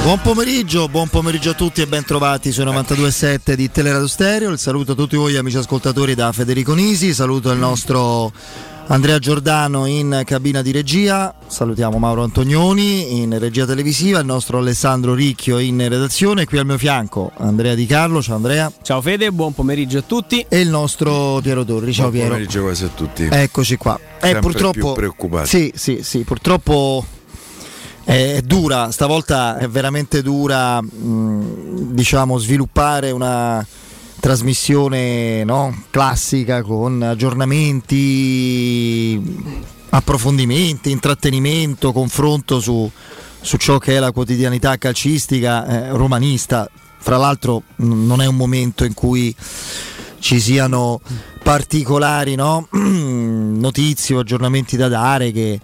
Buon pomeriggio a tutti e ben trovati sui 92.7 di Teleradio Stereo. Il saluto a tutti voi amici ascoltatori da Federico Nisi, saluto il nostro Andrea Giordano in cabina di regia, salutiamo Mauro Antonioni in regia televisiva, il nostro Alessandro Ricchio in redazione, qui al mio fianco Andrea Di Carlo. Ciao Andrea. Ciao Fede, buon pomeriggio a tutti. E il nostro Piero Torri. Ciao Piero. Buon pomeriggio quasi a tutti. Eccoci qua. Purtroppo più preoccupati. Sì, purtroppo è dura, stavolta è veramente dura diciamo sviluppare una trasmissione classica con aggiornamenti, approfondimenti, intrattenimento, confronto su ciò che è la quotidianità calcistica romanista. Fra l'altro non è un momento in cui ci siano particolari notizie o aggiornamenti da dare che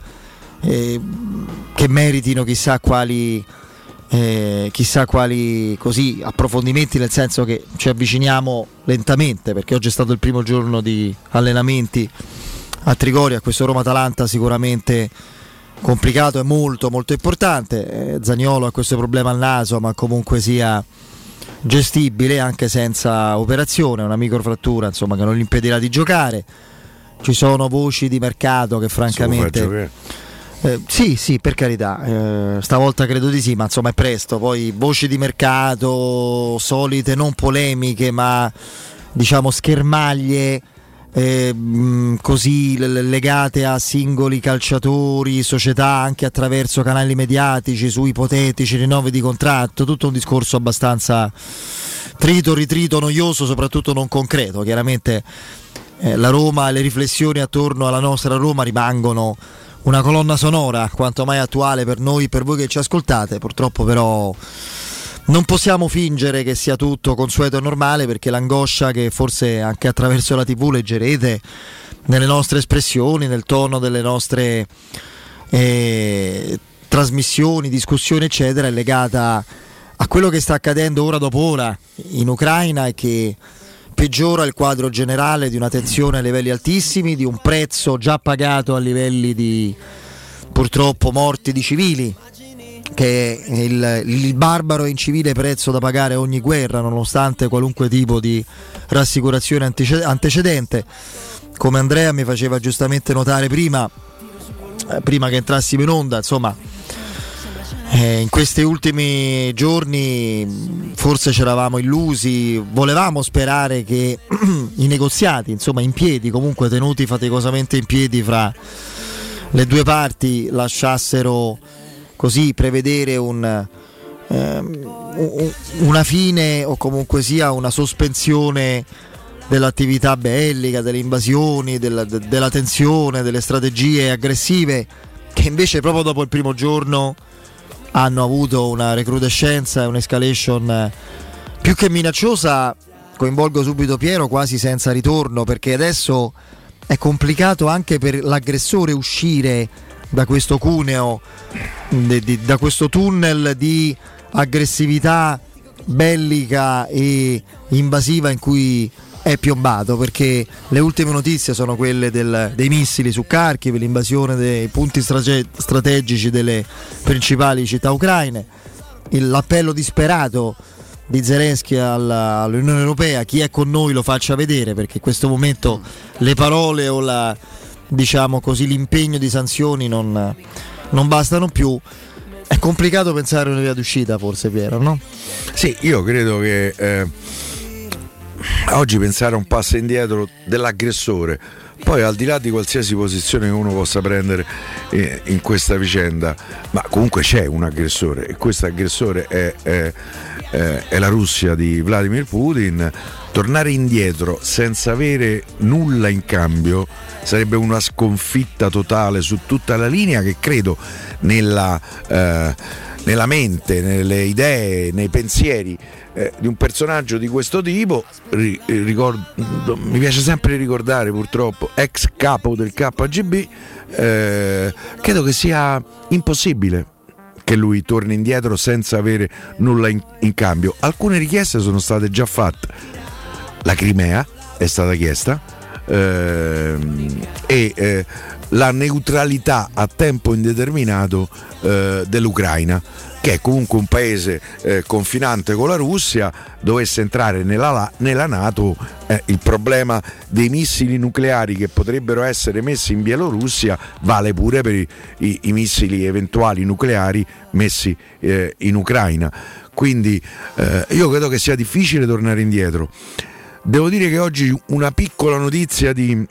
meritino chissà quali così approfondimenti, nel senso che ci avviciniamo lentamente, perché oggi è stato il primo giorno di allenamenti a Trigoria. Questo Roma-Atalanta sicuramente complicato e molto molto importante. Zaniolo ha questo problema al naso, ma comunque sia gestibile anche senza operazione, una microfrattura insomma che non gli impedirà di giocare. Ci sono voci di mercato che francamente sì, per carità, stavolta credo di sì, ma insomma è presto. Poi voci di mercato solite, non polemiche, ma diciamo schermaglie così legate a singoli calciatori, società, anche attraverso canali mediatici su ipotetici rinnovi di contratto, tutto un discorso abbastanza ritrito, noioso, soprattutto non concreto. Chiaramente la Roma e le riflessioni attorno alla nostra Roma rimangono una colonna sonora quanto mai attuale per noi, per voi che ci ascoltate. Purtroppo però non possiamo fingere che sia tutto consueto e normale, perché l'angoscia che forse anche attraverso la TV leggerete nelle nostre espressioni, nel tono delle nostre trasmissioni, discussioni eccetera, è legata a quello che sta accadendo ora dopo ora in Ucraina e che peggiora il quadro generale di una tensione a livelli altissimi, di un prezzo già pagato a livelli di purtroppo morti di civili, che è il barbaro e incivile prezzo da pagare a ogni guerra, nonostante qualunque tipo di rassicurazione antecedente. Come Andrea mi faceva giustamente notare prima che entrassimo in onda, insomma in questi ultimi giorni forse ci eravamo illusi, volevamo sperare che i negoziati, insomma in piedi, comunque tenuti faticosamente in piedi fra le due parti, lasciassero così prevedere una fine o comunque sia una sospensione dell'attività bellica, delle invasioni, della tensione, delle strategie aggressive, che invece proprio dopo il primo giorno hanno avuto una recrudescenza e un'escalation più che minacciosa. Coinvolgo subito Piero, quasi senza ritorno, perché adesso è complicato anche per l'aggressore uscire da questo cuneo, da questo tunnel di aggressività bellica e invasiva in cui è piombato, perché le ultime notizie sono quelle dei missili su Kharkiv, l'invasione dei punti strategici delle principali città ucraine, l'appello disperato di Zelensky all'Unione Europea: chi è con noi lo faccia vedere, perché in questo momento le parole o diciamo così l'impegno di sanzioni non bastano più. È complicato pensare a una via d'uscita, forse, Piero, no? Sì, io credo che oggi pensare a un passo indietro dell'aggressore, poi al di là di qualsiasi posizione che uno possa prendere in questa vicenda, ma comunque c'è un aggressore, e questo aggressore è la Russia di Vladimir Putin. Tornare indietro senza avere nulla in cambio sarebbe una sconfitta totale su tutta la linea, che credo nella mente, nelle idee, nei pensieri di un personaggio di questo tipo. Mi piace sempre ricordare, purtroppo, ex capo del KGB, credo che sia impossibile che lui torni indietro senza avere nulla in cambio. Alcune richieste sono state già fatte, la Crimea è stata chiesta, e la neutralità a tempo indeterminato dell'Ucraina. che è comunque un paese confinante con la Russia, dovesse entrare nella NATO, il problema dei missili nucleari che potrebbero essere messi in Bielorussia vale pure per i missili eventuali nucleari messi in Ucraina. Quindi io credo che sia difficile tornare indietro. Devo dire che oggi una piccola notizia di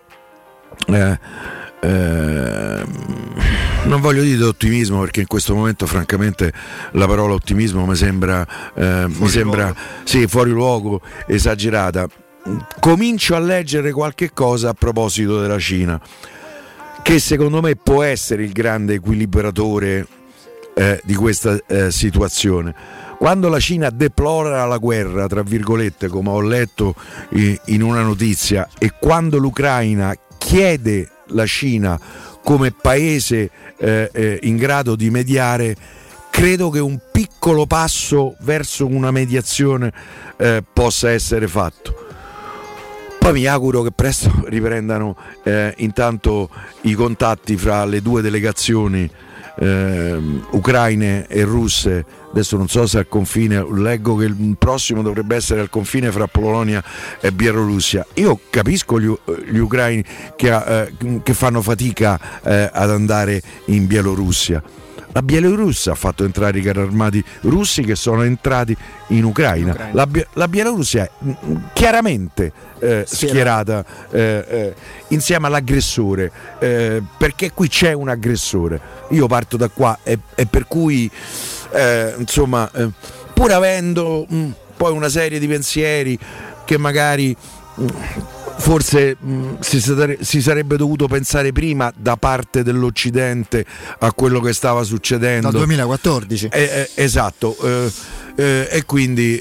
non voglio dire ottimismo, perché in questo momento francamente la parola ottimismo mi sembra sì, fuori luogo, esagerata. Comincio a leggere qualche cosa a proposito della Cina, che secondo me può essere il grande equilibratore di questa situazione. Quando la Cina deplora la guerra, tra virgolette, come ho letto in una notizia, e quando l'Ucraina chiede la Cina come paese in grado di mediare, credo che un piccolo passo verso una mediazione possa essere fatto. Poi mi auguro che presto riprendano intanto i contatti fra le due delegazioni ucraine e russe. Adesso non so se al confine, leggo che il prossimo dovrebbe essere al confine fra Polonia e Bielorussia. Io capisco gli ucraini che fanno fatica ad andare in Bielorussia. La Bielorussia ha fatto entrare i carri armati russi che sono entrati in Ucraina. La Bielorussia è chiaramente schierata insieme all'aggressore, perché qui c'è un aggressore. Io parto da qua e per cui insomma, pur avendo poi una serie di pensieri che magari forse si sarebbe dovuto pensare prima da parte dell'Occidente a quello che stava succedendo dal 2014. Esatto, e quindi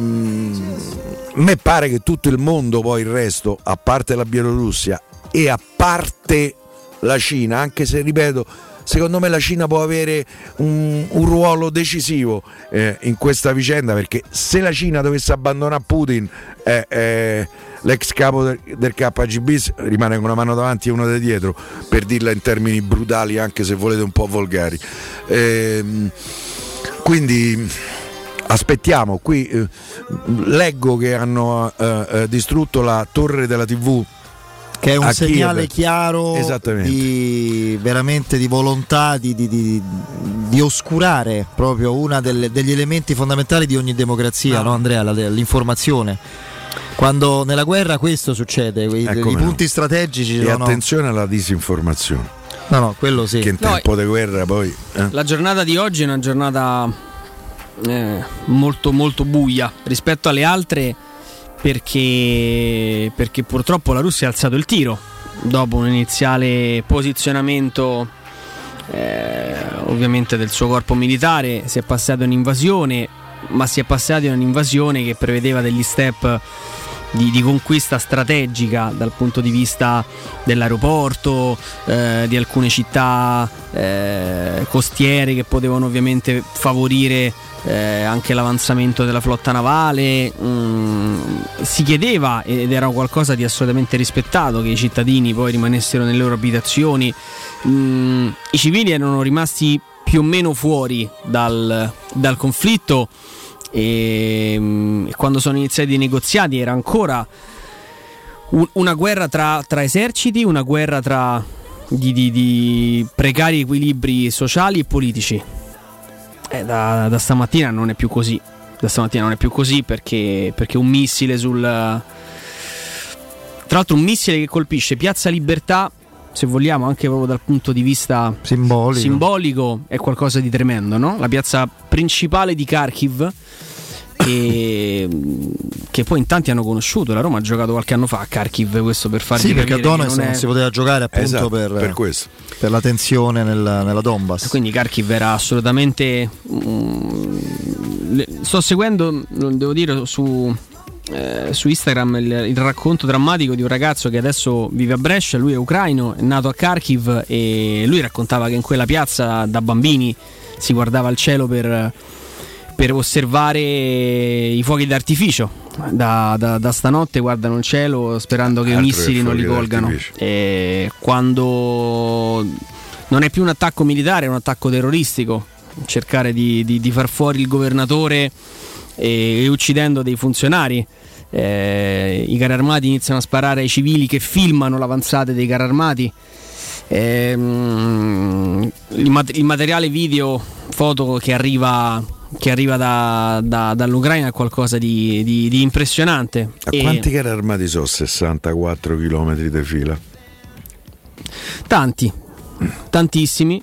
me pare che tutto il mondo, poi il resto, a parte la Bielorussia e a parte la Cina, anche se ripeto, secondo me la Cina può avere un ruolo decisivo in questa vicenda, perché se la Cina dovesse abbandonare Putin, l'ex capo del KGB rimane con una mano davanti e una da dietro, per dirla in termini brutali, anche se volete un po' volgari. Quindi aspettiamo. Qui leggo che hanno distrutto la torre della TV, che è un segnale chiaro veramente di volontà di oscurare proprio una degli elementi fondamentali di ogni democrazia, no Andrea? L'informazione. Quando nella guerra questo succede, i punti strategici e sono... attenzione alla disinformazione. No, quello sì. Che in tempo di guerra poi... La giornata di oggi è una giornata molto molto buia rispetto alle altre, perché purtroppo la Russia ha alzato il tiro dopo un iniziale posizionamento ovviamente del suo corpo militare. Si è passato in invasione, ma si è passati in un'invasione che prevedeva degli step di conquista strategica dal punto di vista dell'aeroporto, di alcune città costiere che potevano ovviamente favorire anche l'avanzamento della flotta navale. Si chiedeva, ed era qualcosa di assolutamente rispettato, che i cittadini poi rimanessero nelle loro abitazioni. I civili erano rimasti più o meno fuori dal conflitto, e quando sono iniziati i negoziati era ancora una guerra tra eserciti, una guerra di precari equilibri sociali e politici. Da stamattina non è più così. Perché un missile tra l'altro un missile che colpisce Piazza Libertà, se vogliamo anche proprio dal punto di vista simbolico, è qualcosa di tremendo, no? La piazza principale di Kharkiv, che poi in tanti hanno conosciuto. La Roma ha giocato qualche anno fa a Kharkiv, questo per farvi capire, perché a Donetsk non si poteva giocare appunto per questo, per la tensione nella Donbass. Quindi Kharkiv era assolutamente sto seguendo, devo dire, su Instagram il racconto drammatico di un ragazzo che adesso vive a Brescia. Lui è ucraino, è nato a Kharkiv, e lui raccontava che in quella piazza da bambini si guardava al cielo per osservare i fuochi d'artificio. Da stanotte guardano il cielo sperando che i missili non li colgano, e quando non è più un attacco militare, è un attacco terroristico, cercare di far fuori il governatore e uccidendo dei funzionari. I carri armati iniziano a sparare ai civili che filmano l'avanzata dei carri armati. Il materiale video, foto che arriva dall'Ucraina è qualcosa di impressionante. Quanti carri armati sono? 64 km di fila? Tantissimi.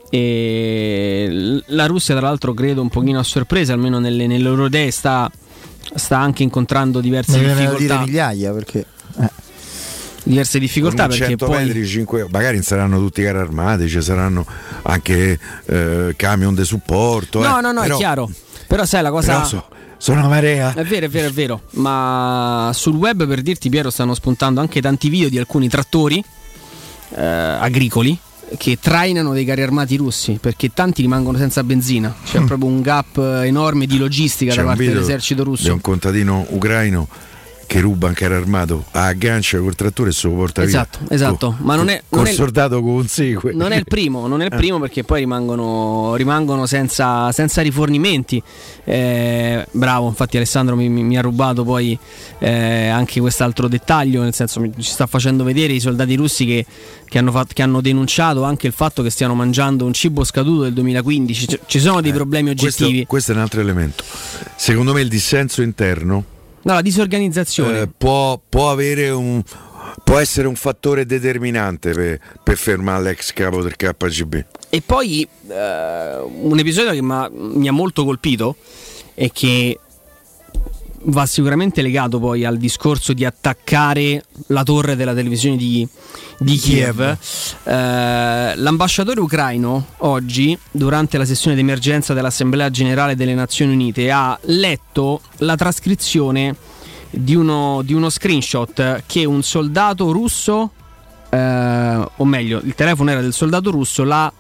E la Russia, tra l'altro, credo un pochino a sorpresa, almeno nelle loro idee, sta anche incontrando diverse difficoltà. Dire migliaia, perché diverse difficoltà, con perché 100 poi metri, 5, magari saranno tutti carri armati, ci saranno anche camion di supporto. No, però, è chiaro. Però sai la cosa, sono una marea. È vero. Ma sul web, per dirti, Piero, stanno spuntando anche tanti video di alcuni trattori agricoli che trainano dei carri armati russi, perché tanti rimangono senza benzina. C'è proprio un gap enorme di logistica da parte dell'esercito russo. C'è un contadino ucraino che ruba un carro armato, aggancia col trattore e se lo porta via. Esatto. Ma non è col soldato che consegue. Non è il primo, perché poi rimangono senza rifornimenti. Bravo, infatti Alessandro mi ha rubato poi anche quest'altro dettaglio, nel senso ci sta facendo vedere i soldati russi che hanno denunciato anche il fatto che stiano mangiando un cibo scaduto del 2015. Ci sono dei problemi oggettivi. Questo è un altro elemento. Secondo me il dissenso interno, la disorganizzazione può essere un fattore determinante per fermare l'ex capo del KGB. E poi un episodio che mi ha molto colpito e che va sicuramente legato poi al discorso di attaccare la torre della televisione di Kiev. L'ambasciatore ucraino oggi, durante la sessione d'emergenza dell'Assemblea Generale delle Nazioni Unite, ha letto la trascrizione di uno screenshot che un soldato russo, o meglio, il telefono era del soldato russo,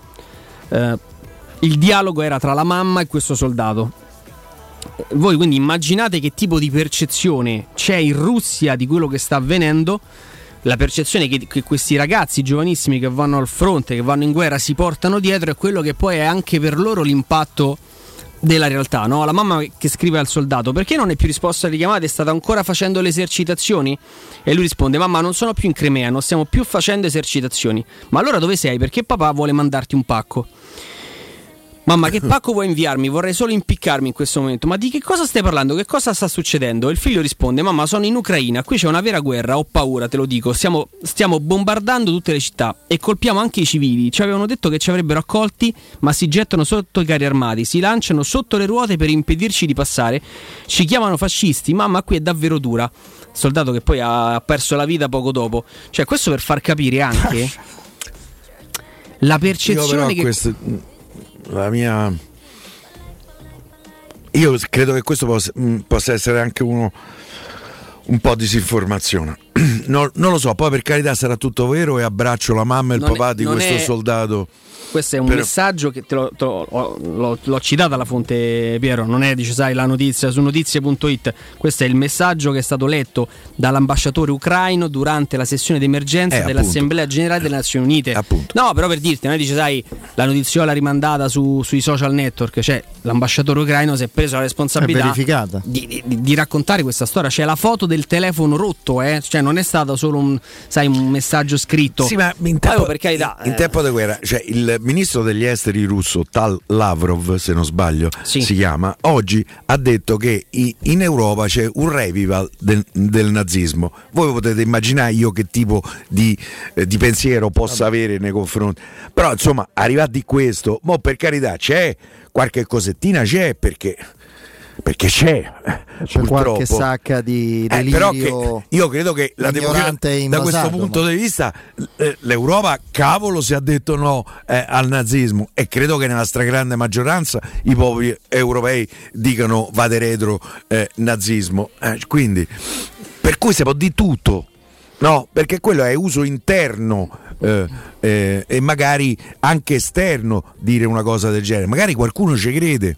il dialogo era tra la mamma e questo soldato. Voi quindi immaginate che tipo di percezione c'è in Russia di quello che sta avvenendo. La percezione che questi ragazzi giovanissimi che vanno al fronte, che vanno in guerra, si portano dietro è quello che poi è anche per loro l'impatto della realtà, no? La mamma che scrive al soldato: perché non è più risposto alle chiamate, state ancora facendo le esercitazioni? E lui risponde: mamma, non sono più in Crimea, non stiamo più facendo esercitazioni. Ma allora dove sei? Perché papà vuole mandarti un pacco. Mamma, che pacco vuoi inviarmi? Vorrei solo impiccarmi in questo momento. Ma di che cosa stai parlando? Che cosa sta succedendo? E il figlio risponde: mamma, sono in Ucraina, qui c'è una vera guerra, ho paura, te lo dico. Stiamo bombardando tutte le città e colpiamo anche i civili. Ci avevano detto che ci avrebbero accolti, ma si gettano sotto i carri armati, si lanciano sotto le ruote per impedirci di passare. Ci chiamano fascisti, mamma, qui è davvero dura. Soldato che poi ha perso la vita poco dopo. Cioè, questo per far capire anche la percezione Io credo che questo possa essere anche un po' disinformazione. Non lo so, poi per carità sarà tutto vero e abbraccio la mamma e il papà di questo soldato. Questo è un messaggio che l'ho citato alla fonte, Piero, non è, dice, sai, la notizia su notizie.it. Questo è il messaggio che è stato letto dall'ambasciatore ucraino durante la sessione d'emergenza dell'Assemblea Generale delle Nazioni Unite. No, però per dirti, non è, dice, sai, la notiziola rimandata sui social network, cioè l'ambasciatore ucraino si è preso la responsabilità di raccontare questa storia. C'è la foto del telefono rotto, cioè non è stato solo un messaggio scritto. Sì, ma in tempo di guerra, cioè il ministro degli esteri russo, Tal Lavrov, se non sbaglio, si chiama, oggi ha detto che in Europa c'è un revival del nazismo. Voi potete immaginare io che tipo di pensiero possa avere nei confronti. Però insomma, arrivati di questo, mo per carità c'è qualche cosettina, perché c'è qualche sacca di delirio, però io credo che la democrazia, da questo punto di vista, l'Europa cavolo si ha detto no al nazismo, e credo che nella stragrande maggioranza i popoli europei dicano vade retro nazismo, quindi per cui si può di tutto, no? Perché quello è uso interno e magari anche esterno dire una cosa del genere, magari qualcuno ci crede.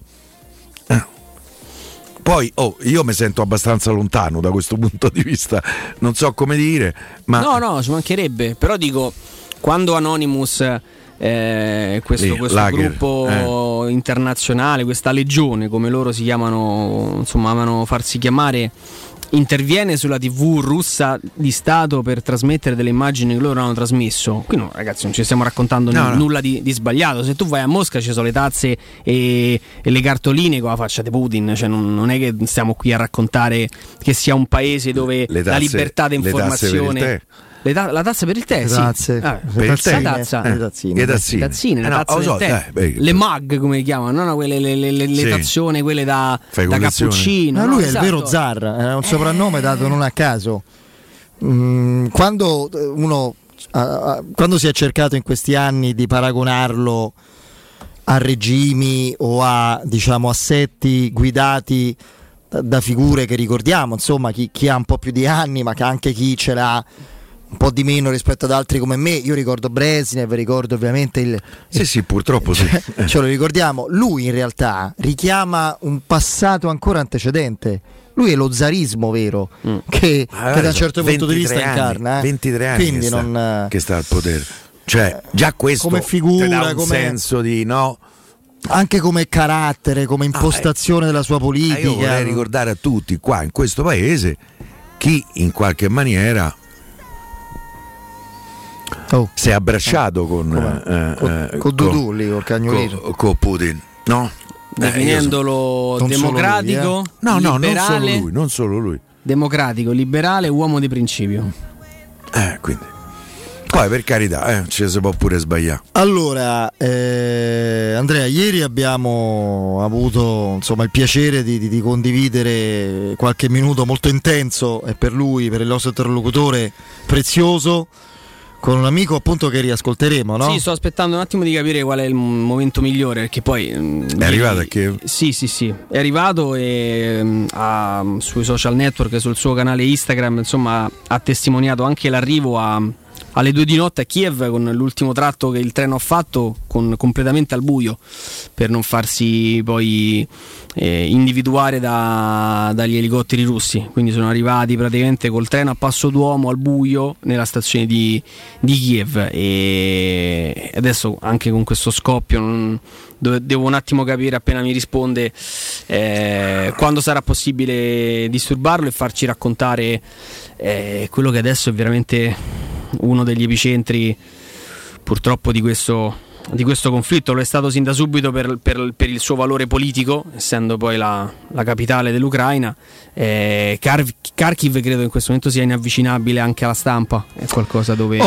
Poi io mi sento abbastanza lontano da questo punto di vista, non so come dire, ma no, ci mancherebbe. Però dico, quando Anonymous questo gruppo internazionale, questa legione come loro si chiamano, insomma amano farsi chiamare, interviene sulla TV russa di Stato per trasmettere delle immagini che loro hanno trasmesso. Qui no, ragazzi, non ci stiamo raccontando nulla di sbagliato. Se tu vai a Mosca ci sono le tazze e le cartoline con la faccia di Putin, cioè non è che stiamo qui a raccontare che sia un paese dove la libertà di informazione. La tazza per il tè, le tazze, per il tè. Le tazzine, le mug come le chiamano, no? Quelle le tazzone, quelle da cappuccino. Ma lui è il vero zar, è un soprannome dato non a caso. Quando si è cercato in questi anni di paragonarlo a regimi o a, diciamo, assetti guidati da figure che ricordiamo, insomma, chi ha un po' più di anni, ma che anche chi ce l'ha un po' di meno rispetto ad altri come me. Io ricordo Brezhnev, ricordo ovviamente sì, purtroppo sì. Ce lo ricordiamo. Lui in realtà richiama un passato ancora antecedente. Lui è lo zarismo vero, che da un certo punto di vista incarna. 23 anni che sta al potere. Cioè, già questo come figura, dà un senso di no. Anche come carattere, come impostazione della sua politica. Io vorrei ricordare a tutti qua in questo paese chi in qualche maniera si è abbracciato con Dudu lì, col cagnolino, con Putin, no? Definendolo democratico, liberale, non solo lui. Democratico, liberale, uomo di principio. Quindi poi per carità, ci si può pure sbagliare. Allora, Andrea, ieri abbiamo avuto insomma il piacere di condividere qualche minuto molto intenso e per lui, per il nostro interlocutore, prezioso, con un amico appunto che riascolteremo, no? Sì, sto aspettando un attimo di capire qual è il momento migliore, perché poi è arrivato a Kiev? Sì, è arrivato e sui social network, sul suo canale Instagram, insomma, ha testimoniato anche l'arrivo alle 2 di notte a Kiev, con l'ultimo tratto che il treno ha fatto completamente al buio, per non farsi poi individuare dagli elicotteri russi. Quindi sono arrivati praticamente col treno a passo d'uomo al buio nella stazione di Kiev, e adesso anche con questo scoppio devo un attimo capire, appena mi risponde, quando sarà possibile disturbarlo e farci raccontare quello che adesso è veramente uno degli epicentri purtroppo di questo conflitto. Lo è stato sin da subito per il suo valore politico, essendo poi la capitale dell'Ucraina. Kharkiv credo in questo momento sia inavvicinabile anche alla stampa, è qualcosa dove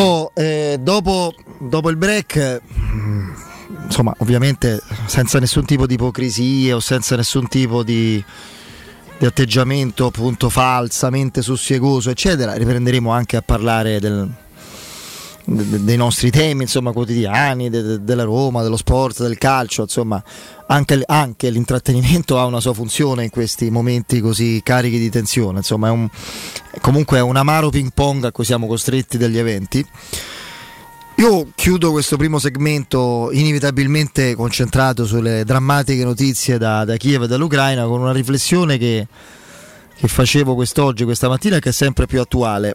dopo il break, insomma, ovviamente senza nessun tipo di ipocrisia o senza nessun tipo di atteggiamento appunto falsamente sussiegoso eccetera, riprenderemo anche a parlare dei nostri temi, insomma, quotidiani, della Roma, dello sport, del calcio, insomma, anche l'intrattenimento ha una sua funzione in questi momenti così carichi di tensione, insomma, comunque è un amaro ping pong a cui siamo costretti dagli eventi. Io chiudo questo primo segmento inevitabilmente concentrato sulle drammatiche notizie da Kiev e dall'Ucraina, con una riflessione che facevo questa mattina e che è sempre più attuale.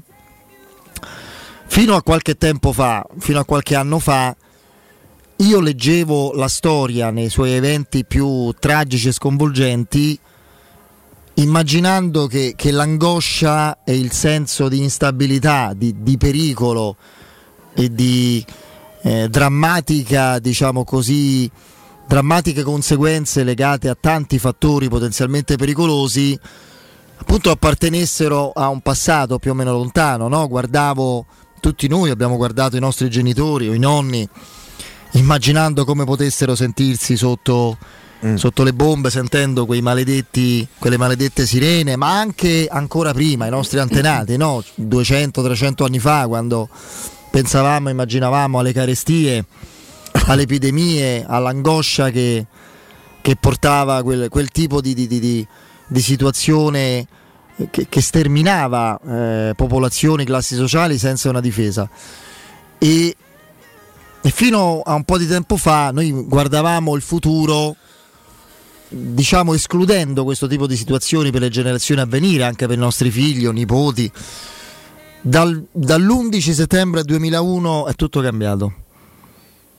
Fino a qualche tempo fa, fino a qualche anno fa, io leggevo la storia nei suoi eventi più tragici e sconvolgenti, immaginando che l'angoscia e il senso di instabilità, di pericolo e di drammatica, diciamo così, drammatiche conseguenze legate a tanti fattori potenzialmente pericolosi, appunto appartenessero a un passato più o meno lontano, no? Tutti noi abbiamo guardato i nostri genitori o i nonni immaginando come potessero sentirsi sotto le bombe, sentendo quelle maledette sirene, ma anche ancora prima i nostri antenati, no? 200-300 anni fa, quando immaginavamo alle carestie, alle epidemie, all'angoscia che portava quel tipo di situazione che sterminava popolazioni, classi sociali senza una difesa. E fino a un po' di tempo fa noi guardavamo il futuro, diciamo, escludendo questo tipo di situazioni per le generazioni a venire, anche per i nostri figli o nipoti. Dall'11 settembre 2001 è tutto cambiato.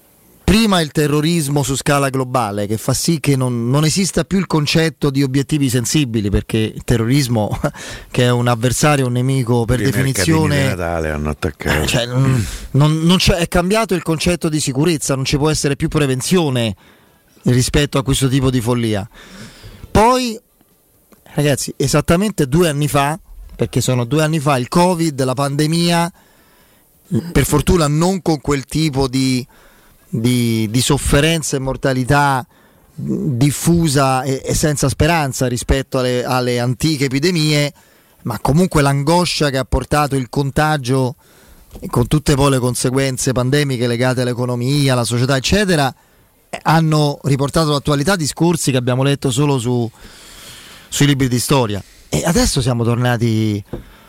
Prima il terrorismo su scala globale, che fa sì che non esista più il concetto di obiettivi sensibili, perché il terrorismo, che è un avversario, un nemico per definizione, di Natale hanno attaccato. Non c'è, è cambiato il concetto di sicurezza, non ci può essere più prevenzione rispetto a questo tipo di follia. Poi, ragazzi, esattamente 2 anni fa, perché sono 2 anni fa, il Covid, la pandemia, per fortuna non con quel tipo di sofferenza e mortalità diffusa e senza speranza rispetto alle antiche epidemie, ma comunque l'angoscia che ha portato il contagio, con tutte poi le conseguenze pandemiche legate all'economia, alla società eccetera, hanno riportato all'attualità discorsi che abbiamo letto solo sui libri di storia. E adesso siamo tornati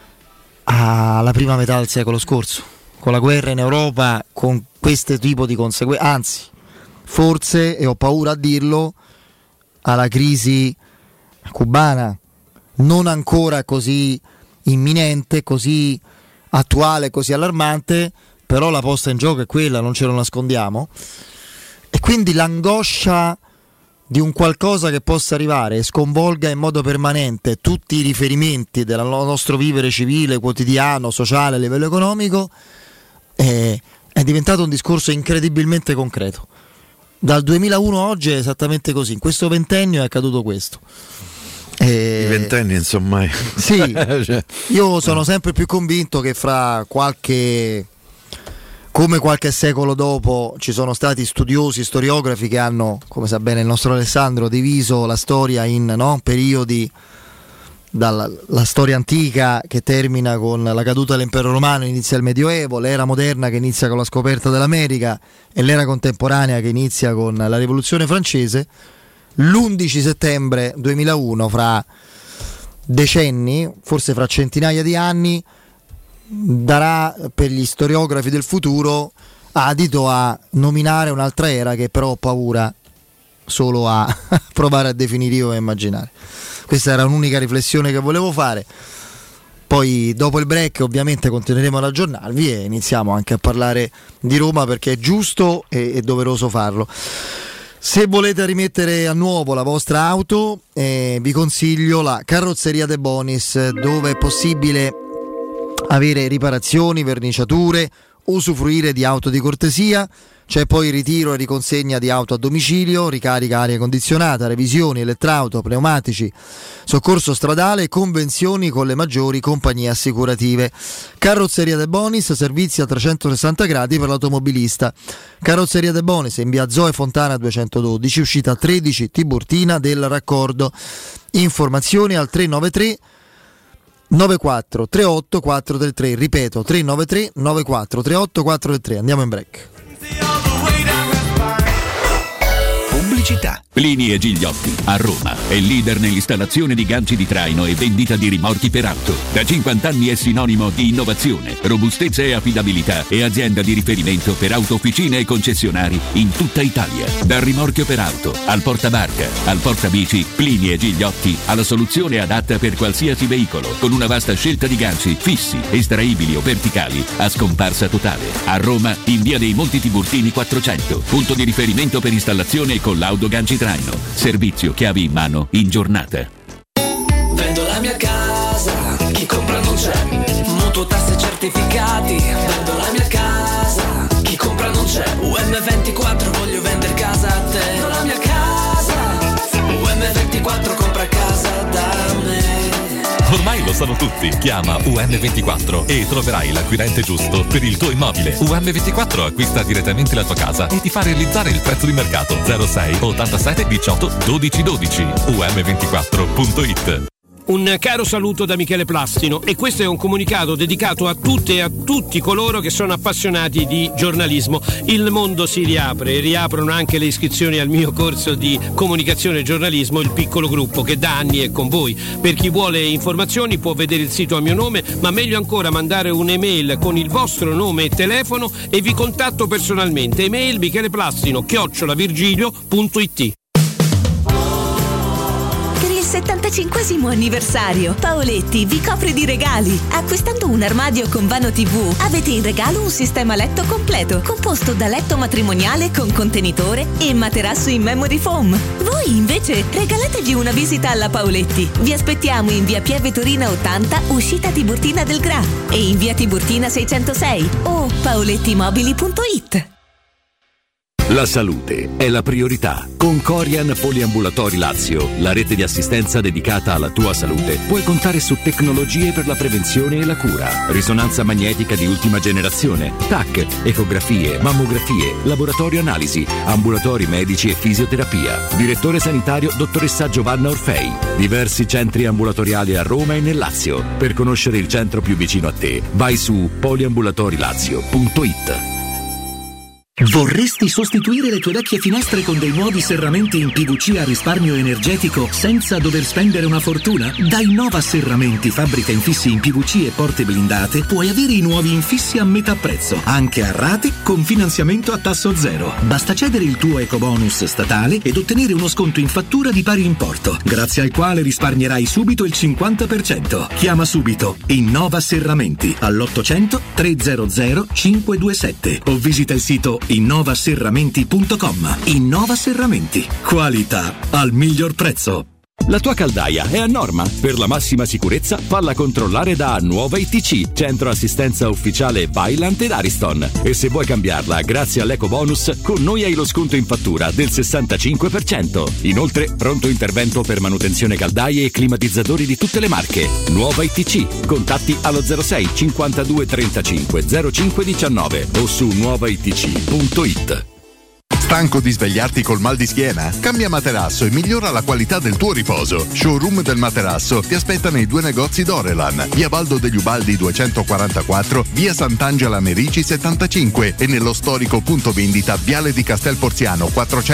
alla prima metà del secolo scorso, con la guerra in Europa, con questo tipo di conseguenze, anzi, forse, e ho paura a dirlo, alla crisi cubana, non ancora così imminente, così attuale, così allarmante, però la posta in gioco è quella, non ce lo nascondiamo, e quindi l'angoscia di un qualcosa che possa arrivare e sconvolga in modo permanente tutti i riferimenti del nostro vivere civile, quotidiano, sociale, a livello economico, è diventato un discorso incredibilmente concreto. Dal 2001 a oggi è esattamente così, in questo ventennio è accaduto questo. I ventenni insomma. Sì, io sono sempre più convinto che fra qualche secolo dopo ci sono stati studiosi, storiografi che hanno, come sa bene il nostro Alessandro, diviso la storia in periodi, dalla storia antica che termina con la caduta dell'impero romano, inizia il Medioevo, l'era moderna che inizia con la scoperta dell'America e l'era contemporanea che inizia con la Rivoluzione francese. L'11 settembre 2001, fra decenni, forse fra centinaia di anni, darà per gli storiografi del futuro adito a nominare un'altra era che però ho paura solo a provare a definire io e immaginare. Questa era un'unica riflessione che volevo fare. Poi dopo il break ovviamente continueremo ad aggiornarvi e iniziamo anche a parlare di Roma, perché è giusto e doveroso farlo. Se volete rimettere a nuovo la vostra auto, vi consiglio la Carrozzeria De Bonis, dove è possibile avere riparazioni, verniciature, usufruire di auto di cortesia. C'è poi il ritiro e riconsegna di auto a domicilio, ricarica aria condizionata, revisioni, elettrauto, pneumatici, soccorso stradale, convenzioni con le maggiori compagnie assicurative. Carrozzeria De Bonis, servizi a 360 gradi per l'automobilista. Carrozzeria De Bonis in via Zoe Fontana 212, uscita 13 Tiburtina del Raccordo. Informazioni al 393 94 38 433, ripeto 393 94 38 433. Andiamo in break. Pubblicità. Plini e Gigliotti a Roma è leader nell'installazione di ganci di traino e vendita di rimorchi per auto. Da 50 anni è sinonimo di innovazione, robustezza e affidabilità e azienda di riferimento per autofficine e concessionari in tutta Italia. Dal rimorchio per auto al portabarca al portabici, Plini e Gigliotti ha la soluzione adatta per qualsiasi veicolo, con una vasta scelta di ganci fissi, estraibili o verticali a scomparsa totale. A Roma in via dei Monti Tiburtini 400, punto di riferimento per installazione con l'Auto Ganci Traino. Servizio chiavi in mano in giornata. Vendo la mia casa, chi compra non c'è. Mutuo, tasse, certificati. Vendo la mia casa, chi compra non c'è. UM24, voglio vendere casa a te. Vendo la mia casa, UM24, compra casa da me. Ormai lo sanno tutti. Chiama UM24 e troverai l'acquirente giusto per il tuo immobile. UM24 acquista direttamente la tua casa e ti fa realizzare il prezzo di mercato. 06 87 18 12 12. UM24.it. Un caro saluto da Michele Plastino, e questo è un comunicato dedicato a tutte e a tutti coloro che sono appassionati di giornalismo. Il mondo si riapre e riaprono anche le iscrizioni al mio corso di comunicazione e giornalismo, il piccolo gruppo, che da anni è con voi. Per chi vuole informazioni può vedere il sito a mio nome, ma meglio ancora mandare un'email con il vostro nome e telefono e vi contatto personalmente. Email micheleplastino@virgilio.it. 75° anniversario. Paoletti vi copre di regali. Acquistando un armadio con vano TV avete in regalo un sistema letto completo, composto da letto matrimoniale con contenitore e materasso in memory foam. Voi invece regalatevi una visita alla Paoletti. Vi aspettiamo in via Pieve Torina 80, uscita Tiburtina del Gra, e in via Tiburtina 606 o paolettimobili.it. La salute è la priorità. Con Corian Poliambulatori Lazio, la rete di assistenza dedicata alla tua salute, puoi contare su tecnologie per la prevenzione e la cura. Risonanza magnetica di ultima generazione, TAC, ecografie, mammografie, laboratorio analisi, ambulatori medici e fisioterapia. Direttore sanitario dottoressa Giovanna Orfei. Diversi centri ambulatoriali a Roma e nel Lazio. Per conoscere il centro più vicino a te, vai su poliambulatorilazio.it. Vorresti sostituire le tue vecchie finestre con dei nuovi serramenti in PVC a risparmio energetico senza dover spendere una fortuna? Da Innova Serramenti, fabbrica infissi in PVC e porte blindate, puoi avere i nuovi infissi a metà prezzo, anche a rate con finanziamento a tasso zero. Basta cedere il tuo ecobonus statale ed ottenere uno sconto in fattura di pari importo, grazie al quale risparmierai subito il 50%. Chiama subito Innova Serramenti all'800 300 527 o visita il sito innovaserramenti.com. Innova Serramenti, qualità al miglior prezzo. La tua caldaia è a norma. Per la massima sicurezza, falla controllare da Nuova ITC, centro assistenza ufficiale Vaillant ed Ariston. E se vuoi cambiarla grazie all'ecobonus, con noi hai lo sconto in fattura del 65%. Inoltre, pronto intervento per manutenzione caldaie e climatizzatori di tutte le marche. Nuova ITC. Contatti allo 06 52 35 05 19 o su nuovaitc.it. Stanco di svegliarti col mal di schiena? Cambia materasso e migliora la qualità del tuo riposo. Showroom del Materasso ti aspetta nei 2 negozi Dorelan, via Baldo degli Ubaldi 244, via Sant'Angela Merici 75 e nello storico punto vendita Viale di Castel Porziano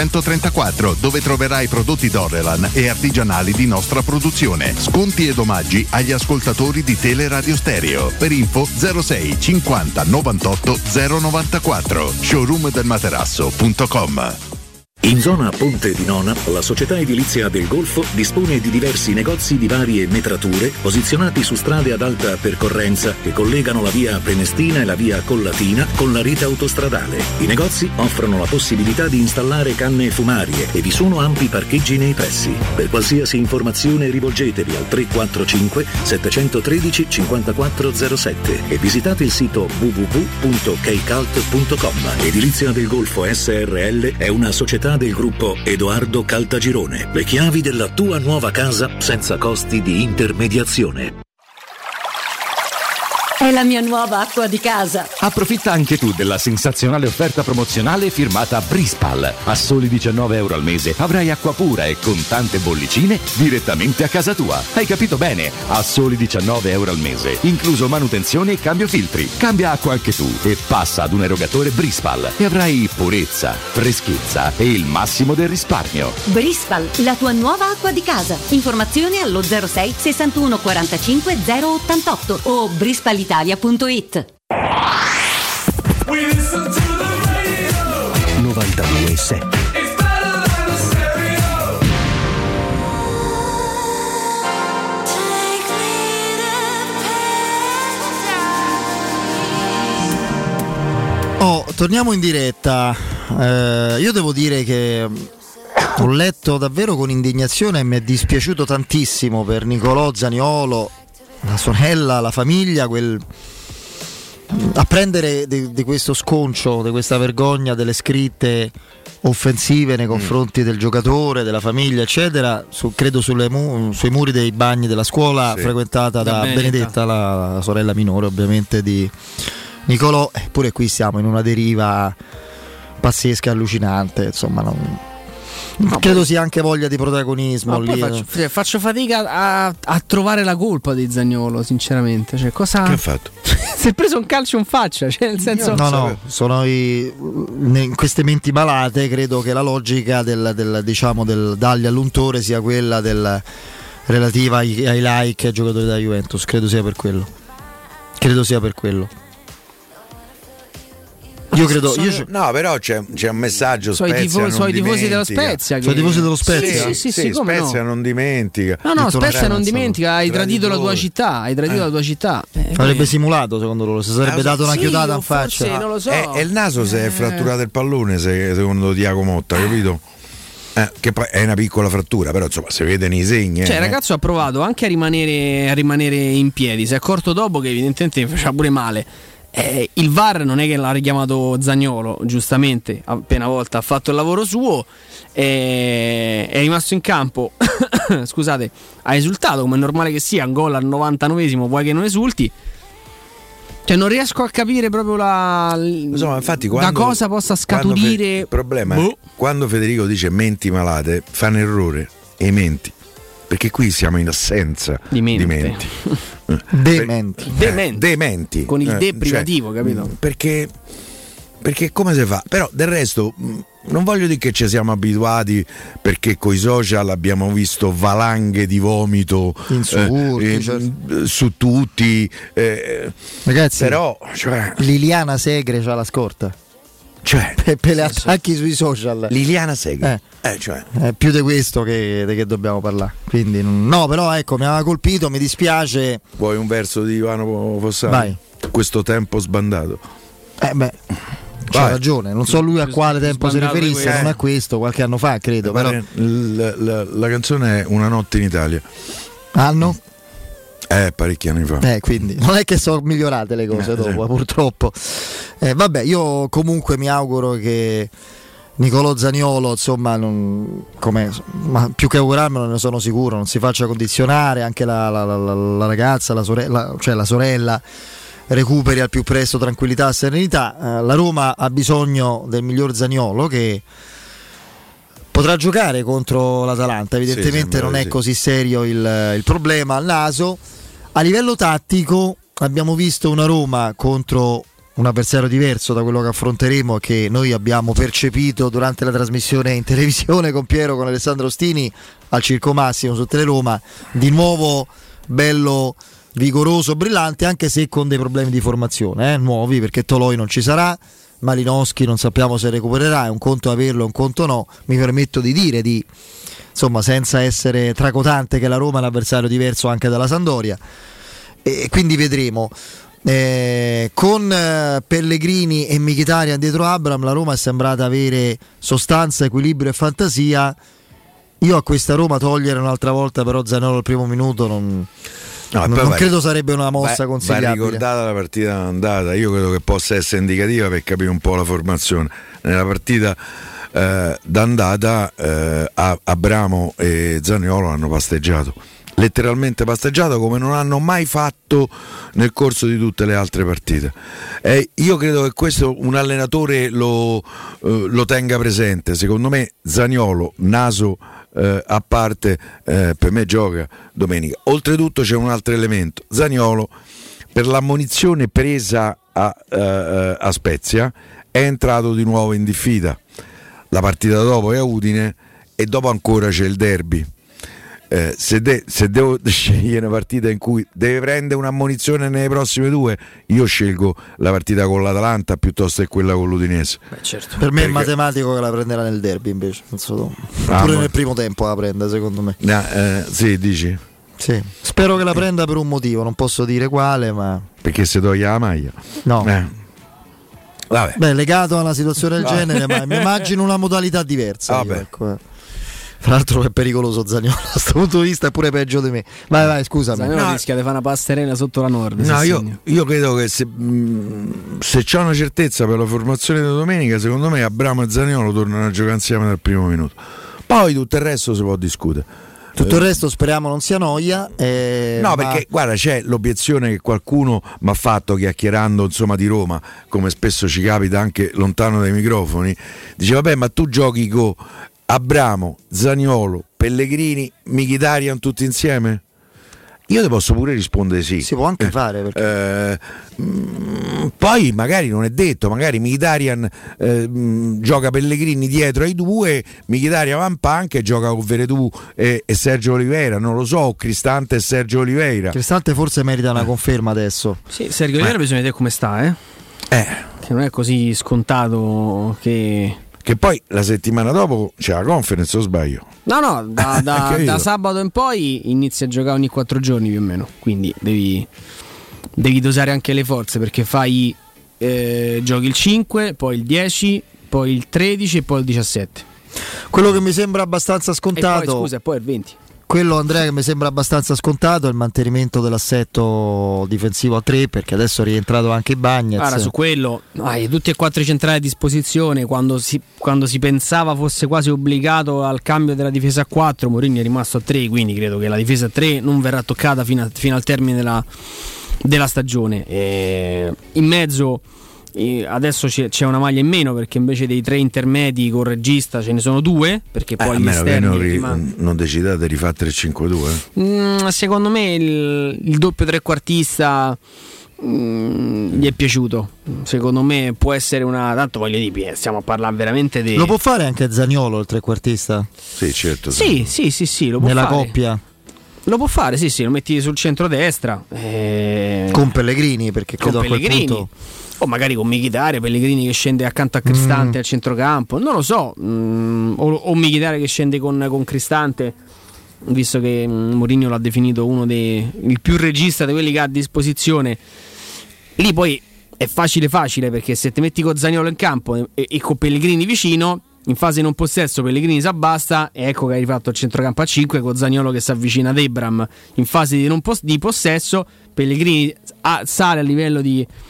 434, dove troverai prodotti Dorelan e artigianali di nostra produzione. Sconti ed omaggi agli ascoltatori di Teleradio Stereo. Per info 06 50 98 094. showroomdelmaterasso.com. In zona Ponte di Nona, la società edilizia del Golfo dispone di diversi negozi di varie metrature posizionati su strade ad alta percorrenza che collegano la via Prenestina e la via Collatina con la rete autostradale. I negozi offrono la possibilità di installare canne fumarie e vi sono ampi parcheggi nei pressi. Per qualsiasi informazione rivolgetevi al 345 713 5407 e visitate il sito www.keicalt.com. Edilizia del Golfo SRL è una società del gruppo Edoardo Caltagirone. Le chiavi della tua nuova casa senza costi di intermediazione. È la mia nuova acqua di casa. Approfitta anche tu della sensazionale offerta promozionale firmata Brispal. A soli €19 al mese avrai acqua pura e con tante bollicine direttamente a casa tua. Hai capito bene? A soli €19 al mese, incluso manutenzione e cambio filtri. Cambia acqua anche tu e passa ad un erogatore Brispal e avrai purezza, freschezza e il massimo del risparmio. Brispal, la tua nuova acqua di casa. Informazioni allo 06 61 45 088 o brispalitalia.it. We listen to the radio. 92.7. Torniamo in diretta. Io devo dire che ho letto davvero con indignazione e mi è dispiaciuto tantissimo per Nicolò Zaniolo, la sorella, la famiglia, a prendere di questo sconcio, di questa vergogna delle scritte offensive nei confronti del giocatore, della famiglia, eccetera, credo sui muri dei bagni della scuola frequentata da Benedetta, la sorella minore ovviamente di Nicolò. Eppure qui siamo in una deriva pazzesca, allucinante, insomma credo sia anche voglia di protagonismo lì. Faccio fatica a trovare la colpa di Zaniolo, sinceramente. Cioè, cosa che ha fatto? Si è preso un calcio in faccia, cioè nel senso. No, sono in queste menti malate. Credo che la logica del dargli all'untore sia quella relativa ai like ai giocatori della Juventus. Credo sia per quello. Io credo. No, però c'è un messaggio. Sono i tifosi dello Spezia. Sono i tifosi dello Spezia? Sì, Spezia non dimentica. No, Spezia non dimentica. Hai tradito la tua città. Avrebbe simulato, secondo loro. Si sarebbe dato una chiodata in faccia. Forse, non lo so. E il naso si è fratturato il pallone, secondo Diaco Motta, capito? Che poi è una piccola frattura, però insomma si vede nei segni. Cioè, il ragazzo ha provato anche a rimanere in piedi. Si è accorto dopo che evidentemente faceva pure male. Il VAR non è che l'ha richiamato Zaniolo, giustamente, appena volta ha fatto il lavoro suo, è rimasto in campo. Scusate, ha esultato come è normale che sia, un gol al 99esimo, vuoi che non esulti? Cioè non riesco a capire proprio infatti, da cosa possa scaturire. Il problema è quando Federico dice menti malate, fa un errore e menti. Perché qui siamo in assenza di menti. Dementi. Con il de privativo, capito? Perché come si fa? Però del resto non voglio dire che ci siamo abituati, perché coi social abbiamo visto valanghe di vomito su tutti. Ragazzi, però Liliana Segre c'ha la scorta. Cioè, per le attacchi sui social. Liliana Segre. Più di questo che dobbiamo parlare. Quindi no, però ecco, mi aveva colpito, mi dispiace. Vuoi un verso di Ivano Fossati? Vai. Questo tempo sbandato. C'ha ragione, non so lui a quale tempo si riferisse, non a questo, qualche anno fa credo. Però la canzone è Una notte in Italia. Anno? Parecchi anni fa. Quindi non è che sono migliorate le cose dopo, purtroppo. Vabbè, io comunque mi auguro che Nicolò Zaniolo, insomma, ma più che augurarmelo, ne sono sicuro, non si faccia condizionare, anche la ragazza, la sorella recuperi al più presto tranquillità e serenità. La Roma ha bisogno del miglior Zaniolo, che potrà giocare contro l'Atalanta, evidentemente non è così serio il problema al naso. A livello tattico abbiamo visto una Roma contro un avversario diverso da quello che affronteremo, che noi abbiamo percepito durante la trasmissione in televisione con Piero, con Alessandro Ostini al Circo Massimo su Teleroma. Di nuovo bello, vigoroso, brillante, anche se con dei problemi di formazione nuovi, perché Toloi non ci sarà, Malinowski non sappiamo se recupererà, è un conto averlo, un conto no. Mi permetto di dire, insomma, senza essere tracotante, che la Roma è un avversario diverso anche dalla Sampdoria, e quindi vedremo. Con Pellegrini e Mkhitaryan dietro Abraham, la Roma è sembrata avere sostanza, equilibrio e fantasia. Io a questa Roma togliere un'altra volta però Zaniolo al primo minuto non credo sarebbe una mossa consigliabile. Va ricordata la partita andata, io credo che possa essere indicativa per capire un po' la formazione. Nella partita d'andata Abramo e Zaniolo hanno pasteggiato, letteralmente pasteggiato, come non hanno mai fatto nel corso di tutte le altre partite. Io credo che questo un allenatore lo tenga presente. Secondo me Zaniolo, naso a parte, per me gioca domenica. Oltretutto c'è un altro elemento: Zaniolo, per l'ammonizione presa a Spezia, è entrato di nuovo in diffida. La partita dopo è a Udine e dopo ancora c'è il derby. Se devo scegliere una partita in cui deve prendere un'ammonizione nelle prossime due, io scelgo la partita con l'Atalanta piuttosto che quella con l'Udinese. Certo. Per me è matematico che la prenderà nel derby, invece pure nel primo tempo la prende, secondo me. Sì, dici? Sì. Spero che la prenda per un motivo, non posso dire quale, ma perché se toglie la maglia? No. Vabbè. Beh, legato a una situazione del genere, ma mi immagino una modalità diversa. Io, ecco. Tra l'altro è pericoloso Zaniolo, da questo punto di vista è pure peggio di me. Vai, scusami. Zaniolo rischia di fare una passerella sotto la Nord. No, io credo che se c'è una certezza per la formazione di domenica, secondo me Abramo e Zaniolo tornano a giocare insieme dal primo minuto. Poi tutto il resto si può discutere. Tutto il resto speriamo non sia noia. Perché guarda, c'è l'obiezione che qualcuno mi ha fatto chiacchierando, insomma, di Roma, come spesso ci capita anche lontano dai microfoni. Dice vabbè, ma tu giochi con Abramo, Zaniolo, Pellegrini, Mkhitaryan tutti insieme? Io ti posso pure rispondere sì. Si può anche fare, perché poi magari non è detto, magari Mkhitaryan gioca Pellegrini dietro ai due, Mkhitaryan va in panca e gioca con Veretù e Sergio Oliveira, non lo so, o Cristante e Sergio Oliveira. Cristante forse merita una conferma adesso. Sì, Sergio Oliveira bisogna vedere come sta, Che non è così scontato che poi la settimana dopo c'è la conference, o sbaglio? No, da sabato in poi inizi a giocare ogni 4 giorni più o meno, quindi devi dosare anche le forze, perché fai giochi il 5, poi il 10, poi il 13 e poi il 17. Quello che mi sembra abbastanza scontato, e poi il 20. Quello, Andrea, che mi sembra abbastanza scontato è il mantenimento dell'assetto difensivo a 3, perché adesso è rientrato anche Bagnez. Guarda, su quello hai tutti e 4 i centrali a disposizione. Quando si pensava fosse quasi obbligato al cambio della difesa a 4, Mourinho è rimasto a 3, quindi credo che la difesa a 3 non verrà toccata fino al termine della stagione. In mezzo adesso c'è una maglia in meno, perché invece dei 3 intermedi con regista ce ne sono 2, perché poi gli esterni non decidete di fare 3-5-2? Secondo me il doppio trequartista gli è piaciuto. Secondo me può essere tanto voglio dire, stiamo a parlare veramente di... Lo può fare anche Zaniolo il trequartista? Sì, certo. Sì, lo può nella fare. Coppia? Lo può fare, sì, lo metti sul centro-destra con Pellegrini, perché credo a quel punto, o magari con Mkhitaryan, Pellegrini che scende accanto a Cristante al centrocampo, non lo so, o Mkhitaryan che scende con Cristante, visto che Mourinho l'ha definito il più regista di quelli che ha a disposizione. Lì poi è facile, perché se ti metti con Zaniolo in campo e con Pellegrini vicino, in fase non possesso Pellegrini si abbassa e ecco che hai fatto il centrocampo a 5 con Zaniolo che si avvicina ad Ebram. In fase di possesso Pellegrini sale a livello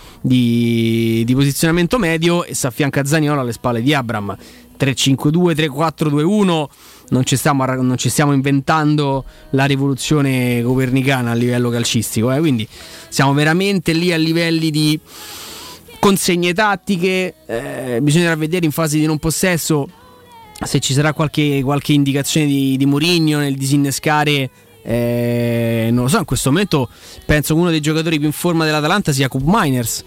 di posizionamento medio e si affianca a Zaniolo alle spalle di Ebram. 3-5-2, 3-4-2-1, non ci stiamo inventando la rivoluzione copernicana a livello calcistico, quindi siamo veramente lì a livelli di consegne tattiche. Bisognerà vedere in fase di non possesso se ci sarà qualche indicazione di Mourinho nel disinnescare, non lo so. In questo momento penso che uno dei giocatori più in forma dell'Atalanta sia Koop Miners.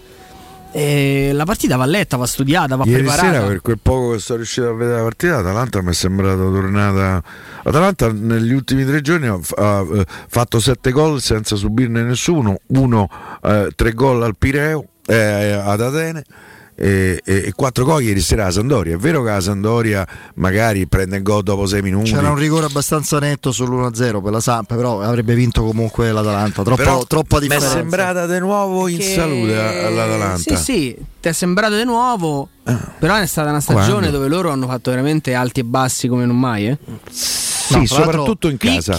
La partita va letta, va studiata, va preparata. Ieri sera, per quel poco che sono riuscito a vedere la partita, Atalanta mi è sembrata tornata. Atalanta negli ultimi 3 giorni ha fatto 7 gol senza subirne nessuno, 3 gol al Pireo, ad Atene, e 4 gol ieri sera a Sampdoria. È vero che la Sampdoria magari prende il gol dopo 6 minuti, c'era un rigore abbastanza netto sull'1-0 per la Samp, però avrebbe vinto comunque l'Atalanta. Troppa differenza. Mi è sembrata di nuovo in salute all'Atalanta. Sì, ti è sembrato di nuovo, però è stata una stagione dove loro hanno fatto veramente alti e bassi come non mai, Sì, soprattutto in casa.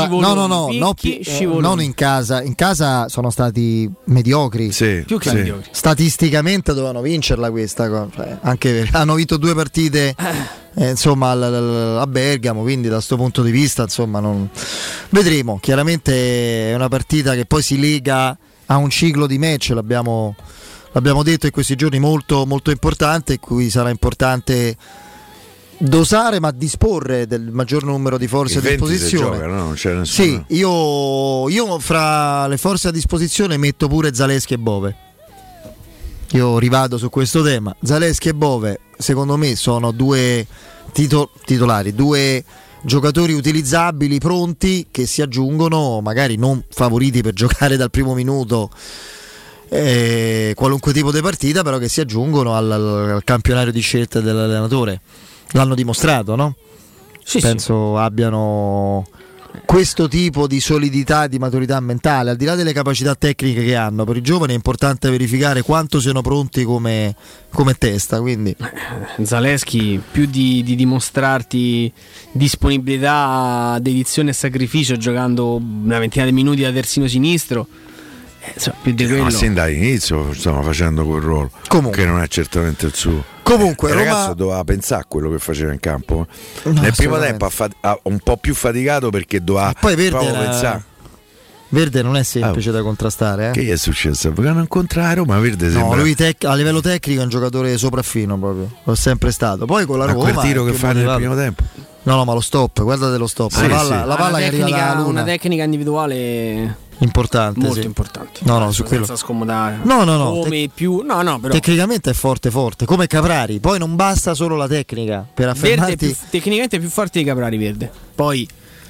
Non in casa. In casa sono stati mediocri. Sì, più che mediocri. Statisticamente dovevano vincerla questa. Anche hanno vinto 2 partite insomma a Bergamo, quindi da questo punto di vista insomma vedremo. Chiaramente è una partita che poi si lega a un ciclo di match, l'abbiamo detto in questi giorni, molto molto importante, in cui sarà importante dosare ma disporre del maggior numero di forze a disposizione. Gioca, no? Non c'è nessuno. Sì, io fra le forze a disposizione metto pure Zalewski e Bove. Io rivado su questo tema. Zalewski e Bove secondo me sono 2 titolari, 2 giocatori utilizzabili, pronti, che si aggiungono, magari non favoriti per giocare dal primo minuto qualunque tipo di partita, però che si aggiungono al campionario di scelta dell'allenatore. L'hanno dimostrato, no? Sì, penso abbiano questo tipo di solidità e di maturità mentale, al di là delle capacità tecniche che hanno. Per i giovani è importante verificare quanto siano pronti come testa, quindi Zalewski, più di dimostrarti disponibilità, dedizione e sacrificio giocando una ventina di minuti da terzino sinistro, più di quello. Ma sin dall'inizio stiamo facendo quel ruolo, che non è certamente il suo. Comunque il ragazzo Roma doveva pensare a quello che faceva in campo. Nel primo tempo ha un po' più faticato perché doveva proprio pensare. Verde non è semplice da contrastare. Che gli è successo? Perché non incontrare Roma, Verde sembra... lui a livello tecnico è un giocatore sopraffino proprio, lo è sempre stato. Poi con la Roma quel tiro che fa nel primo tempo. No, ma lo stop, guardate lo stop. Sì, la palla che arriva dalla luna. Una tecnica individuale importante, molto importante. No, su quello senza scomodare. No. Come più. No, però. Tecnicamente è forte, come Caprari. Poi non basta solo la tecnica per affermarti. Verde tecnicamente più forte di Caprari, Verde. Poi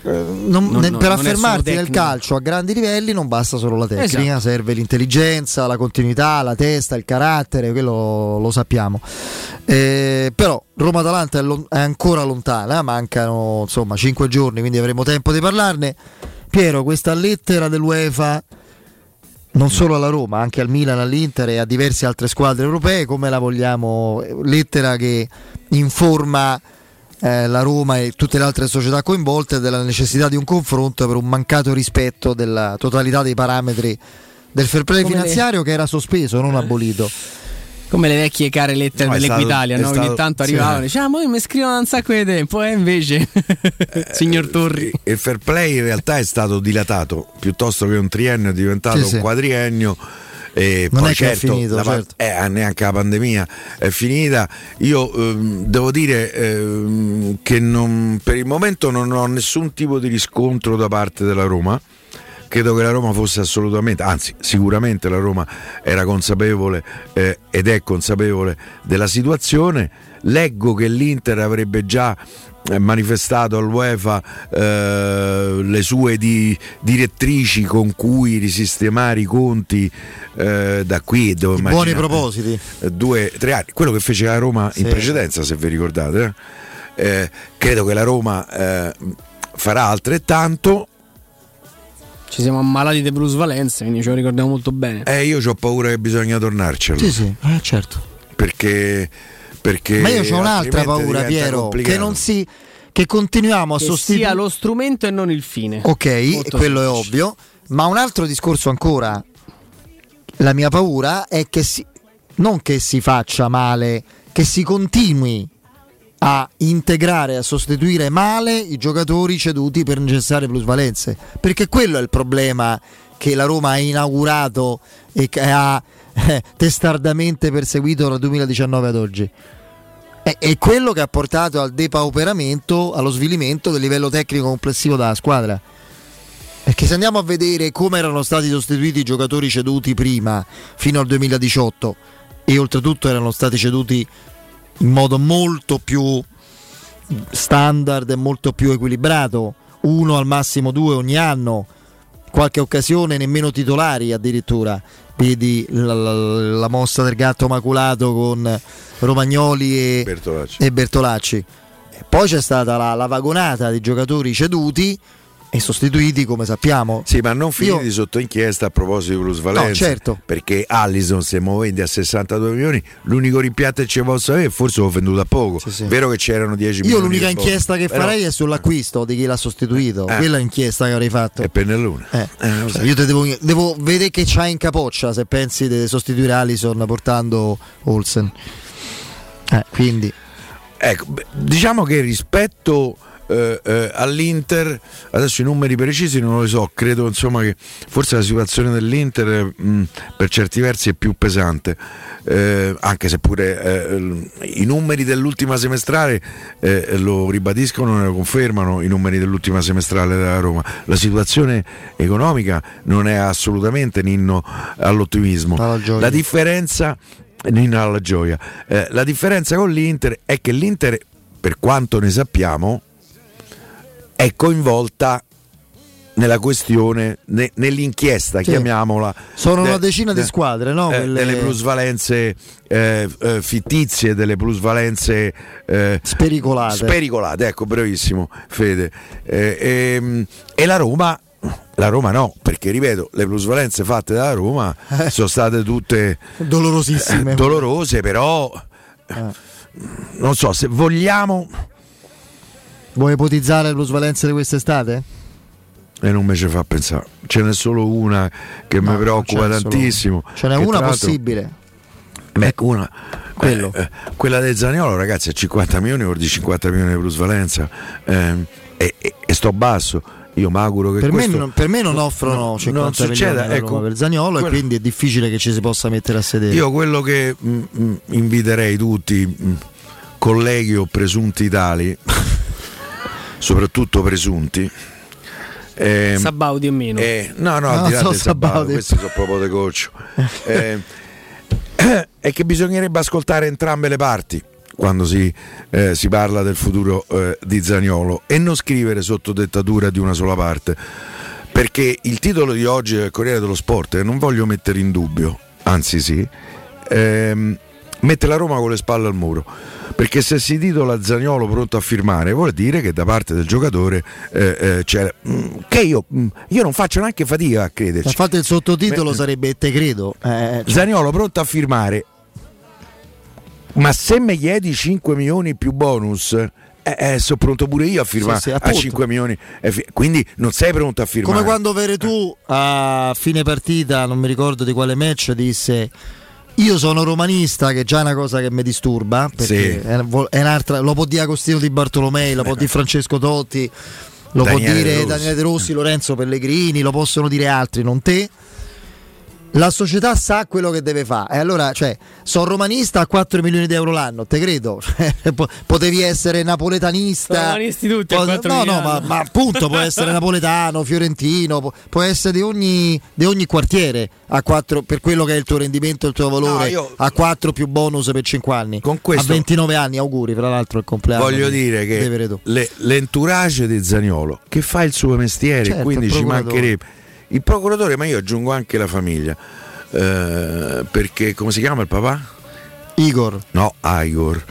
per affermarti nel calcio a grandi livelli non basta solo la tecnica, esatto. Serve l'intelligenza, la continuità, la testa, il carattere, quello lo sappiamo. Però Roma-Atalanta è ancora lontana, mancano insomma 5 giorni, quindi avremo tempo di parlarne. Piero, questa lettera dell'UEFA non solo alla Roma, anche al Milan, all'Inter e a diverse altre squadre europee, come la vogliamo? Lettera che informa la Roma e tutte le altre società coinvolte della necessità di un confronto per un mancato rispetto della totalità dei parametri del fair play finanziario che era sospeso, non abolito. Come le vecchie care lettere dell'Equitalia, no? Ogni tanto arrivavano e dicevano mi scrivono un sacco di tempo, invece signor Torri. Il fair play in realtà è stato dilatato, piuttosto che un triennio è diventato un quadriennio. E non poi è che è finito, certo. Neanche la pandemia è finita. Io devo dire che per il momento non ho nessun tipo di riscontro da parte della Roma. Credo che la Roma fosse assolutamente, anzi sicuramente la Roma era consapevole ed è consapevole della situazione. Leggo che l'Inter avrebbe già manifestato all'UEFA le sue direttrici con cui risistemare i conti da qui dove buoni propositi 2-3 anni, quello che fece la Roma in precedenza, se vi ricordate. Credo che la Roma farà altrettanto. Ci siamo ammalati di plusvalenze, quindi ce lo ricordiamo molto bene. Io ho paura che bisogna tornarcelo. Sì, certo. Perché ma io ho un'altra paura, Piero, che continuiamo a sostituire sia lo strumento e non il fine. Ok, molto quello semplice. È ovvio, ma un altro discorso ancora. La mia paura è che non che si faccia male, che si continui a integrare, a sostituire male i giocatori ceduti per necessarie plusvalenze, perché quello è il problema che la Roma ha inaugurato e che ha testardamente perseguito dal 2019 ad oggi. È quello che ha portato al depauperamento, allo svilimento del livello tecnico complessivo della squadra. Perché se andiamo a vedere come erano stati sostituiti i giocatori ceduti prima, fino al 2018, e oltretutto erano stati ceduti in modo molto più standard e molto più equilibrato, 1 al massimo 2 ogni anno, qualche occasione nemmeno titolari addirittura. Vedi la mossa del gatto maculato con Romagnoli e Bertolacci. E poi c'è stata la vagonata di giocatori ceduti e sostituiti, come sappiamo. Sì, ma non finiti sotto inchiesta a proposito di plusvalenza. No, certo. Perché Alisson, se muovendi a 62 milioni, l'unico rimpianto che ci posso avere, forse l'ho venduto a poco. Sì. Vero che c'erano 10 milioni. Io l'unica inchiesta che farei è sull'acquisto di chi l'ha sostituito. Quella è l'inchiesta che avrei fatto. È Pennellone. Io te devo vedere che c'hai in capoccia se pensi di sostituire Alisson portando Olsen. Quindi. Ecco, diciamo che rispetto all'Inter, adesso i numeri precisi non lo so, credo insomma che forse la situazione dell'Inter per certi versi è più pesante, anche se pure i numeri dell'ultima semestrale lo ribadiscono e lo confermano, i numeri dell'ultima semestrale della Roma. La situazione economica non è assolutamente ninno all'ottimismo. La differenza alla gioia. La differenza con l'Inter è che l'Inter, per quanto ne sappiamo, è coinvolta nella questione, nell'inchiesta, chiamiamola. Sono una decina di squadre, no? Delle plusvalenze fittizie, delle plusvalenze spericolate, ecco, bravissimo Fede. E la Roma no, perché ripeto, le plusvalenze fatte dalla Roma sono state tutte dolorosissime, dolorose, però non so se vogliamo. Vuoi ipotizzare le plusvalenze di quest'estate? E non me ci fa pensare, ce n'è solo una che mi preoccupa tantissimo. Ce n'è una possibile. Quella del Zaniolo, ragazzi, a 50 milioni vuol dire 50 milioni di plusvalenza, e sto basso. Io mi auguro che per me non offrono 50 milioni per Zaniolo, e quindi è difficile che ci si possa mettere a sedere. Io quello che inviterei tutti, colleghi o presunti tali, soprattutto presunti, Sabaudi o meno, no, al di là del Sabaudi, questi sono proprio de coccio, è che bisognerebbe ascoltare entrambe le parti quando si parla del futuro di Zaniolo, e non scrivere sotto dettatura di una sola parte, perché il titolo di oggi del Corriere dello Sport, non voglio mettere in dubbio, anzi sì, mette la Roma con le spalle al muro, perché se si titola Zaniolo pronto a firmare vuol dire che da parte del giocatore c'è, che io non faccio neanche fatica a crederci. Infatti il sottotitolo sarebbe te credo, Zaniolo pronto a firmare, ma se mi chiedi 5 milioni più bonus, sono pronto pure io a firmare a 5 milioni, quindi non sei pronto a firmare. Come quando Veretù a fine partita, non mi ricordo di quale match, disse: io sono romanista, che già è una cosa che mi disturba, perché è un'altra, lo può dire Agostino Di Bartolomei, lo può dire Francesco Totti, lo può dire Daniele De Rossi, Lorenzo Pellegrini, lo possono dire altri, non te. La società sa quello che deve fare, e allora, cioè, sono romanista a 4 milioni di euro l'anno, te credo. Potevi essere napoletanista, sono romanisti tutti a 4 milioni. Ma appunto può essere napoletano, fiorentino, può essere di ogni quartiere a 4, per quello che è il tuo rendimento, il tuo valore, a 4 più bonus per 5 anni. Con questo, a 29 anni, auguri, fra l'altro il compleanno. Voglio dire che l'entourage di Zaniolo, che fa il suo mestiere, certo, quindi ci mancherebbe il procuratore, ma io aggiungo anche la famiglia, perché come si chiama il papà? Igor. No, Igor.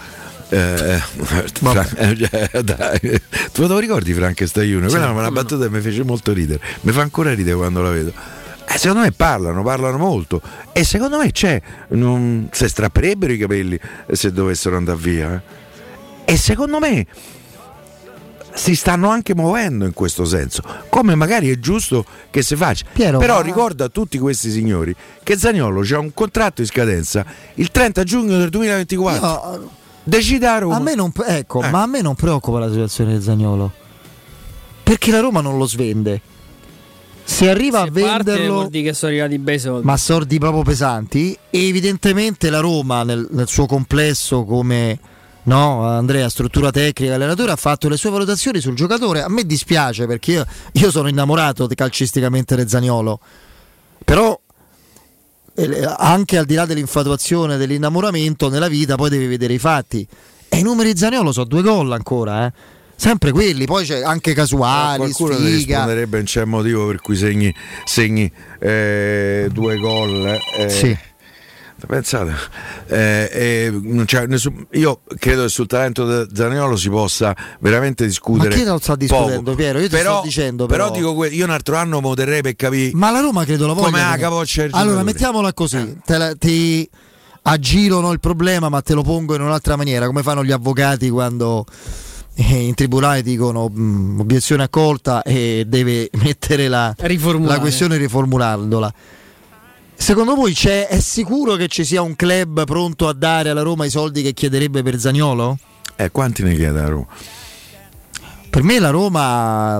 Dai, tu lo ricordi Frankenstein Junior? Quella è una battuta che mi fece molto ridere, mi fa ancora ridere quando la vedo. Secondo me parlano molto, e secondo me se strapperebbero i capelli se dovessero andare via, e secondo me si stanno anche muovendo in questo senso, come magari è giusto che si faccia. Piero, però ricorda a tutti questi signori che Zaniolo c'ha un contratto in scadenza il 30 giugno del 2024. Decide a Roma. Ma a me non preoccupa la situazione di Zaniolo, perché la Roma non lo svende. Se arriva a venderlo, vuol dire che sono arrivati bei soldi, ma soldi proprio pesanti, e evidentemente la Roma nel suo complesso, come Andrea, struttura tecnica, allenatore, ha fatto le sue valutazioni sul giocatore. A me dispiace, perché io sono innamorato calcisticamente di Zaniolo, però anche al di là dell'infatuazione, dell'innamoramento, nella vita poi devi vedere i fatti, e i numeri di Zaniolo sono 2 gol ancora, sempre quelli, poi c'è anche casuali, qualcuno sfiga. ti risponderebbe non c'è motivo per cui segni 2 gol, sì. Pensate, non c'è io credo che sul talento di Zaniolo si possa veramente discutere. Ma chi non sta discutendo, Piero? Io ti sto dicendo, però dico, io un altro anno mi terrei per capire. Ma la Roma credo la voglia. Come la capoccia. Allora mettiamola così, ti aggiro il problema, ma te lo pongo in un'altra maniera, come fanno gli avvocati quando in tribunale dicono obiezione accolta e deve mettere la questione riformulandola. Secondo voi è sicuro che ci sia un club pronto a dare alla Roma i soldi che chiederebbe per Zaniolo? Quanti ne chiede la Roma? Per me la Roma,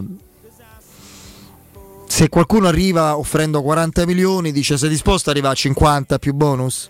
se qualcuno arriva offrendo 40 milioni, dice sei disposto ad arrivare a 50 più bonus?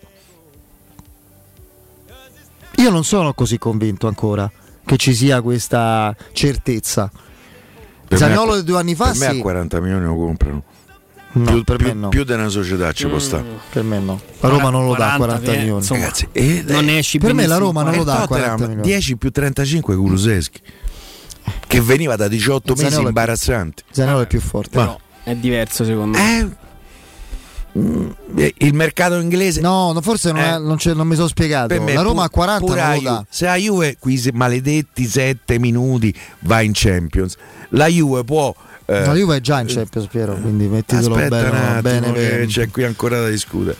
Io non sono così convinto ancora che ci sia questa certezza. Zaniolo di 2 anni fa per me a 40 milioni lo comprano. No, per me no. Più di una società ci può stare. Per me no. La Roma non lo dà a 40 milioni. Insomma, ragazzi, non esci per me la Roma non lo dà a 40 milioni. 10 più 35 Kulusevski, che veniva da 18 mesi imbarazzanti. Zaniolo è più forte. No, è diverso secondo me. Il mercato inglese forse non mi sono spiegato. La Roma a 40 non lo dà. Se la Juve quei maledetti 7 minuti va in Champions, la Juve può. La Juve è già in Champions, Piero, quindi mettitelo bene. C'è qui ancora da discutere.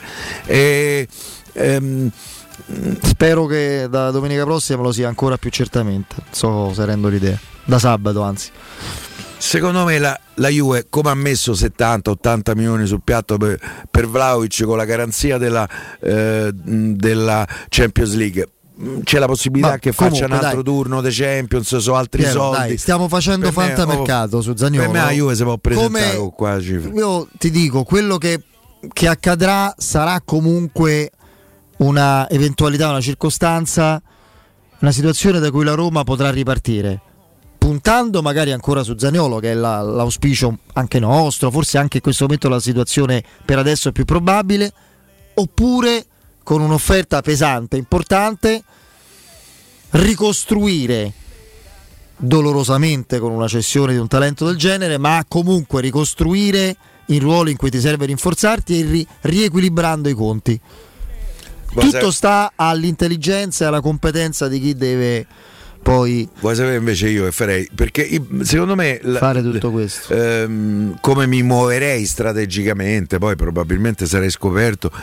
Spero che da domenica prossima lo sia ancora più certamente. So se rendo l'idea. Da sabato, anzi. Secondo me la Juve, come ha messo 70-80 milioni sul piatto per Vlahovic, con la garanzia della Champions League, c'è la possibilità che faccia un altro turno dei Champions, altri soldi. Dai, stiamo facendo fantamercato su Zaniolo. Per me la Juve si può presentare con qua cifre. Io ti dico, quello che accadrà sarà comunque una eventualità, una circostanza, una situazione da cui la Roma potrà ripartire, puntando magari ancora su Zaniolo, che è l'auspicio anche nostro, forse anche in questo momento la situazione per adesso è più probabile, oppure con un'offerta pesante, importante, ricostruire dolorosamente con una cessione di un talento del genere, ma comunque ricostruire in ruoli in cui ti serve rinforzarti e riequilibrando i conti. Tutto sta all'intelligenza e alla competenza di chi deve poi. Vuoi sapere invece io che farei? Perché secondo me fare tutto questo, come mi muoverei strategicamente, poi probabilmente sarei scoperto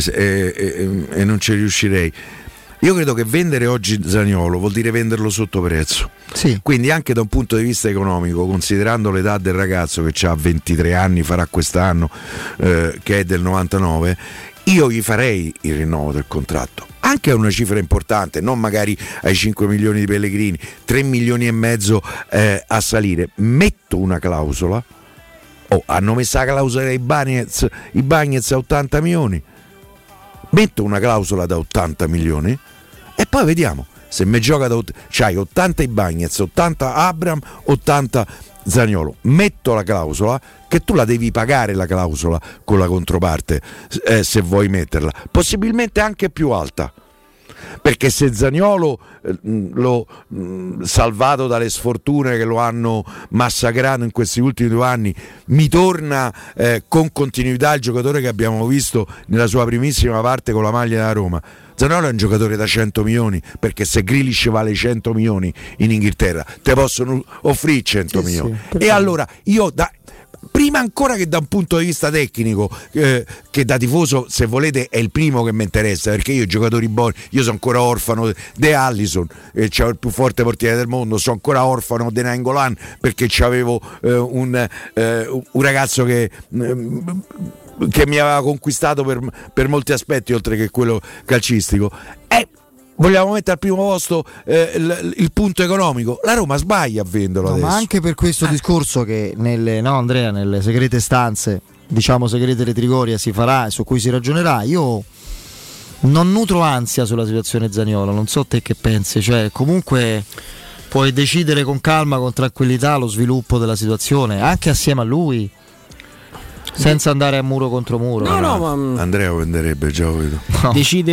e non ci riuscirei. Io credo che vendere oggi Zaniolo vuol dire venderlo sotto prezzo. Sì. Quindi anche da un punto di vista economico, considerando l'età del ragazzo che ha 23 anni, farà quest'anno, che è del 99, io gli farei il rinnovo del contratto. Anche a una cifra importante, non magari ai 5 milioni di Pellegrini, 3 milioni e mezzo a salire. Metto una clausola. Hanno messo la clausola dei Bagnez a 80 milioni. Metto una clausola da 80 milioni e poi vediamo se mi gioca c'hai 80 i Bagnez, 80 Abraham, 80 Zaniolo. Metto la clausola che tu la devi pagare, la clausola con la controparte, se vuoi metterla, possibilmente anche più alta, perché se Zaniolo lo salvato dalle sfortune che lo hanno massacrato in questi ultimi 2 anni mi torna con continuità il giocatore che abbiamo visto nella sua primissima parte con la maglia della Roma. Zaniolo è un giocatore da 100 milioni, perché se Grealish vale 100 milioni in Inghilterra te possono offrire 100 milioni. E allora io prima ancora che da un punto di vista tecnico, che da tifoso, se volete, è il primo che mi interessa, perché io giocatori buoni, io sono ancora orfano di Allison, c'ho il più forte portiere del mondo, sono ancora orfano di Nainggolan perché c'avevo un ragazzo che mi aveva conquistato per molti aspetti, oltre che quello calcistico. Vogliamo mettere al primo posto il punto economico. La Roma sbaglia a venderlo adesso. Ma anche per questo discorso che Andrea, nelle segrete stanze, diciamo segrete di Trigoria, si farà e su cui si ragionerà. Io non nutro ansia sulla situazione Zaniolo, non so te che pensi, cioè comunque puoi decidere con calma, con tranquillità lo sviluppo della situazione, anche assieme a lui, senza andare a muro contro muro. Ma Andrea venderebbe, già lo vedo. No.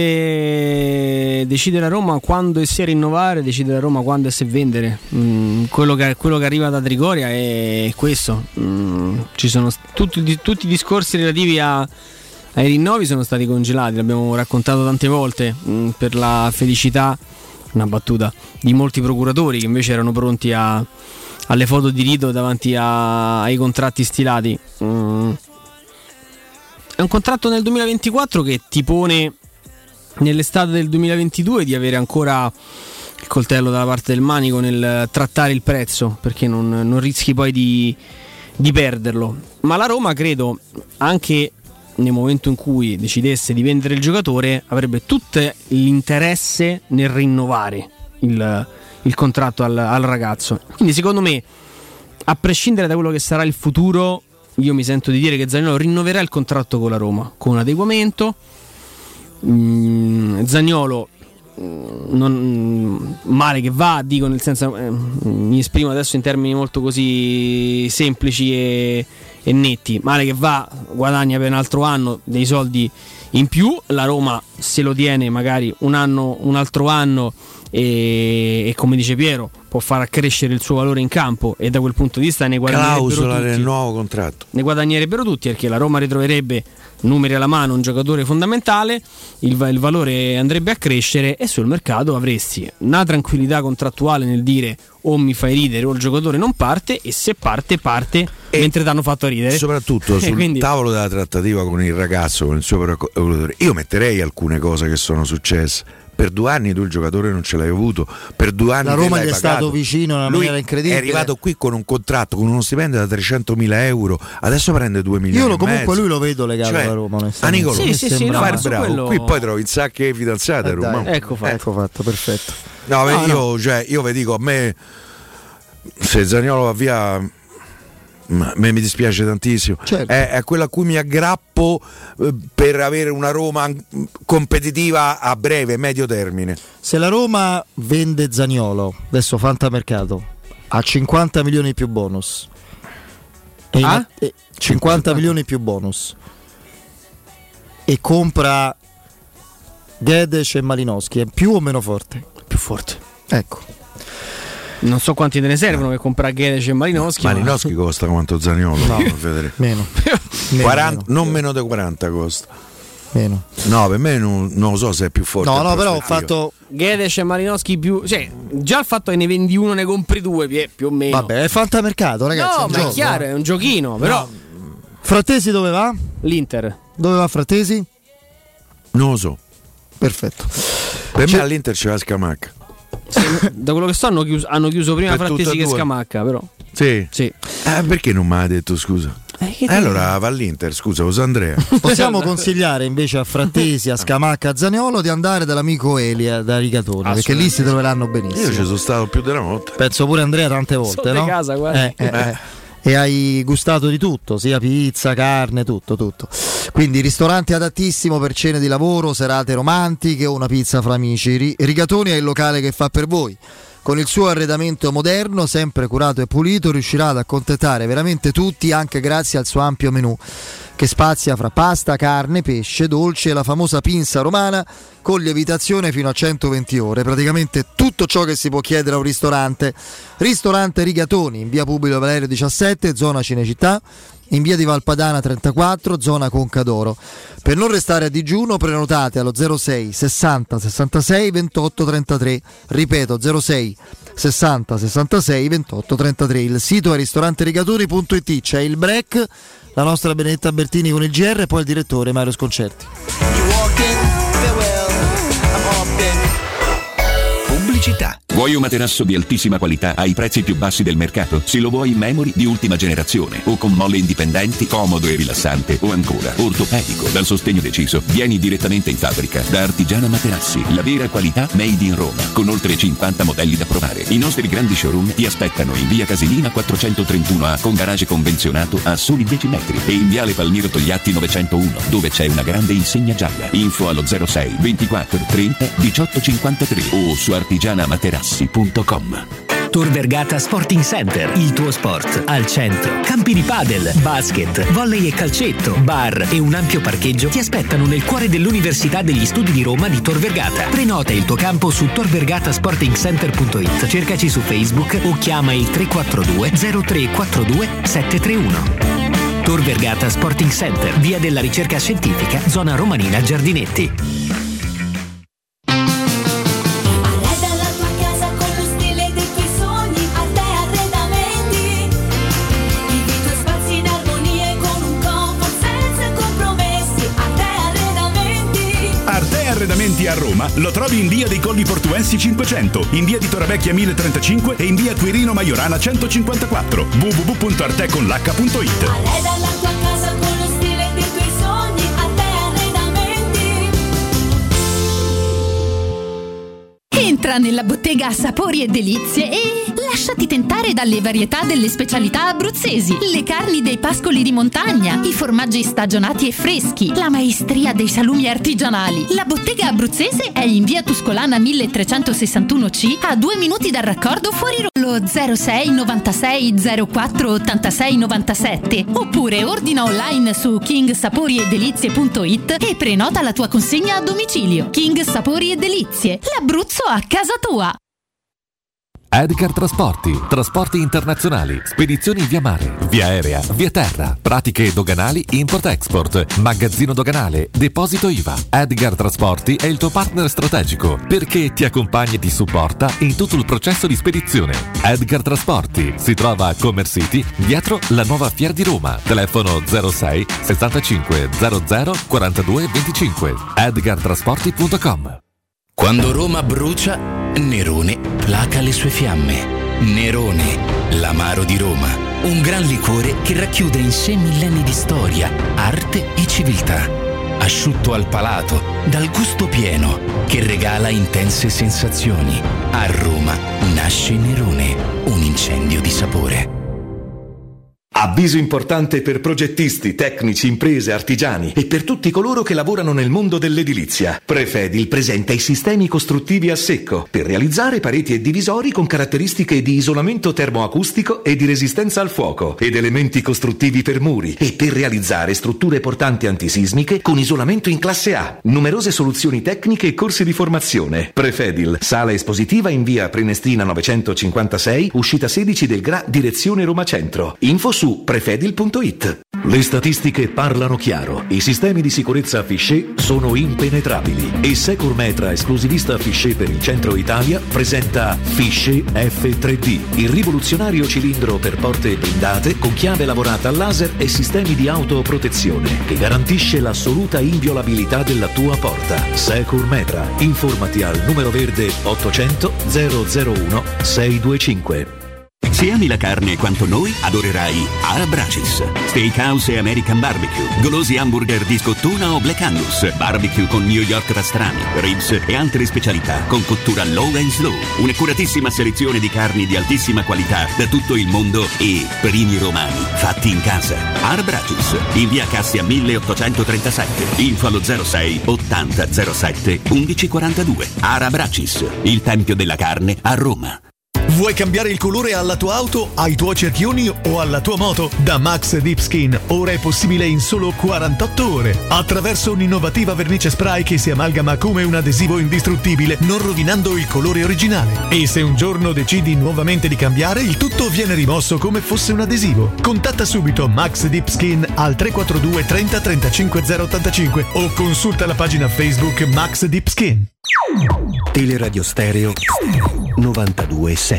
Decide la Roma quando e se rinnovare, decide la Roma quando e se vendere. Quello che arriva da Trigoria è questo. Ci sono tutti i discorsi relativi ai rinnovi sono stati congelati, l'abbiamo raccontato tante volte, per la felicità, una battuta, di molti procuratori che invece erano pronti alle foto di rito davanti ai contratti stilati. È un contratto nel 2024 che ti pone nell'estate del 2022 di avere ancora il coltello dalla parte del manico nel trattare il prezzo, perché non rischi poi di perderlo. Ma la Roma, credo, anche nel momento in cui decidesse di vendere il giocatore, avrebbe tutto l'interesse nel rinnovare il contratto al ragazzo. Quindi secondo me, a prescindere da quello che sarà il futuro, io mi sento di dire che Zaniolo rinnoverà il contratto con la Roma con un adeguamento. Zaniolo non male che va, dico, nel senso, mi esprimo adesso in termini molto così semplici e netti, male che va, guadagna per un altro anno dei soldi in più, la Roma se lo tiene magari un altro anno e come dice Piero può far accrescere il suo valore in campo, e da quel punto di vista ne guadagnerebbero clausola tutti, nel nuovo contratto, ne guadagnerebbero tutti, perché la Roma ritroverebbe, numeri alla mano, un giocatore fondamentale, il valore andrebbe a crescere e sul mercato avresti una tranquillità contrattuale nel dire o mi fai ridere o il giocatore non parte, e se parte mentre ti hanno fatto ridere. Soprattutto sul quindi tavolo della trattativa con il ragazzo, con il suo procuratore, io metterei alcune cose che sono successe. Per 2 anni tu il giocatore non ce l'hai avuto, per 2 anni la Roma gli è pagato. stato vicino in una maniera incredibile. È arrivato qui con un contratto, con uno stipendio da 300.000 euro, adesso prende 2 milioni. Io comunque lui lo vedo legato alla Roma, onestamente. A Nicolò, sì, no, fai bravo. quello... Qui poi trovi il sacco di fidanzate a Roma. Ecco fatto, perfetto. Io vi dico, a me se Zaniolo va via mi dispiace tantissimo, certo. È quello a cui mi aggrappo per avere una Roma competitiva a breve, medio termine. Se la Roma vende Zaniolo adesso fantamercato a 50 milioni più bonus, 50 milioni più bonus, e compra Guedes e Malinowski, è più o meno forte? Più forte. Ecco. Non so quanti te ne servono per comprare Guedes e Malinowski. Malinowski costa quanto Zaniolo? No, meno. Non meno di 40 costa. Meno. No, per me non lo so se è più forte. No, però ho fatto Guedes e Malinowski più. Cioè, già il fatto che ne vendi uno, ne compri due, più o meno. Vabbè, è fantamercato, ragazzi. No, ma è chiaro, è un giochino. Però. No. Frattesi dove va? L'Inter. Dove va Frattesi? Non lo so. Perfetto. Per me all'Inter c'è la Scamacca. Sì, da quello che so hanno chiuso prima Per Frattesi che Scamacca, però. Sì. Sì. Perché non mi ha detto scusa? Allora va all'Inter, scusa, usa Andrea. Possiamo consigliare invece a Frattesi, a Scamacca, a Zaniolo di andare dall'amico Elia da Rigatoni, perché lì si troveranno benissimo. Io ci sono stato più della volta. Penso pure Andrea tante volte, Sono no? di casa, guarda. E hai gustato di tutto, sia pizza, carne, tutto. Quindi ristorante adattissimo per cene di lavoro, serate romantiche o una pizza fra amici. Rigatoni è il locale che fa per voi. Con il suo arredamento moderno, sempre curato e pulito, riuscirà ad accontentare veramente tutti, anche grazie al suo ampio menù, che spazia fra pasta, carne, pesce, dolce e la famosa pinza romana con lievitazione fino a 120 ore. Praticamente tutto ciò che si può chiedere a un ristorante. Ristorante Rigatoni, in via Publio Valerio 17, zona Cinecittà, in via di Valpadana 34, zona Conca d'Oro. Per non restare a digiuno, prenotate allo 06 60 66 28 33. Ripeto, 06 60 66 28 33. Il sito è ristoranterigatoni.it. C'è il break, la nostra Benedetta Bertini con il GR e poi il direttore Mario Sconcerti. Pubblicità. Vuoi un materasso di altissima qualità ai prezzi più bassi del mercato? Se lo vuoi in memory di ultima generazione o con molle indipendenti, comodo e rilassante, o ancora ortopedico dal sostegno deciso, vieni direttamente in fabbrica da Artigiana Materassi, la vera qualità made in Roma, con oltre 50 modelli da provare. I nostri grandi showroom ti aspettano in via Casilina 431A con garage convenzionato a soli 10 metri e in viale Palmiro Togliatti 901, dove c'è una grande insegna gialla. Info allo 06 24 30 18 53 o su artigianamaterassi.com. Tor Vergata Sporting Center, il tuo sport al centro. Campi di padel, basket, volley e calcetto, bar e un ampio parcheggio ti aspettano nel cuore dell'Università degli Studi di Roma di Tor Vergata. Prenota il tuo campo su torvergatasportingcenter.it. Cercaci su Facebook o chiama il 342 0342 731. Tor Vergata Sporting Center, via della Ricerca Scientifica, zona Romanina Giardinetti. Arredamenti a Roma lo trovi in via dei Colli Portuensi 500, in via di Torrevecchia 1035 e in via Quirino Maiorana 154. www.arteconlh.it. Arreda la tua casa con lo stile dei tuoi sogni, Arte Arredamenti. Entra nella bottega Sapori e Delizie e lasciati tentare dalle varietà delle specialità abruzzesi, le carni dei pascoli di montagna, i formaggi stagionati e freschi, la maestria dei salumi artigianali. La bottega abruzzese è in via Tuscolana 1361C, a 2 minuti dal raccordo fuori Roma, 06 96 04 86 97, oppure ordina online su kingsaporiedelizie.it e prenota la tua consegna a domicilio. King Sapori e Delizie, l'Abruzzo a casa tua. Edgar trasporti internazionali, spedizioni via mare, via aerea, via terra, pratiche doganali, import-export, magazzino doganale, deposito IVA. Edgar Trasporti è il tuo partner strategico perché ti accompagna e ti supporta in tutto il processo di spedizione. Edgar Trasporti si trova a Commerce City, dietro la nuova Fiera di Roma. Telefono 06 65 00 42 25. edgartrasporti.com. Quando Roma brucia, Nerone placa le sue fiamme. Nerone, l'amaro di Roma. Un gran liquore che racchiude in sé millenni di storia, arte e civiltà. Asciutto al palato, dal gusto pieno, che regala intense sensazioni. A Roma nasce Nerone, un incendio di sapore. Avviso importante per progettisti, tecnici, imprese, artigiani e per tutti coloro che lavorano nel mondo dell'edilizia. Prefedil presenta i sistemi costruttivi a secco per realizzare pareti e divisori con caratteristiche di isolamento termoacustico e di resistenza al fuoco ed elementi costruttivi per muri e per realizzare strutture portanti antisismiche con isolamento in classe A. Numerose soluzioni tecniche e corsi di formazione. Prefedil, sala espositiva in via Prenestina 956, uscita 16 del GRA, direzione Roma Centro. Info su prefedil.it. Le statistiche parlano chiaro. I sistemi di sicurezza Fichet sono impenetrabili e Securmetra, esclusivista Fichet per il centro Italia, presenta Fichet F3D, il rivoluzionario cilindro per porte blindate con chiave lavorata a laser e sistemi di autoprotezione che garantisce l'assoluta inviolabilità della tua porta. Securmetra. Informati al numero verde 800 001 625. Se ami la carne quanto noi, adorerai Arabracis. Steakhouse e American Barbecue, golosi hamburger di scottuna o Black Angus, barbecue con New York pastrami, ribs e altre specialità con cottura low and slow. Un'accuratissima selezione di carni di altissima qualità da tutto il mondo e primi romani fatti in casa. Arabracis, in via Cassia 1837. Info allo 06 80 07 1142. Arabracis, il tempio della carne a Roma. Vuoi cambiare il colore alla tua auto, ai tuoi cerchioni o alla tua moto? Da Max Deep Skin ora è possibile in solo 48 ore attraverso un'innovativa vernice spray che si amalgama come un adesivo indistruttibile, non rovinando il colore originale. E se un giorno decidi nuovamente di cambiare, il tutto viene rimosso come fosse un adesivo. Contatta subito Max Deep Skin al 342 30 35 085 o consulta la pagina Facebook Max Deep Skin. Teleradio Stereo 92.7.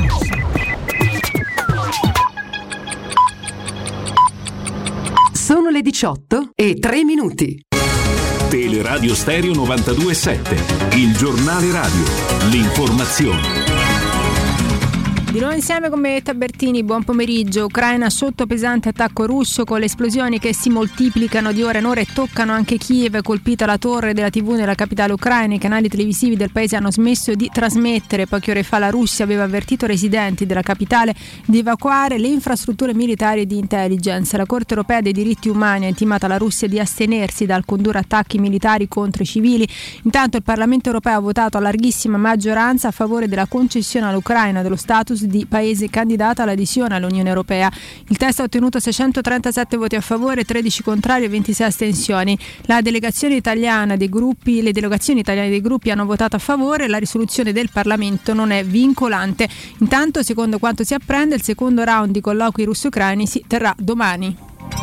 Sono le 18:03. Teleradio Stereo 92.7, il giornale radio, l'informazione. Di nuovo insieme con me Tabertini, buon pomeriggio. Ucraina sotto pesante attacco russo con le esplosioni che si moltiplicano di ora in ora e toccano anche Kiev, colpita la torre della TV nella capitale ucraina. I canali televisivi del paese hanno smesso di trasmettere. Poche ore fa la Russia aveva avvertito i residenti della capitale di evacuare le infrastrutture militari e di intelligence. La Corte europea dei diritti umani ha intimato alla Russia di astenersi dal condurre attacchi militari contro i civili. Intanto il Parlamento europeo ha votato a larghissima maggioranza a favore della concessione all'Ucraina dello status di paese candidato all'adesione all'Unione Europea. Il testo ha ottenuto 637 voti a favore, 13 contrari e 26 astensioni. Le delegazioni italiane dei gruppi hanno votato a favore. La risoluzione del Parlamento non è vincolante. Intanto, secondo quanto si apprende, il secondo round di colloqui russo-ucraini si terrà domani.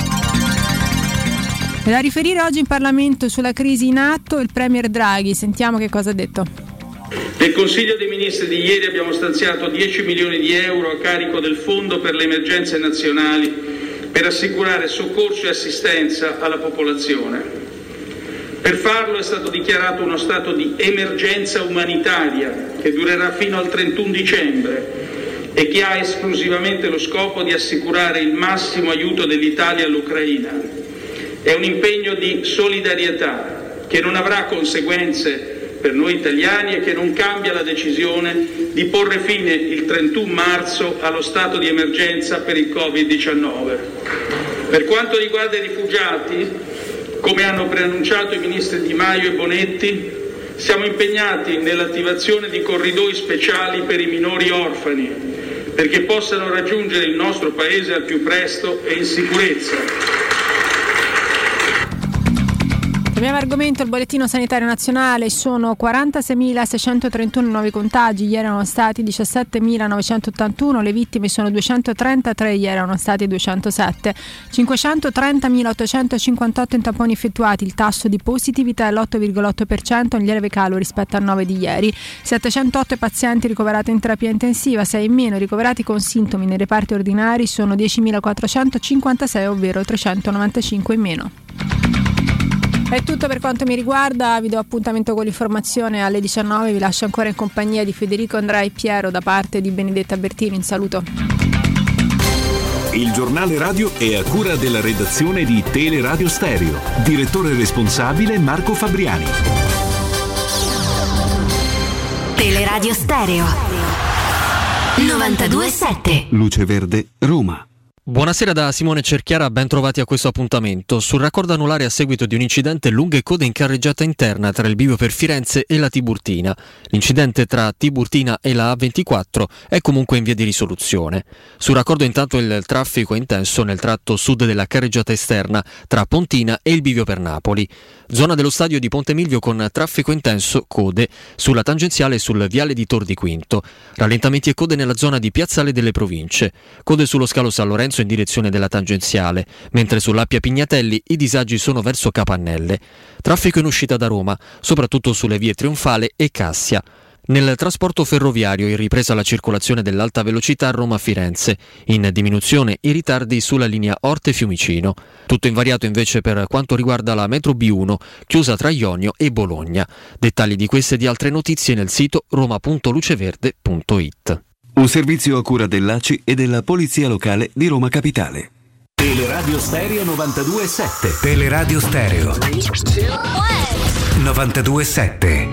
E da riferire oggi in Parlamento sulla crisi in atto il Premier Draghi. Sentiamo che cosa ha detto. Nel Consiglio dei Ministri di ieri abbiamo stanziato 10 milioni di euro a carico del Fondo per le emergenze nazionali per assicurare soccorso e assistenza alla popolazione. Per farlo è stato dichiarato uno stato di emergenza umanitaria che durerà fino al 31 dicembre e che ha esclusivamente lo scopo di assicurare il massimo aiuto dell'Italia all'Ucraina. È un impegno di solidarietà che non avrà conseguenze per noi italiani e che non cambia la decisione di porre fine il 31 marzo allo stato di emergenza per il Covid-19. Per quanto riguarda i rifugiati, come hanno preannunciato i ministri Di Maio e Bonetti, siamo impegnati nell'attivazione di corridoi speciali per i minori orfani, perché possano raggiungere il nostro paese al più presto e in sicurezza. Cambiamo argomento, il bollettino sanitario nazionale, sono 46.631 nuovi contagi, ieri erano stati 17.981, le vittime sono 233, ieri erano stati 207, 530.858 tamponi effettuati, il tasso di positività è l'8,8%, un lieve calo rispetto al 9 di ieri, 708 pazienti ricoverati in terapia intensiva, 6 in meno, ricoverati con sintomi nei reparti ordinari sono 10.456, ovvero 395 in meno. È tutto per quanto mi riguarda, vi do appuntamento con l'informazione alle 19, vi lascio ancora in compagnia di Federico Andrea e Piero da parte di Benedetta Bertini, un saluto. Il giornale radio è a cura della redazione di Teleradio Stereo, direttore responsabile Marco Fabriani. Teleradio Stereo 92.7. Luce Verde, Roma. Buonasera da Simone Cerchiara, ben trovati a questo appuntamento. Sul raccordo anulare a seguito di un incidente, lunghe code in carreggiata interna tra il bivio per Firenze e la Tiburtina. L'incidente tra Tiburtina e la A24 è comunque in via di risoluzione. Sul raccordo intanto il traffico è intenso nel tratto sud della carreggiata esterna tra Pontina e il bivio per Napoli. Zona dello stadio di Ponte Milvio con traffico intenso, code sulla tangenziale e sul viale di Tor di Quinto. Rallentamenti e code nella zona di Piazzale delle Province. Code sullo scalo San Lorenzo in direzione della tangenziale, mentre sull'Appia Pignatelli i disagi sono verso Capannelle. Traffico in uscita da Roma, soprattutto sulle vie Trionfale e Cassia. Nel trasporto ferroviario è ripresa la circolazione dell'alta velocità Roma-Firenze, in diminuzione i ritardi sulla linea Orte-Fiumicino. Tutto invariato invece per quanto riguarda la metro B1, chiusa tra Ionio e Bologna. Dettagli di queste e di altre notizie nel sito roma.luceverde.it. Un servizio a cura dell'ACI e della Polizia Locale di Roma Capitale. Teleradio Stereo 92.7. Teleradio Stereo 92.7.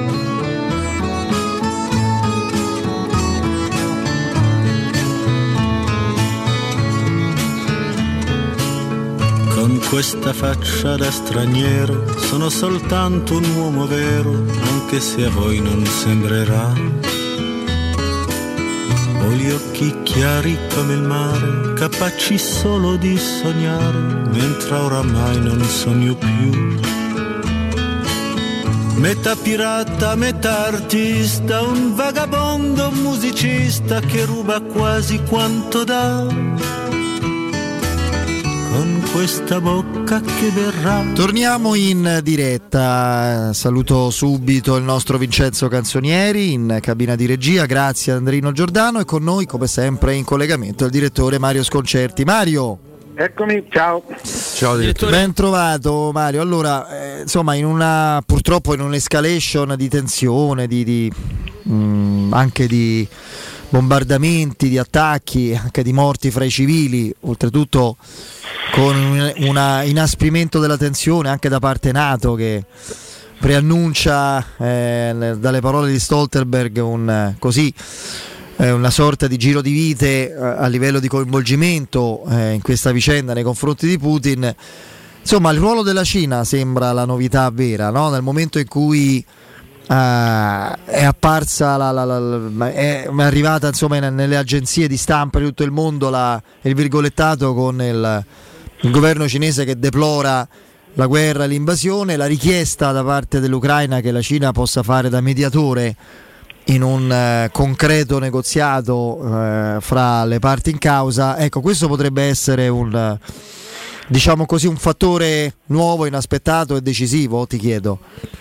Con questa faccia da straniero sono soltanto un uomo vero, anche se a voi non sembrerà. Ho gli occhi chiari come il mare, capaci solo di sognare, mentre oramai non sogno più. Metà pirata, metà artista, un vagabondo musicista che ruba quasi quanto dà. Con questa bocca che verrà. Torniamo in diretta. Saluto subito il nostro Vincenzo Canzonieri in cabina di regia. Grazie a Andrino Giordano. E con noi, come sempre, in collegamento il direttore Mario Sconcerti. Mario. Eccomi, ciao. Ciao direttore. Ben trovato Mario. Allora, insomma, purtroppo in un'escalation di tensione, anche di bombardamenti, di attacchi, anche di morti fra i civili, oltretutto con un inasprimento della tensione anche da parte NATO, che preannuncia dalle parole di Stoltenberg una sorta di giro di vite a livello di coinvolgimento in questa vicenda nei confronti di Putin. Insomma, il ruolo della Cina sembra la novità vera, no? Nel momento in cui è apparsa è arrivata, insomma, nelle agenzie di stampa di tutto il mondo il virgolettato con il governo cinese che deplora la guerra e l'invasione, la richiesta da parte dell'Ucraina che la Cina possa fare da mediatore in un concreto negoziato fra le parti in causa. Ecco, questo potrebbe essere un fattore nuovo, inaspettato e decisivo, ti chiedo.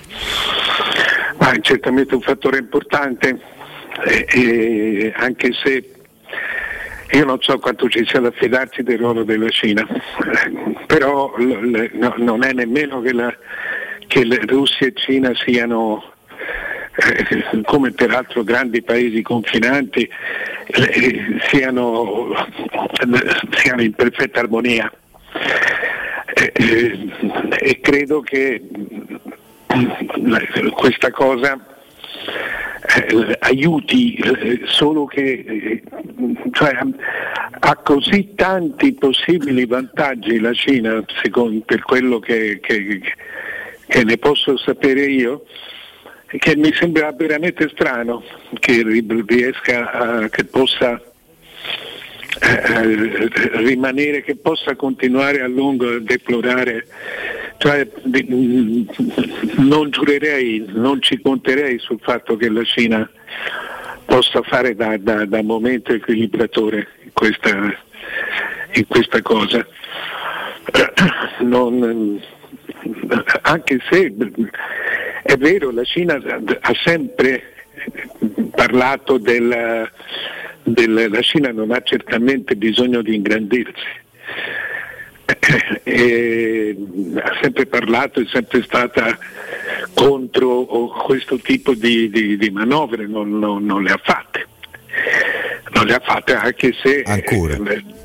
È certamente un fattore importante, anche se io non so quanto ci sia da fidarsi del ruolo della Cina, però non è nemmeno che Russia e Cina siano, come peraltro grandi paesi confinanti, siano in perfetta armonia. E credo che questa cosa aiuti, solo che ha così tanti possibili vantaggi la Cina, per quello che ne posso sapere io, che mi sembra veramente strano che riesca che possa rimanere, che possa continuare a lungo a deplorare. Non giurerei, non ci conterei sul fatto che la Cina possa fare da momento equilibratore in questa cosa. Anche se è vero, la Cina ha sempre parlato la Cina non ha certamente bisogno di ingrandirsi. Ha sempre parlato, è sempre stata contro questo tipo di manovre, non le ha fatte. Non le ha fatte, anche se ancora.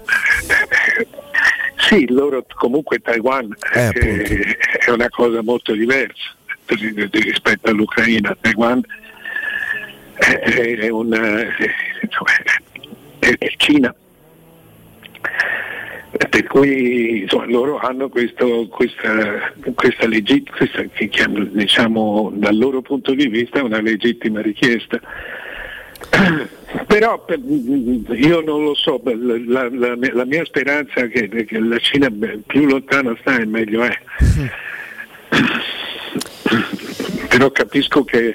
Sì, loro comunque Taiwan è una cosa molto diversa rispetto all'Ucraina. Taiwan è Cina. Per cui insomma, loro hanno questa che diciamo dal loro punto di vista una legittima richiesta. Però io non lo so, la mia speranza è che la Cina più lontana sta e meglio è. Però capisco che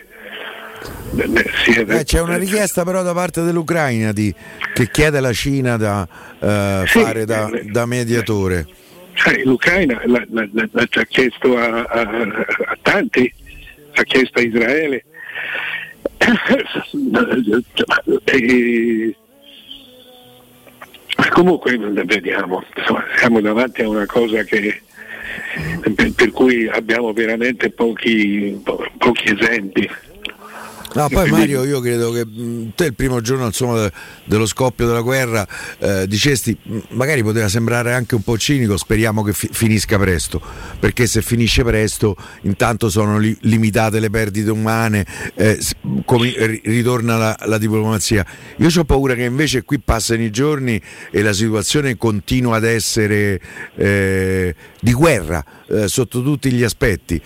c'è una richiesta però da parte dell'Ucraina che chiede alla Cina fare da mediatore. L'Ucraina l'ha già chiesto a tanti, l'ha chiesto a Israele. Comunque vediamo, insomma, siamo davanti a una cosa per cui abbiamo veramente pochi esempi. No, poi Mario, io credo che te il primo giorno insomma, dello scoppio della guerra dicesti, magari poteva sembrare anche un po' cinico, speriamo che finisca presto, perché se finisce presto intanto sono limitate le perdite umane, ritorna la diplomazia. Io ho paura che invece qui passano i giorni e la situazione continua ad essere di guerra sotto tutti gli aspetti.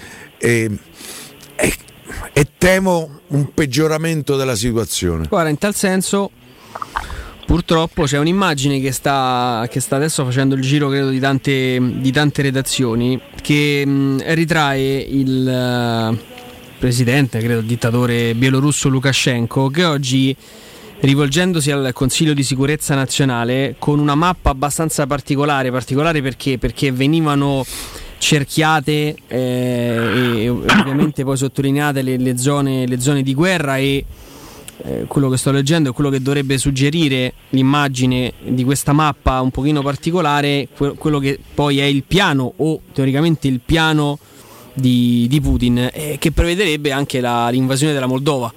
E temo un peggioramento della situazione. Guarda, in tal senso purtroppo c'è un'immagine che sta adesso facendo il giro, credo, di tante redazioni, che ritrae il presidente, credo dittatore bielorusso Lukashenko, che oggi, rivolgendosi al Consiglio di Sicurezza Nazionale con una mappa abbastanza particolare perché venivano cerchiate e ovviamente poi sottolineate le zone di guerra, e quello che sto leggendo è quello che dovrebbe suggerire l'immagine di questa mappa un pochino particolare, quello che poi è il piano, o teoricamente il piano di Putin, che prevederebbe anche l'invasione della Moldova.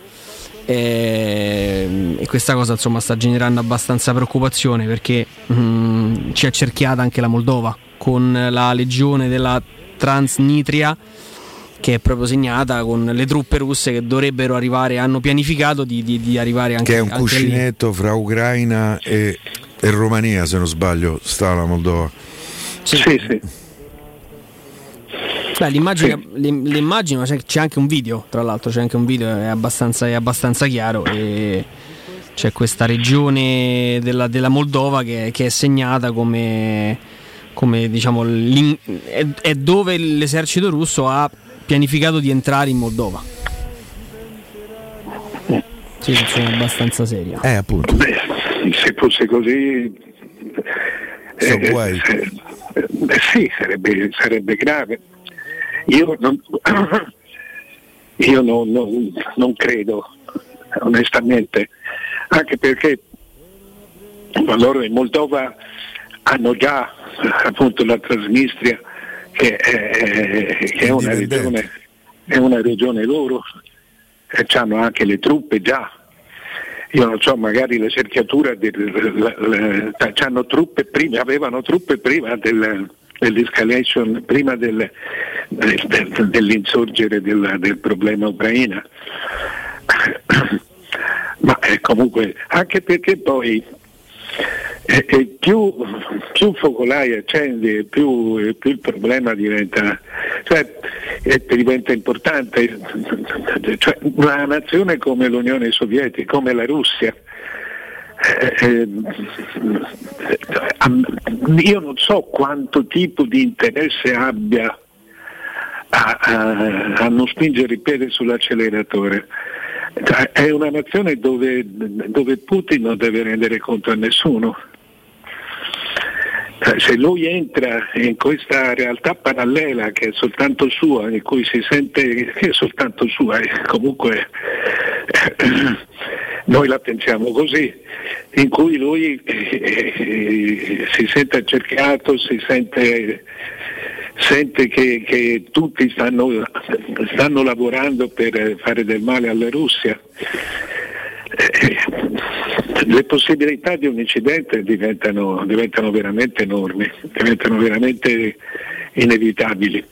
E questa cosa insomma sta generando abbastanza preoccupazione, perché ci è cerchiata anche la Moldova con la legione della Transnistria, che è proprio segnata con le truppe russe che dovrebbero arrivare, hanno pianificato di arrivare anche, che è un cuscinetto lì. Fra Ucraina e Romania, se non sbaglio, sta la Moldova. Sì. Beh, l'immagine c'è anche un video, tra l'altro è abbastanza chiaro, e c'è questa regione della Moldova che è segnata come diciamo è dove l'esercito russo ha pianificato di entrare in Moldova. Situazione abbastanza seria. Appunto. Beh, se fosse così sì, sarebbe grave. Io non credo, onestamente, anche perché loro in Moldova hanno già appunto la Transnistria, che è una regione loro, e hanno anche le truppe già. Io non so, magari la cerchiatura c'hanno truppe prima, avevano truppe prima dell'escalation, prima dell'insorgere del problema Ucraina. Ma comunque, anche perché poi più focolai accendi, più il problema diventa importante. Cioè, una nazione come l'Unione Sovietica, come la Russia, io non so quanto tipo di interesse abbia a non spingere il piede sull'acceleratore. È una nazione dove Putin non deve rendere conto a nessuno. Se lui entra in questa realtà parallela che è soltanto sua, in cui si sente che è soltanto sua, comunque noi la pensiamo così, in cui lui si sente accerchiato, si sente che tutti stanno lavorando per fare del male alla Russia. Le possibilità di un incidente diventano veramente enormi, diventano veramente inevitabili.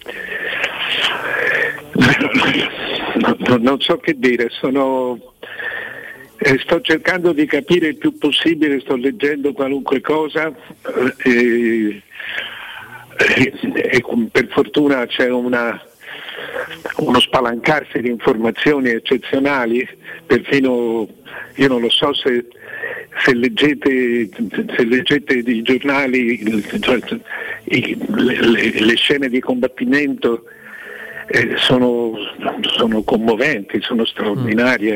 Non so che dire, Sto cercando di capire il più possibile, sto leggendo qualunque cosa e per fortuna c'è uno spalancarsi di informazioni eccezionali, perfino io non lo so se leggete i giornali, le scene di combattimento sono commoventi, sono straordinarie.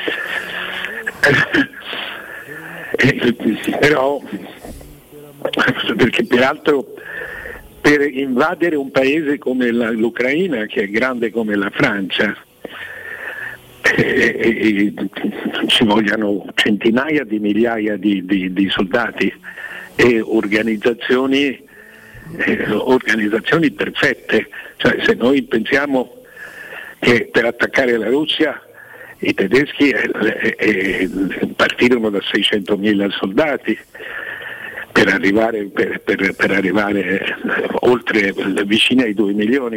Però perché peraltro per invadere un paese come l'Ucraina, che è grande come la Francia, ci vogliono centinaia di migliaia di soldati e organizzazioni perfette. Cioè, se noi pensiamo che per attaccare la Russia i tedeschi partirono da 600.000 soldati per arrivare oltre, vicini ai 2 milioni.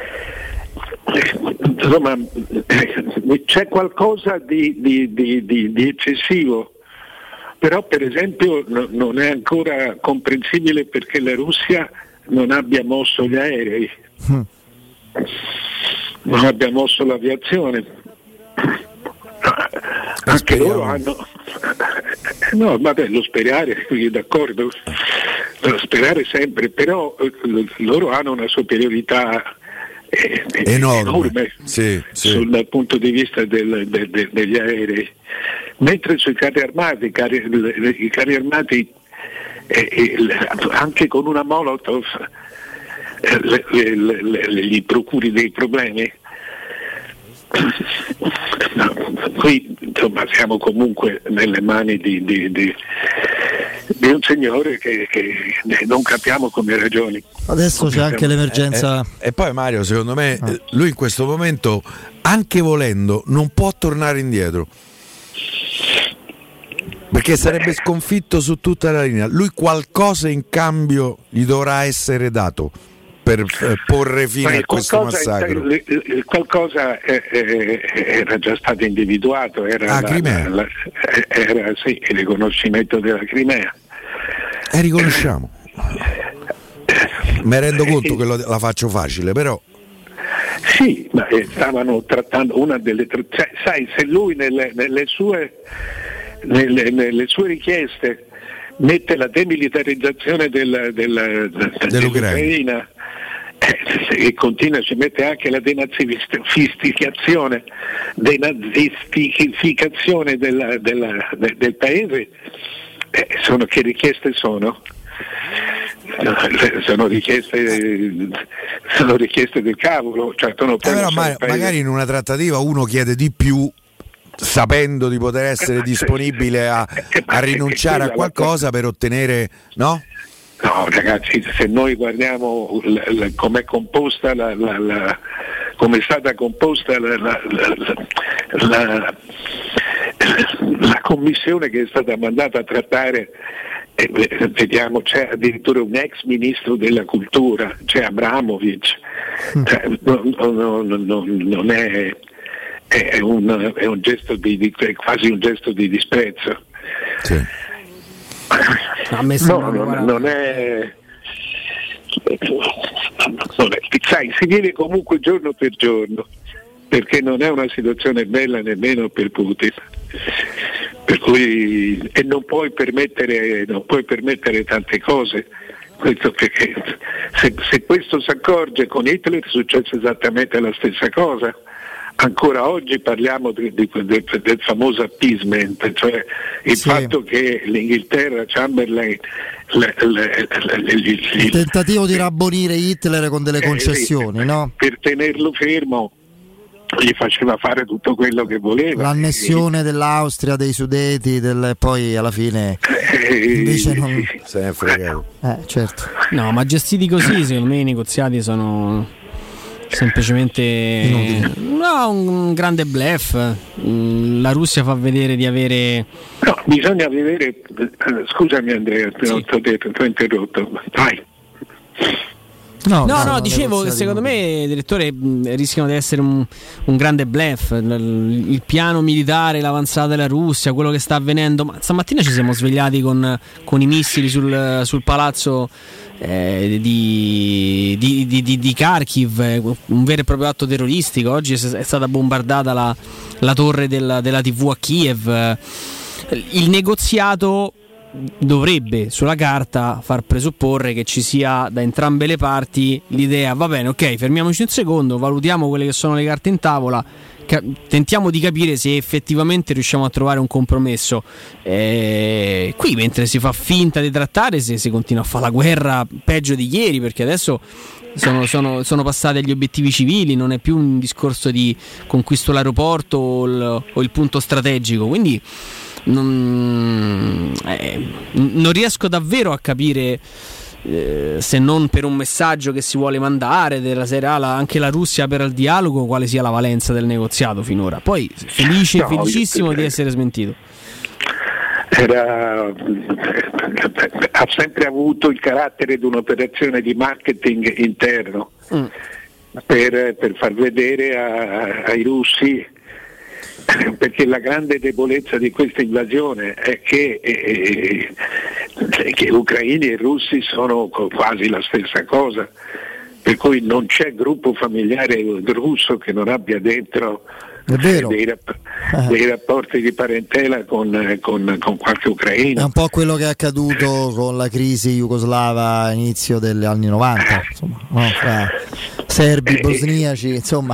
Insomma, c'è qualcosa di eccessivo, però per esempio non è ancora comprensibile perché la Russia non abbia mosso gli aerei, non abbia mosso l'aviazione. Anche loro hanno, no, vabbè, lo sperare, d'accordo, lo sperare sempre, però loro hanno una superiorità enorme sì. Dal punto di vista degli aerei, mentre sui carri armati, i carri armati anche con una Molotov gli procuri dei problemi. No, qui insomma siamo comunque nelle mani di un signore che non capiamo come ragioni. Adesso c'è anche l'emergenza. E poi Mario, secondo me, lui in questo momento, anche volendo, non può tornare indietro, perché sarebbe sconfitto su tutta la linea. Lui qualcosa in cambio gli dovrà essere dato per porre fine a questo massacro. Qualcosa era già stato individuato, era il riconoscimento della Crimea. Riconosciamo. Mi rendo conto che la faccio facile, però. Sì, ma stavano trattando una delle sai, se lui nelle sue richieste mette la demilitarizzazione dell'Ucraina e continua, ci mette anche la denazificazione del paese, che richieste sono? Sono richieste del cavolo, cioè, però magari in una trattativa uno chiede di più sapendo di poter essere disponibile a rinunciare a qualcosa per ottenere, no? No, ragazzi, se noi guardiamo com'è composta come è stata composta la commissione che è stata mandata a trattare, vediamo, c'è addirittura un ex ministro della cultura, c'è Abramovic, cioè, non è un gesto quasi un gesto di disprezzo. Sì. Non è, sai, si viene comunque giorno per giorno, perché non è una situazione bella nemmeno per Putin, per cui e non puoi permettere tante cose. Questo perché se questo si accorge, con Hitler è successo esattamente la stessa cosa. Ancora oggi parliamo del famoso appeasement, cioè il fatto che l'Inghilterra, Chamberlain, il tentativo di rabbonire Hitler con delle concessioni, no? Per tenerlo fermo gli faceva fare tutto quello che voleva. L'annessione dell'Austria, dei Sudeti, poi alla fine invece non se ne fregato. Certo. No, ma gestiti così, secondo me i negoziati sono semplicemente un grande bluff. La Russia fa vedere di avere. No, bisogna vedere. Scusami Andrea, ti ho interrotto. Vai. No, dicevo che secondo me, direttore, rischiano di essere un grande bluff. Il piano militare, l'avanzata della Russia, quello che sta avvenendo. Ma stamattina ci siamo svegliati con i missili sul palazzo di Kharkiv, un vero e proprio atto terroristico. Oggi è stata bombardata la torre della TV a Kiev. Il negoziato dovrebbe sulla carta far presupporre che ci sia da entrambe le parti l'idea: va bene, ok, fermiamoci un secondo, valutiamo quelle che sono le carte in tavola, tentiamo di capire se effettivamente riusciamo a trovare un compromesso. Qui mentre si fa finta di trattare, se si continua a fare la guerra peggio di ieri, perché adesso sono passati agli obiettivi civili, non è più un discorso di conquisto l'aeroporto o il punto strategico, quindi non riesco davvero a capire, se non per un messaggio che si vuole mandare della serie anche la Russia per il dialogo, quale sia la valenza del negoziato finora. Poi felicissimo di essere smentito. Ha sempre avuto il carattere di un'operazione di marketing interno per far vedere ai russi, perché la grande debolezza di questa invasione è che ucraini e russi sono quasi la stessa cosa, per cui non c'è gruppo familiare russo che non abbia dentro dei rapporti di parentela con qualche ucraino. È un po' quello che è accaduto con la crisi jugoslava a inizio degli anni 90, insomma, no? Fra serbi, bosniaci, insomma.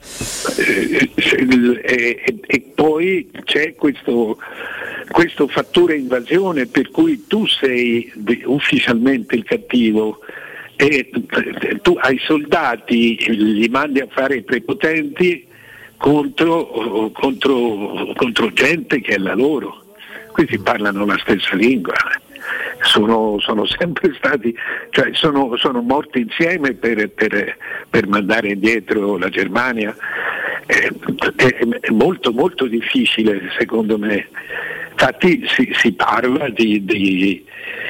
E poi c'è questo fattore invasione per cui tu sei ufficialmente il cattivo e tu ai soldati li mandi a fare i prepotenti contro gente che è la loro. Questi parlano la stessa lingua, sono sempre stati, cioè sono morti insieme per mandare indietro la Germania. È molto molto difficile, secondo me. Infatti si parla di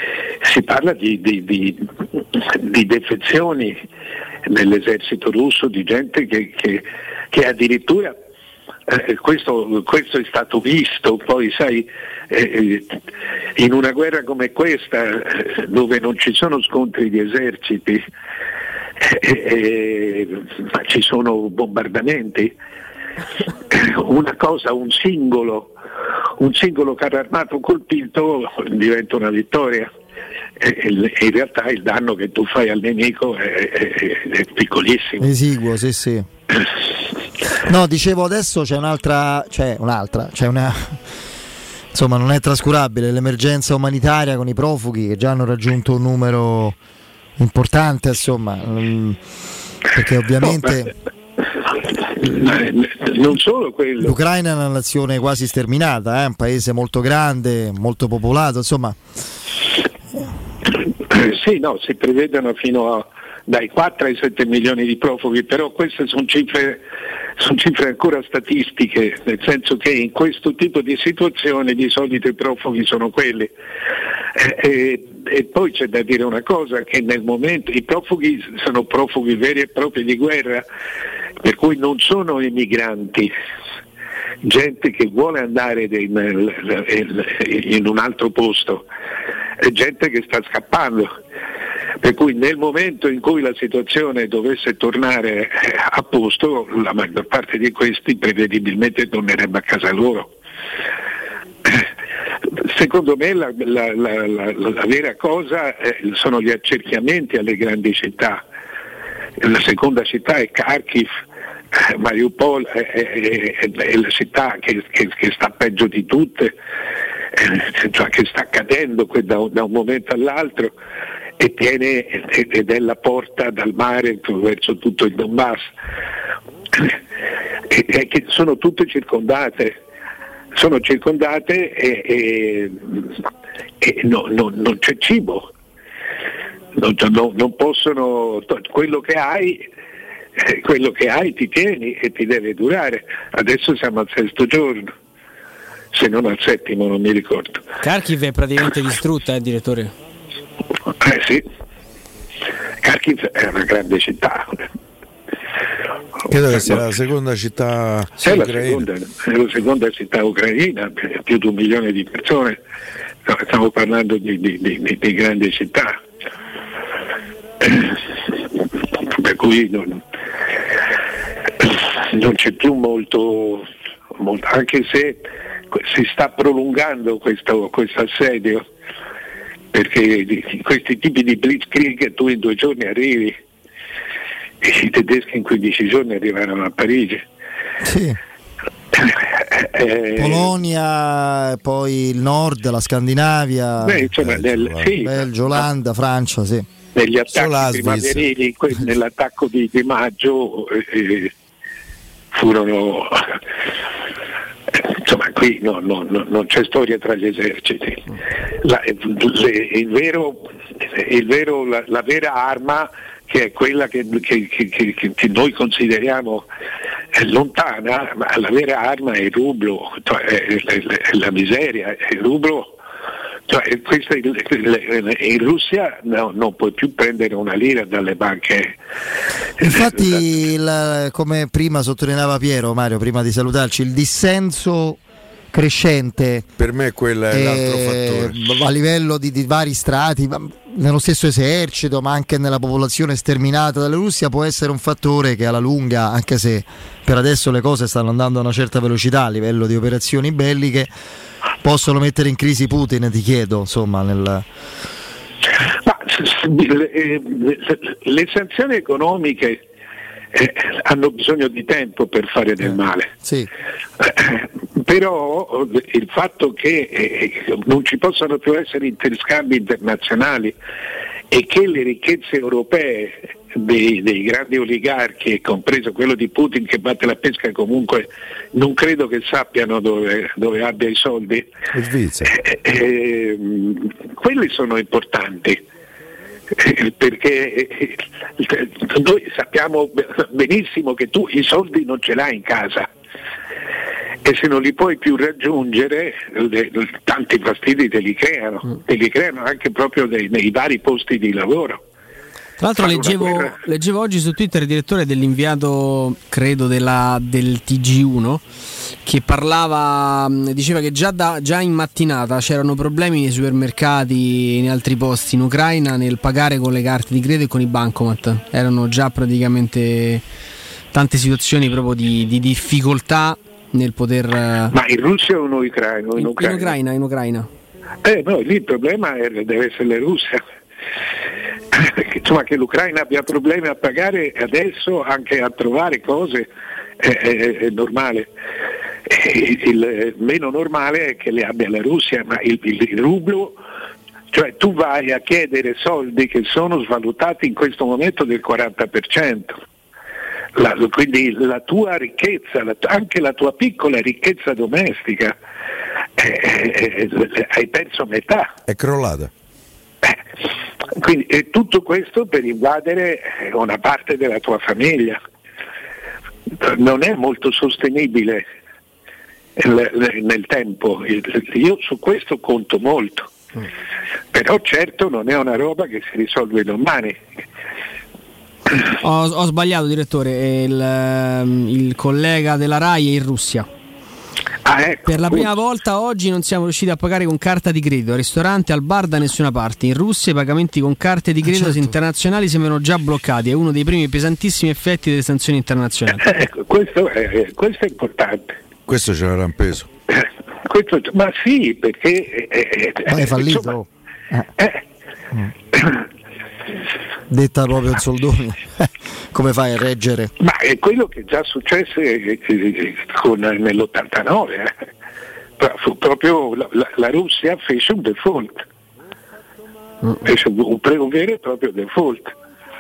defezioni nell'esercito russo, di gente che addirittura questo è stato visto. Poi sai, in una guerra come questa, dove non ci sono scontri di eserciti, ma ci sono bombardamenti, un singolo carro armato colpito diventa una vittoria. In realtà il danno che tu fai al nemico è piccolissimo. Esiguo, sì. No, dicevo, adesso c'è un'altra, insomma, non è trascurabile l'emergenza umanitaria con i profughi che già hanno raggiunto un numero importante, insomma, perché ovviamente non solo quello. L'Ucraina è una nazione quasi sterminata, un paese molto grande, molto popolato, insomma. Sì, no, si prevedono fino dai 4 ai 7 milioni di profughi, però queste sono cifre ancora statistiche, nel senso che in questo tipo di situazioni di solito i profughi sono quelli. E poi c'è da dire una cosa, che nel momento i profughi sono profughi veri e propri di guerra, per cui non sono emigranti, gente che vuole andare in un altro posto, è gente che sta scappando, per cui nel momento in cui la situazione dovesse tornare a posto, la maggior parte di questi prevedibilmente tornerebbe a casa loro. Secondo me la vera cosa sono gli accerchiamenti alle grandi città. La seconda città è Kharkiv. Mariupol è la città che sta peggio di tutte, cioè che sta cadendo da un momento all'altro ed è la porta dal mare verso tutto il Donbass, e che sono tutte circondate e non c'è cibo, non possono, quello che hai ti tieni e ti deve durare. Adesso siamo al 6° giorno, se non al 7°, non mi ricordo. Kharkiv è praticamente distrutta, direttore? Sì. Kharkiv è una grande città. Credo che sia la seconda città è la seconda città ucraina, più di 1 milione di persone. Stiamo parlando di grandi città, per cui non c'è più molto, anche se si sta prolungando questo assedio, perché questi tipi di blitzkrieg tu in 2 giorni arrivi, e i tedeschi in 15 giorni arrivarono a Parigi. Sì. Polonia, poi il nord, la Scandinavia, Belgio, Olanda, Francia, sì. Negli attacchi primaverili, nell'attacco di maggio furono, insomma, qui non c'è storia tra gli eserciti. La vera arma, che è quella che noi consideriamo lontana, ma la vera arma è il rublo, cioè è la miseria, è il rublo. Cioè, in Russia non puoi più prendere una lira dalle banche. Infatti, come prima sottolineava Piero, Mario, prima di salutarci, il dissenso crescente per me quello è l'altro fattore a livello di vari strati, nello stesso esercito, ma anche nella popolazione sterminata dalla Russia, può essere un fattore che alla lunga, anche se per adesso le cose stanno andando a una certa velocità a livello di operazioni belliche, possono mettere in crisi Putin, ti chiedo, insomma, le sanzioni economiche hanno bisogno di tempo per fare del male. Sì. Però il fatto che non ci possano più essere interscambi internazionali e che le ricchezze europee dei grandi oligarchi, compreso quello di Putin che batte la pesca comunque, non credo che sappiano dove abbia i soldi, quelli sono importanti, perché noi sappiamo benissimo che tu i soldi non ce l'hai in casa, e se non li puoi più raggiungere tanti fastidi te li creano anche proprio nei vari posti di lavoro. Tra l'altro leggevo oggi su Twitter il direttore dell'inviato, credo, del TG1, che diceva che già in mattinata c'erano problemi nei supermercati, in altri posti in Ucraina, nel pagare con le carte di credito e con i bancomat. Erano già praticamente tante situazioni proprio di difficoltà nel poter... Ma in Russia o in Ucraina? In Ucraina. No, lì il problema deve essere la Russia. Insomma, che l'Ucraina abbia problemi a pagare adesso, anche a trovare cose, è normale. Il meno normale è che le abbia la Russia, ma il rublo, cioè tu vai a chiedere soldi che sono svalutati in questo momento del 40%. Quindi la tua ricchezza, anche la tua piccola ricchezza domestica, hai perso metà. È crollata. Quindi tutto questo per invadere una parte della tua famiglia. Non è molto sostenibile nel tempo. Io su questo conto molto, però certo non è una roba che si risolve domani. Ho sbagliato, direttore, il collega della RAI è in Russia. Ecco, per la prima volta oggi non siamo riusciti a pagare con carta di credito, al ristorante, al bar, da nessuna parte. In Russia i pagamenti con carte di credito internazionali sembrano già bloccati, è uno dei primi pesantissimi effetti delle sanzioni internazionali. Ecco, questo è importante. Questo ce l'era un peso. Ma sì, perché ma è fallito. Detta proprio in soldoni. Come fai a reggere? Ma è quello che già successe nell'89. Fu proprio la Russia fece un default, fece un vero e proprio default.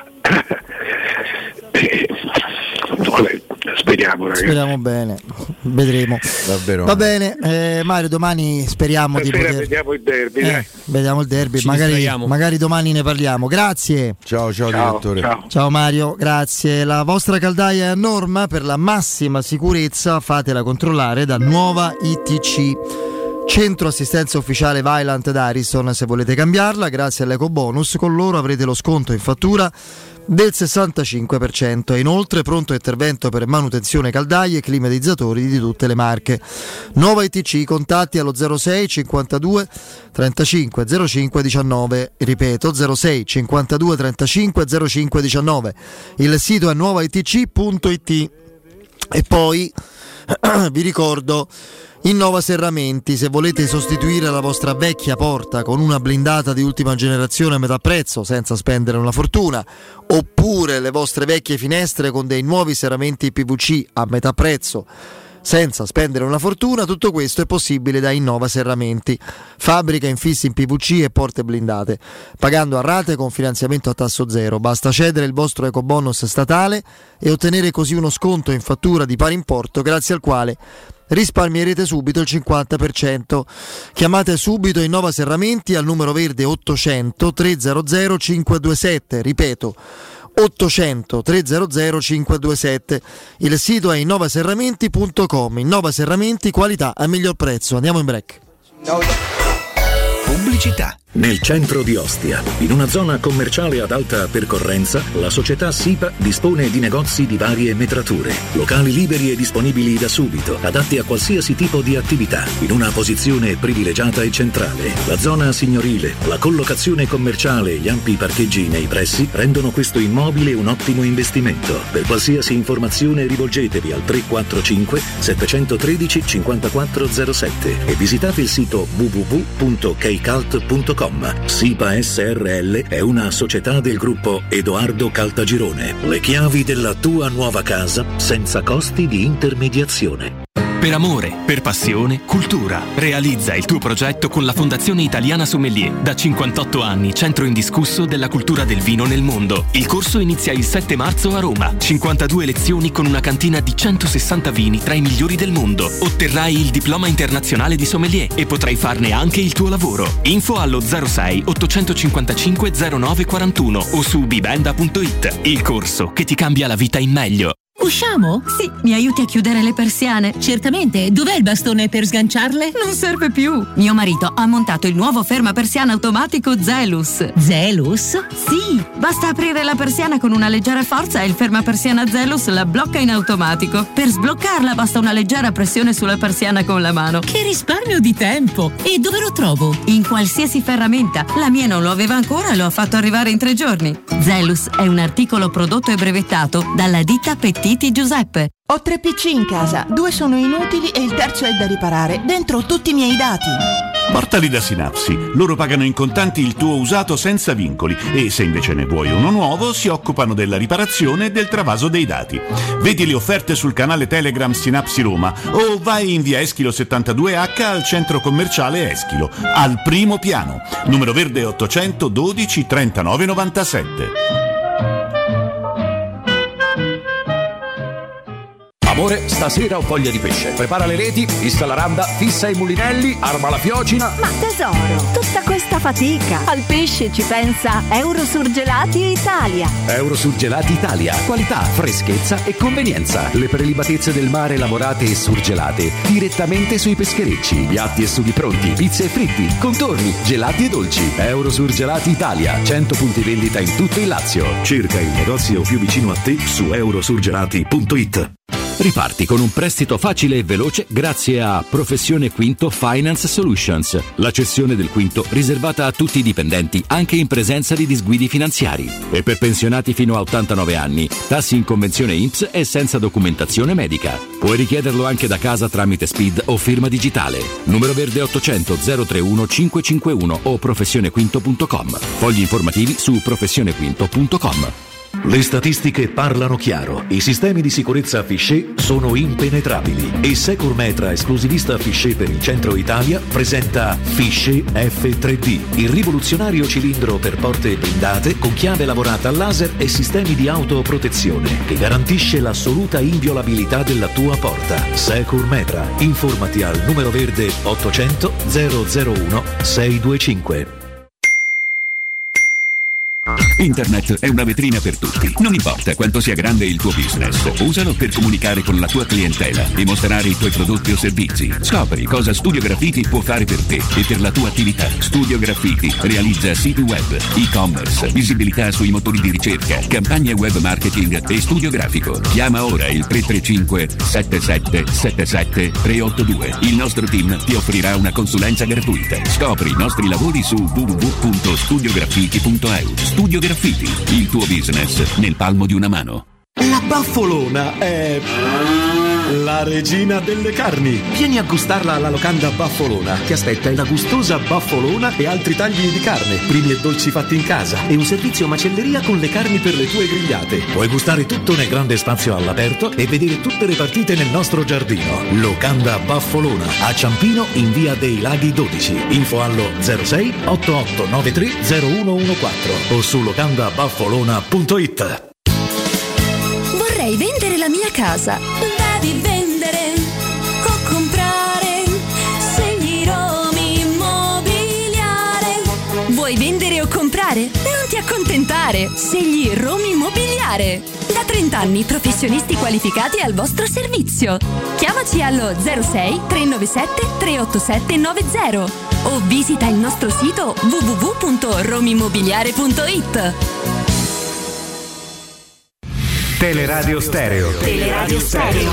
Speriamo, ragazzi. Speriamo bene, vedremo. Davvero. Va bene, Mario, domani speriamo stasera di poter... vediamo il derby. Vediamo il derby, magari domani ne parliamo. Grazie. Ciao direttore. Ciao Mario, grazie. La vostra caldaia è a norma, per la massima sicurezza fatela controllare da Nuova ITC. Centro assistenza ufficiale Vaillant da Ariston, se volete cambiarla, grazie all'ecobonus, con loro avrete lo sconto in fattura del 65% e inoltre pronto intervento per manutenzione caldaie e climatizzatori di tutte le marche. Nuova ITC, contatti allo 06 52 35 05 19, ripeto 06 52 35 05 19. Il sito è nuovaitc.it. E poi vi ricordo Innova Serramenti, se volete sostituire la vostra vecchia porta con una blindata di ultima generazione a metà prezzo senza spendere una fortuna, oppure le vostre vecchie finestre con dei nuovi serramenti PVC a metà prezzo senza spendere una fortuna, tutto questo è possibile da Innova Serramenti, fabbrica infissi in PVC e porte blindate, pagando a rate con finanziamento a tasso zero. Basta cedere il vostro ecobonus statale e ottenere così uno sconto in fattura di pari importo, grazie al quale risparmierete subito il 50%. Chiamate subito Innova Serramenti al numero verde 800 300 527, ripeto 800 300 527. Il sito è innovaserramenti.com. Innova Serramenti, qualità a miglior prezzo. Andiamo in break. Pubblicità. Nel centro di Ostia, in una zona commerciale ad alta percorrenza, la società SIPA dispone di negozi di varie metrature, locali liberi e disponibili da subito, adatti a qualsiasi tipo di attività, in una posizione privilegiata e centrale. La zona signorile, la collocazione commerciale e gli ampi parcheggi nei pressi rendono questo immobile un ottimo investimento. Per qualsiasi informazione rivolgetevi al 345 713 5407 e visitate il sito www.kcalt.com. SIPA SRL è una società del gruppo Edoardo Caltagirone. Le chiavi della tua nuova casa senza costi di intermediazione. Per amore, per passione, cultura. Realizza il tuo progetto con la Fondazione Italiana Sommelier. Da 58 anni, centro indiscusso della cultura del vino nel mondo. Il corso inizia il 7 marzo a Roma. 52 lezioni con una cantina di 160 vini tra i migliori del mondo. Otterrai il diploma internazionale di sommelier e potrai farne anche il tuo lavoro. Info allo 06 855 09 41 o su bibenda.it. Il corso che ti cambia la vita in meglio. Usciamo? Sì, mi aiuti a chiudere le persiane? Certamente, dov'è il bastone per sganciarle? Non serve più. Mio marito ha montato il nuovo fermapersiana automatico Zelus. Zelus? Sì, basta aprire la persiana con una leggera forza e il fermapersiana Zelus la blocca in automatico. Per sbloccarla basta una leggera pressione sulla persiana con la mano. Che risparmio di tempo! E dove lo trovo? In qualsiasi ferramenta. La mia non lo aveva ancora e lo ha fatto arrivare in 3 giorni. Zelus è un articolo prodotto e brevettato dalla ditta Pettiti Giuseppe. Ho 3 PC in casa, 2 sono inutili e il terzo è da riparare. Dentro ho tutti i miei dati. Portali da Synapsi. Loro pagano in contanti il tuo usato senza vincoli e se invece ne vuoi uno nuovo si occupano della riparazione e del travaso dei dati. Vedi le offerte sul canale Telegram Synapsi Roma o vai in via Eschilo 72H al centro commerciale Eschilo, al primo piano. Numero verde 812 39 97. Amore, stasera ho voglia di pesce. Prepara le reti, fissa la randa, fissa i mulinelli, arma la fiocina. Ma tesoro, tutta questa fatica. Al pesce ci pensa Eurosurgelati Italia. Eurosurgelati Italia. Qualità, freschezza e convenienza. Le prelibatezze del mare lavorate e surgelate direttamente sui pescherecci. Piatti e sughi pronti, pizze e fritti, contorni, gelati e dolci. Eurosurgelati Italia. 100 punti vendita in tutto il Lazio. Cerca il negozio più vicino a te su eurosurgelati.it. Riparti con un prestito facile e veloce grazie a Professione Quinto Finance Solutions, la cessione del quinto riservata a tutti i dipendenti anche in presenza di disguidi finanziari e per pensionati fino a 89 anni, tassi in convenzione INPS e senza documentazione medica. Puoi richiederlo anche da casa tramite SPID o firma digitale. Numero verde 800 031 551 o professionequinto.com. Fogli informativi su professionequinto.com. Le statistiche parlano chiaro. I sistemi di sicurezza Fichet sono impenetrabili e Securmetra, esclusivista Fichet per il centro Italia, presenta Fichet F3D, il rivoluzionario cilindro per porte blindate con chiave lavorata a laser e sistemi di autoprotezione che garantisce l'assoluta inviolabilità della tua porta. Securmetra. Informati al numero verde 800 001 625. Internet è una vetrina per tutti. Non importa quanto sia grande il tuo business, usalo per comunicare con la tua clientela e mostrare i tuoi prodotti o servizi. Scopri cosa Studio Graffiti può fare per te e per la tua attività. Studio Graffiti realizza siti web, e-commerce, visibilità sui motori di ricerca, campagne web marketing e studio grafico. Chiama ora il 335 7777 382. Il nostro team ti offrirà una consulenza gratuita. Scopri i nostri lavori su www.studiograffiti.eu. Studio Graffiti, il tuo business nel palmo di una mano. La Baffolona è la regina delle carni. Vieni a gustarla alla locanda Baffolona. Ti aspetta la gustosa Baffolona e altri tagli di carne, primi e dolci fatti in casa e un servizio macelleria con le carni per le tue grigliate. Puoi gustare tutto nel grande spazio all'aperto e vedere tutte le partite nel nostro giardino. Locanda Baffolona a Ciampino in via dei Laghi 12. Info allo 06 8893 0114 o su locandabaffolona.it. Vorrei vendere la mia casa. Devi vendere o comprare. Scegli Romi Immobiliare. Vuoi vendere o comprare? Non ti accontentare. Scegli Romi Immobiliare. Da 30 anni professionisti qualificati al vostro servizio. Chiamaci allo 06 397 387 90 o visita il nostro sito www.romimmobiliare.it. Teleradio Stereo. Teleradio Stereo.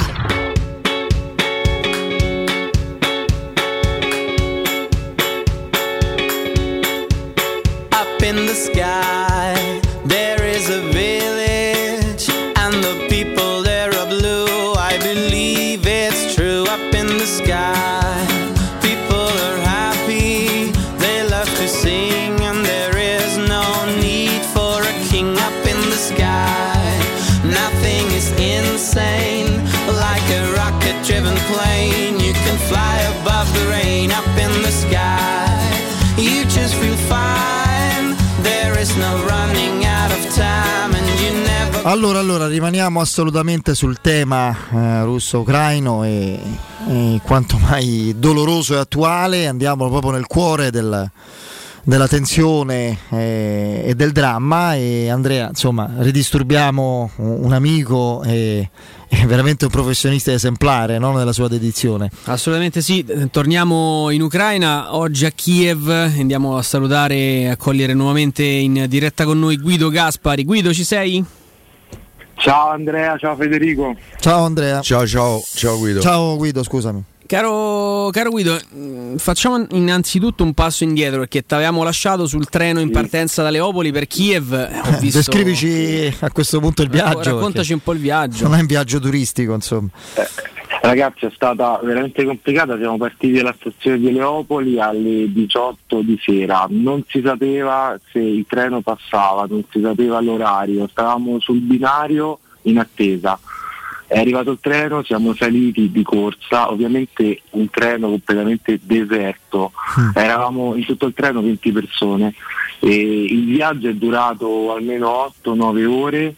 Up in the sky, there is a village, and the people there are blue. I believe it's true. Up in the sky, people are happy, they love to sing, and there is no need for a king. Up in the sky, nothing is insane, like a rocket-driven plane. You can fly above the rain. Up in the sky, you just feel fine. There is no running out of time, and you never. Allora, rimaniamo assolutamente sul tema russo-ucraino e quanto mai doloroso e attuale. Andiamo proprio nel cuore della tensione e del dramma. E Andrea, insomma, ridisturbiamo un amico e veramente un professionista esemplare, no? Nella sua dedizione. Assolutamente sì, torniamo in Ucraina, oggi a Kiev, andiamo a salutare e a cogliere nuovamente in diretta con noi Guido Gaspari. Guido, ci sei? Ciao Andrea, ciao Federico. Ciao Andrea. Ciao Guido. Ciao Guido, scusami. Caro Guido, facciamo innanzitutto un passo indietro perché ti avevamo lasciato sul treno in partenza da Leopoli per Kiev. Ho visto... Descrivici a questo punto il viaggio. Raccontaci un po' il viaggio. Non è un viaggio turistico, insomma. Ragazzi, è stata veramente complicata. Siamo partiti dalla stazione di Leopoli alle 18 di sera. Non si sapeva se il treno passava, non si sapeva l'orario. Stavamo sul binario in attesa. È arrivato il treno, siamo saliti di corsa, ovviamente un treno completamente deserto, eravamo in tutto il treno 20 persone e il viaggio è durato almeno 8-9 ore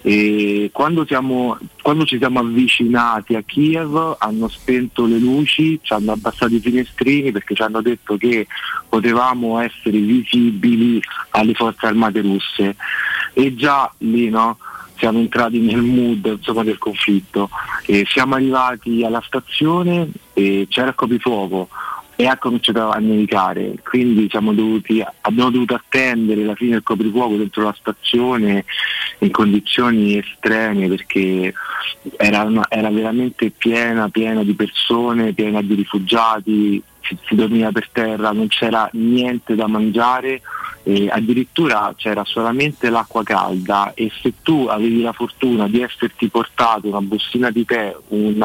e quando ci siamo avvicinati a Kiev hanno spento le luci, ci hanno abbassato i finestrini perché ci hanno detto che potevamo essere visibili alle forze armate russe e già lì, no? Siamo entrati nel mood, insomma, del conflitto e siamo arrivati alla stazione e c'era il coprifuoco e ha cominciato a nevicare, quindi abbiamo dovuto attendere la fine del coprifuoco dentro la stazione in condizioni estreme perché era veramente piena di persone, piena di rifugiati, si dormiva per terra, non c'era niente da mangiare e addirittura c'era solamente l'acqua calda e se tu avevi la fortuna di esserti portato una bustina di tè,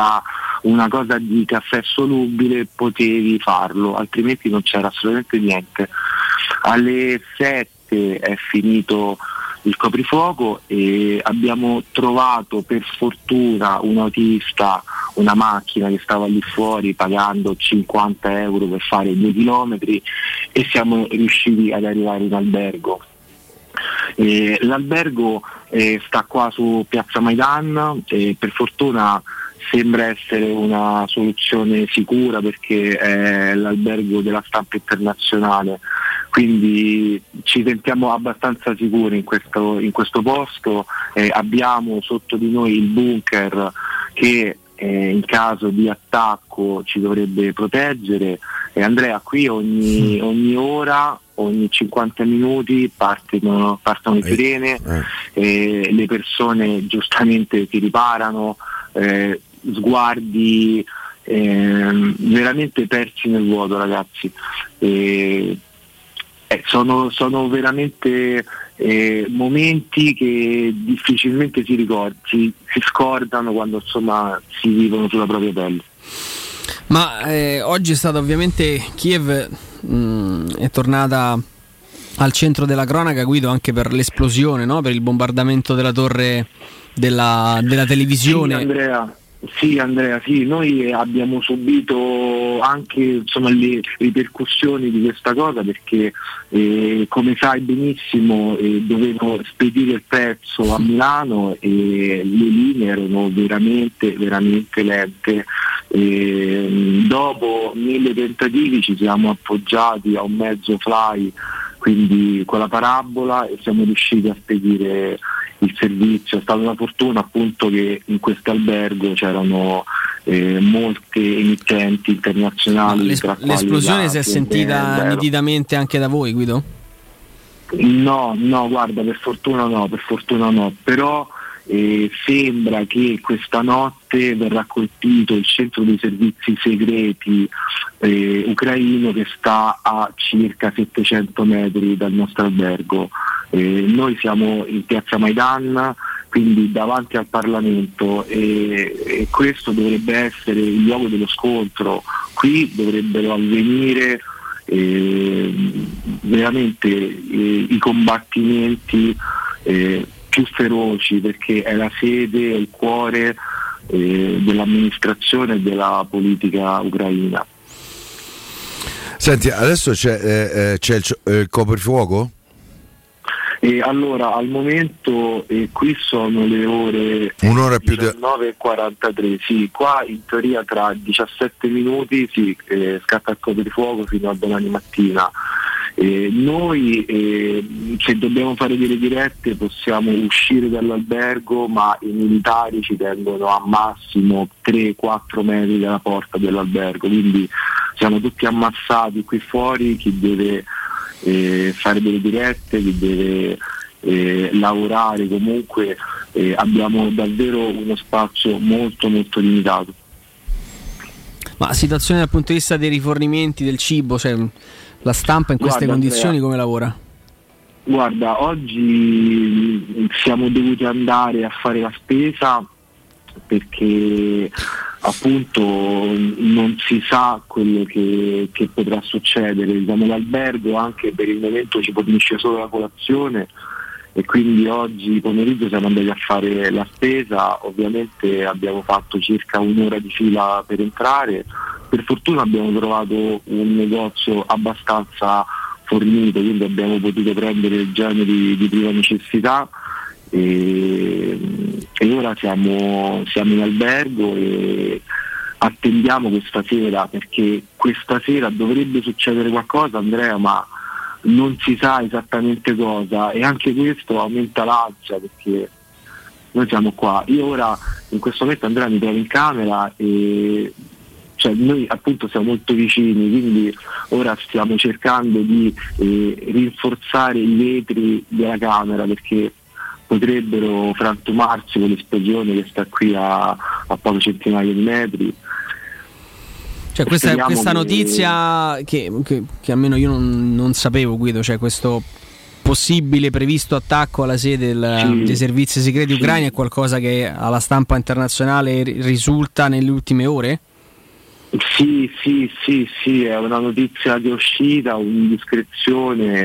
una cosa di caffè solubile potevi farlo, altrimenti non c'era assolutamente niente. Alle 7 è finito il coprifuoco e abbiamo trovato per fortuna un autista, una macchina che stava lì fuori pagando 50 euro per fare 2 chilometri e siamo riusciti ad arrivare in albergo. L'albergo sta qua su Piazza Maidan e per fortuna sembra essere una soluzione sicura perché è l'albergo della stampa internazionale, quindi ci sentiamo abbastanza sicuri in questo posto. Abbiamo sotto di noi il bunker che in caso di attacco ci dovrebbe proteggere. Andrea, qui ogni ora, ogni 50 minuti partono le sirene, le persone giustamente si riparano, sguardi veramente persi nel vuoto, ragazzi. Sono veramente momenti che difficilmente si scordano quando insomma si vivono sulla propria pelle. Ma oggi è stata ovviamente Kiev è tornata al centro della cronaca, Guido, anche per l'esplosione, no? Per il bombardamento della torre della televisione. Sì, Andrea, noi abbiamo subito anche insomma le ripercussioni di questa cosa, perché come sai benissimo dovevo spedire il pezzo a Milano e le linee erano veramente veramente lente. Dopo 1000 tentativi ci siamo appoggiati a un mezzo fly, quindi con la parabola, e siamo riusciti a spedire il servizio. È stata una fortuna appunto che in questo albergo c'erano molte emittenti internazionali. L'esplosione si è sentita nitidamente anche da voi, Guido? No, guarda, per fortuna no, però sembra che questa notte verrà colpito il centro dei servizi segreti ucraino, che sta a circa 700 metri dal nostro albergo. Noi siamo in piazza Maidan, quindi davanti al Parlamento, e questo dovrebbe essere il luogo dello scontro. Qui dovrebbero avvenire veramente i combattimenti più feroci, perché è la sede, è il cuore dell'amministrazione e della politica ucraina. Senti, adesso c'è il coprifuoco? Allora, al momento qui sono le ore 19:43, sì, qua in teoria tra 17 minuti scatta il coprifuoco fino a domani mattina. Noi se dobbiamo fare delle dirette possiamo uscire dall'albergo, ma i militari ci tengono a massimo 3-4 metri dalla porta dell'albergo, quindi siamo tutti ammassati qui fuori, chi deve fare delle dirette, chi deve lavorare, comunque abbiamo davvero uno spazio molto molto limitato. Ma situazione dal punto di vista dei rifornimenti del cibo, cioè la stampa in queste condizioni, Andrea, come lavora? Guarda, oggi siamo dovuti andare a fare la spesa perché appunto non si sa quello che potrà succedere. Diciamo, l'albergo anche per il momento ci fornisce solo la colazione, e quindi oggi pomeriggio siamo andati a fare la spesa. Ovviamente abbiamo fatto circa un'ora di fila per entrare. Per fortuna abbiamo trovato un negozio abbastanza fornito, quindi abbiamo potuto prendere generi di prima necessità, e ora siamo in albergo e attendiamo questa sera, perché questa sera dovrebbe succedere qualcosa, Andrea, ma non si sa esattamente cosa, e anche questo aumenta l'ansia, perché noi siamo qua. Io ora in questo momento, Andrea, mi trovo in camera e noi appunto siamo molto vicini, quindi ora stiamo cercando di rinforzare i vetri della camera, perché potrebbero frantumarsi con l'esplosione che sta qui a poche centinaia di metri. Cioè questa notizia che almeno io non sapevo, Guido, cioè questo possibile previsto attacco alla sede dei servizi segreti ucraini è qualcosa che alla stampa internazionale risulta nelle ultime ore? Sì, è una notizia che è uscita, un'indiscrezione,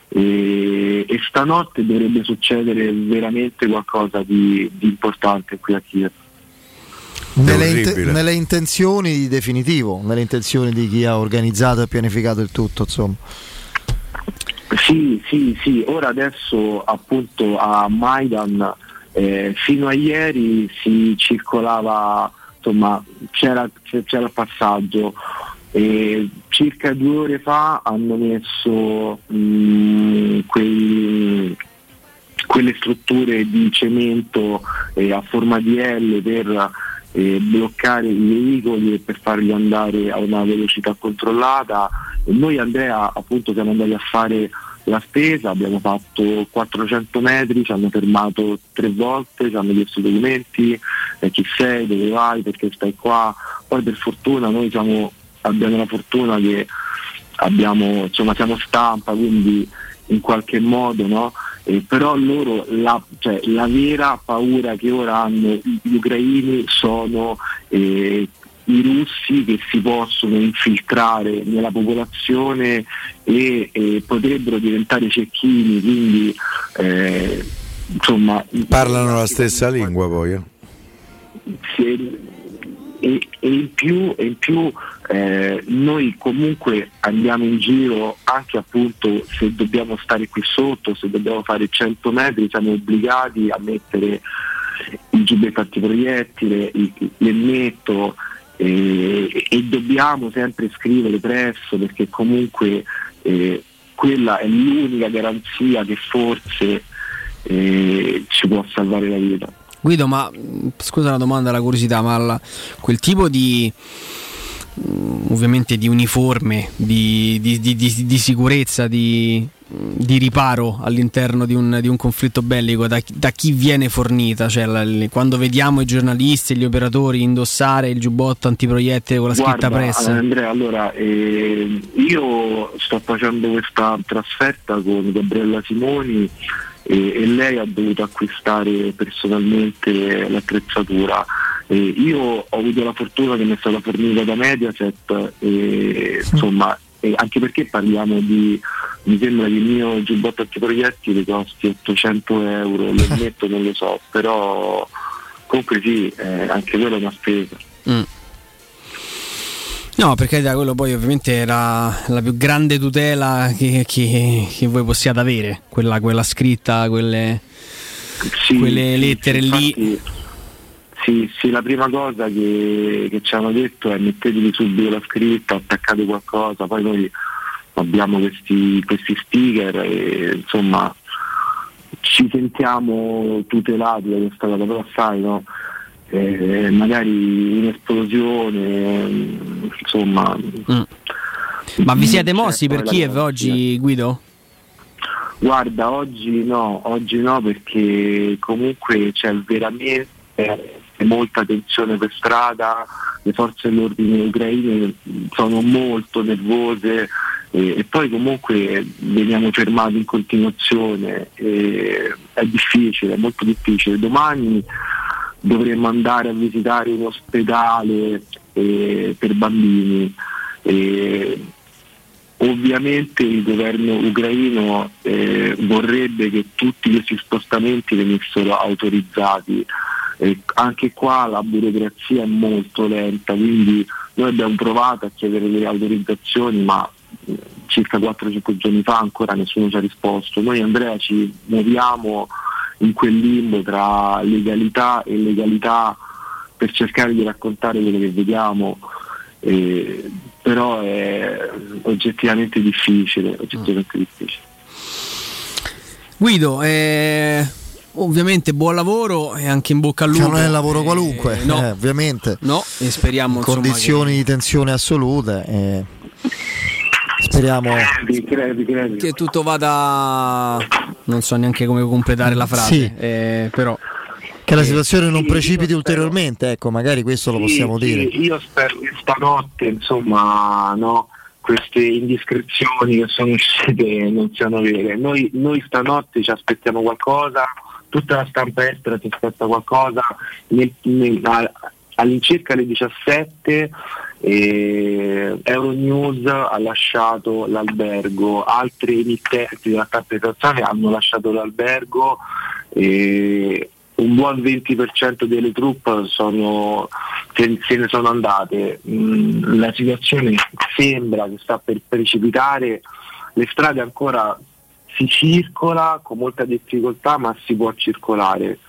e stanotte dovrebbe succedere veramente qualcosa di importante qui a Kiev. Nelle intenzioni di definitivo, nelle intenzioni di chi ha organizzato e pianificato il tutto, insomma. Sì, ora adesso appunto a Maidan fino a ieri si circolava, insomma c'era il passaggio. circa 2 ore fa hanno messo quelle strutture di cemento a forma di L per bloccare i veicoli e per farli andare a una velocità controllata. E noi, Andrea, appunto siamo andati a fare la spesa, abbiamo fatto 400 metri, ci hanno fermato 3 volte, ci hanno chiesto i documenti, chi sei, dove vai, perché stai qua. Poi per fortuna noi abbiamo la fortuna che siamo stampa, quindi in qualche modo, no? Però loro la vera paura che ora hanno gli ucraini sono i russi che si possono infiltrare nella popolazione e potrebbero diventare cecchini, quindi insomma parlano la stessa lingua poi. E in più noi comunque andiamo in giro anche, appunto, se dobbiamo stare qui sotto, se dobbiamo fare 100 metri siamo obbligati a mettere il giubbetto antiproiettile, l'elmetto, e dobbiamo sempre scrivere presso, perché comunque quella è l'unica garanzia che forse ci può salvare la vita. Guido, ma scusa la domanda, la curiosità, ma quel tipo di ovviamente di uniforme, di sicurezza, di riparo all'interno di un conflitto bellico, da chi viene fornita? Cioè, quando vediamo i giornalisti e gli operatori indossare il giubbotto antiproiettile con la scritta press. Andrea, allora io sto facendo questa trasferta con Gabriella Simoni e lei ha dovuto acquistare personalmente l'attrezzatura. Io ho avuto la fortuna che mi è stata fornita da Mediaset, insomma, anche perché parliamo mi sembra che il mio giubbotto antiproiettili costi 800 euro, l'elmetto non lo so, però comunque sì, anche quella è una spesa. No, perché quello poi ovviamente era la più grande tutela che voi possiate avere, quella scritta, quelle lettere lì. Sì, la prima cosa che ci hanno detto è: mettetevi subito la scritta, attaccate qualcosa. Poi noi abbiamo questi sticker e insomma ci sentiamo tutelati da questa cosa, però sai, no? Magari un'esplosione, insomma. Ma vi siete mossi per Kiev oggi, Guido? Guarda, oggi no, perché comunque c'è veramente molta tensione per strada, le forze dell'ordine ucraine sono molto nervose e poi comunque veniamo fermati in continuazione, è difficile, è molto difficile. Domani dovremmo andare a visitare un ospedale per bambini. Ovviamente il governo ucraino vorrebbe che tutti questi spostamenti venissero autorizzati. Anche qua la burocrazia è molto lenta, quindi noi abbiamo provato a chiedere le autorizzazioni, ma circa 4-5 giorni fa ancora nessuno ci ha risposto. Noi, Andrea, ci muoviamo in quel limbo tra legalità e illegalità per cercare di raccontare quello che vediamo, però è oggettivamente difficile. Guido, ovviamente buon lavoro e anche in bocca al lupo. Non è lavoro qualunque, no, ovviamente. No, e speriamo condizioni di tensione assolute. Speriamo che tutto vada. Non so neanche come completare la frase, sì. Però che la situazione non precipiti ulteriormente, ecco, magari questo lo possiamo dire. Io spero che stanotte, insomma, no, queste indiscrezioni che sono uscite non siano vere. Noi stanotte ci aspettiamo qualcosa, tutta la stampa estera si aspetta qualcosa. All'incirca alle 17 Euronews ha lasciato l'albergo, altre emittenti della stampa internazionale hanno lasciato l'albergo, un buon 20% delle truppe se ne sono andate. La situazione sembra che sta per precipitare, le strade ancora si circola con molta difficoltà, ma si può circolare.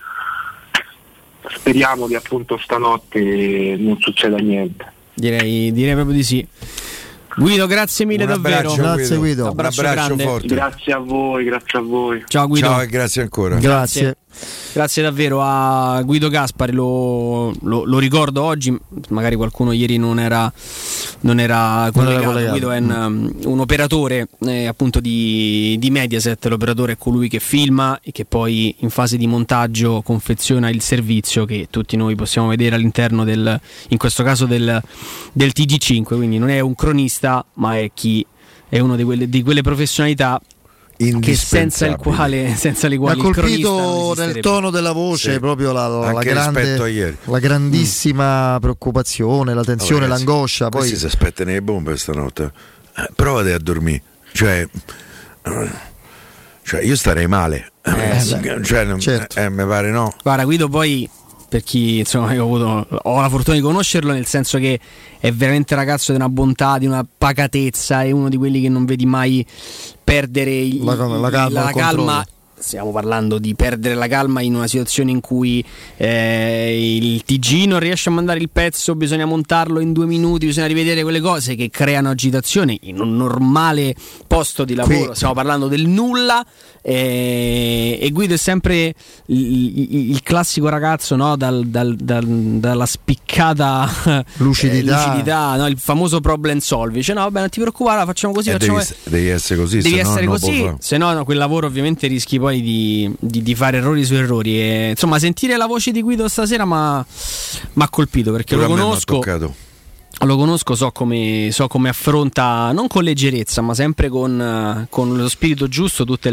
Speriamo che appunto stanotte non succeda niente. Direi proprio di sì. Guido, grazie mille davvero. Grazie Guido. Un abbraccio forte. Grazie a voi. Ciao Guido. Ciao e grazie ancora. Grazie davvero a Guido Gaspari, lo ricordo oggi, magari qualcuno ieri non era collegato. Guido è un operatore appunto di Mediaset. L'operatore è colui che filma e che poi in fase di montaggio confeziona il servizio che tutti noi possiamo vedere all'interno in questo caso del TG5, quindi non è un cronista ma è uno di quelle professionalità che senza le quali mi ha colpito nel tono della voce proprio la grandissima preoccupazione, la tensione, l'angoscia. Poi si aspettano le bombe stanotte. Provate a dormire, cioè io starei male, certo. Mi pare no. Guarda Guido, poi per chi insomma io ho la fortuna di conoscerlo, nel senso che è veramente un ragazzo di una bontà, di una pacatezza, è uno di quelli che non vedi mai perdere la calma. Stiamo parlando di perdere la calma in una situazione in cui il TG non riesce a mandare il pezzo, bisogna montarlo in 2 minuti, bisogna rivedere quelle cose che creano agitazione in un normale posto di lavoro. Stiamo parlando del nulla, e Guido è sempre il classico ragazzo, no? Dalla spiccata lucidità, no? Il famoso problem solving. Dice no, vabbè, non ti preoccupare, facciamo così, devi essere così, se no quel lavoro ovviamente rischi poi di fare errori su errori. E, insomma, sentire la voce di Guido stasera mi ha colpito, perché lo conosco, so come affronta, non con leggerezza ma sempre con lo spirito giusto tutte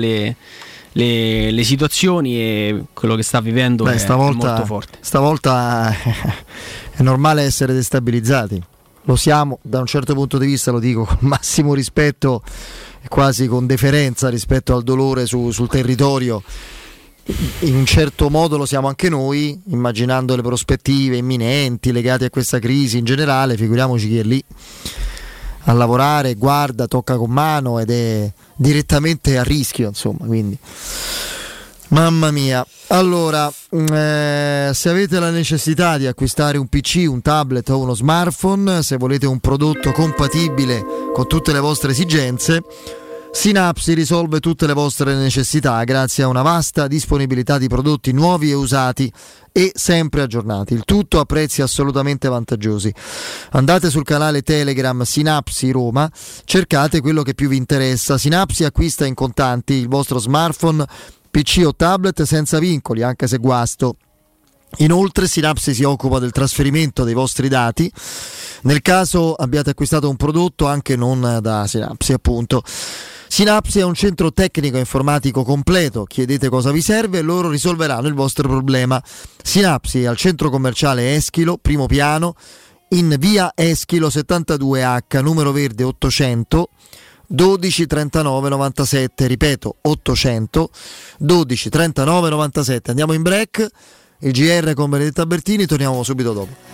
le situazioni, e quello che sta vivendo è molto forte. Stavolta è normale essere destabilizzati, lo siamo, da un certo punto di vista lo dico con massimo rispetto e quasi con deferenza rispetto al dolore sul territorio. In un certo modo lo siamo anche noi, immaginando le prospettive imminenti legate a questa crisi in generale. Figuriamoci chi è lì a lavorare, guarda, tocca con mano ed è direttamente a rischio, insomma, quindi mamma mia. Allora, se avete la necessità di acquistare un PC, un tablet o uno smartphone, se volete un prodotto compatibile con tutte le vostre esigenze, Synapsi risolve tutte le vostre necessità grazie a una vasta disponibilità di prodotti nuovi e usati e sempre aggiornati, il tutto a prezzi assolutamente vantaggiosi. Andate sul canale Telegram Synapsi Roma, cercate quello che più vi interessa. Synapsi acquista in contanti il vostro smartphone, PC o tablet senza vincoli, anche se guasto. Inoltre Synapsi si occupa del trasferimento dei vostri dati nel caso abbiate acquistato un prodotto anche non da Synapsi, appunto. Synapsi è un centro tecnico informatico completo, chiedete cosa vi serve e loro risolveranno il vostro problema. Synapsi è al centro commerciale Eschilo, primo piano, in via Eschilo 72H, numero verde 800 12 39 97, ripeto 800 12 39 97. Andiamo in break, il GR con Benedetta Bertini, torniamo subito dopo.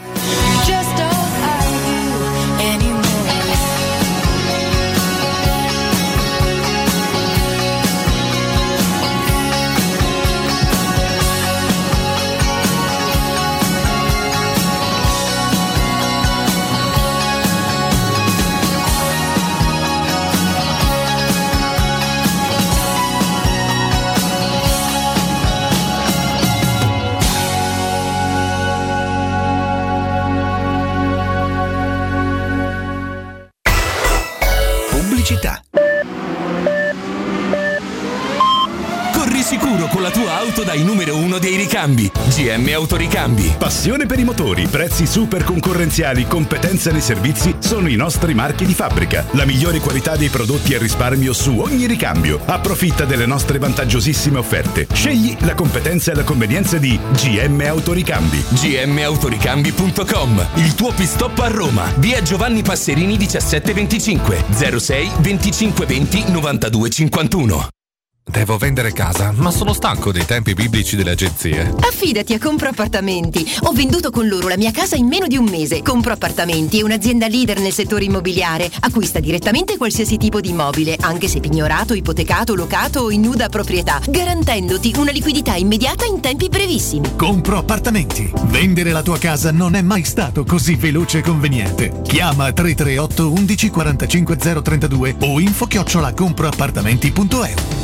Corri sicuro con la tua auto dai numero 1 dei ricambi. GM Autoricambi. Passione per i motori, prezzi super concorrenziali, competenza nei servizi sono i nostri marchi di fabbrica. La migliore qualità dei prodotti e risparmio su ogni ricambio. Approfitta delle nostre vantaggiosissime offerte. Scegli la competenza e la convenienza di GM Autoricambi. gmautoricambi.com. Il tuo pit-stop a Roma. Via Giovanni Passerini 1725 06 25 20 92 51. Devo vendere casa, ma sono stanco dei tempi biblici delle agenzie. Affidati a Compro Appartamenti. Ho venduto con loro la mia casa in meno di un mese. Compro Appartamenti è un'azienda leader nel settore immobiliare. Acquista direttamente qualsiasi tipo di immobile, anche se pignorato, ipotecato, locato o in nuda proprietà, garantendoti una liquidità immediata in tempi brevissimi. Compro Appartamenti. Vendere la tua casa non è mai stato così veloce e conveniente. Chiama 338 11 45 032 o info@comproappartamenti.eu.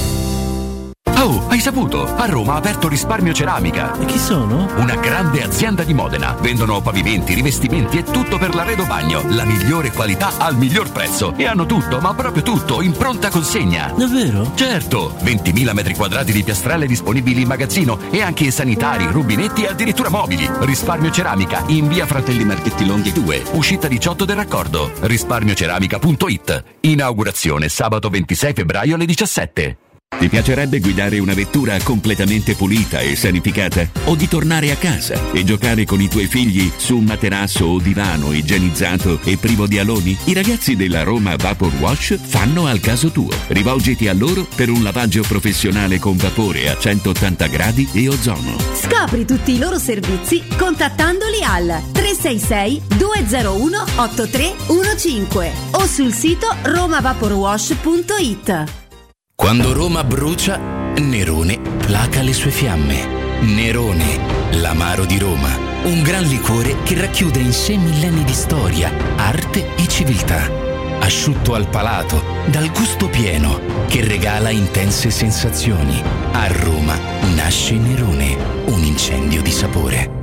Oh, hai saputo? A Roma ha aperto Risparmio Ceramica. E chi sono? Una grande azienda di Modena. Vendono pavimenti, rivestimenti e tutto per l'arredo bagno. La migliore qualità al miglior prezzo. E hanno tutto, ma proprio tutto, in pronta consegna. Davvero? Certo! 20.000 metri quadrati di piastrelle disponibili in magazzino e anche sanitari, rubinetti e addirittura mobili. Risparmio Ceramica, in via Fratelli Marchetti Longhi 2, uscita 18 del raccordo. Risparmioceramica.it. Inaugurazione sabato 26 febbraio alle 17. Ti piacerebbe guidare una vettura completamente pulita e sanificata? O di tornare a casa e giocare con i tuoi figli su un materasso o divano igienizzato e privo di aloni? I ragazzi della Roma Vapor Wash fanno al caso tuo. Rivolgiti a loro per un lavaggio professionale con vapore a 180 gradi e ozono. Scopri tutti i loro servizi contattandoli al 366 201 8315 o sul sito romavaporwash.it. Quando Roma brucia, Nerone placa le sue fiamme. Nerone, l'amaro di Roma. Un gran liquore che racchiude in sé millenni di storia, arte e civiltà. Asciutto al palato, dal gusto pieno, che regala intense sensazioni. A Roma nasce Nerone, un incendio di sapore.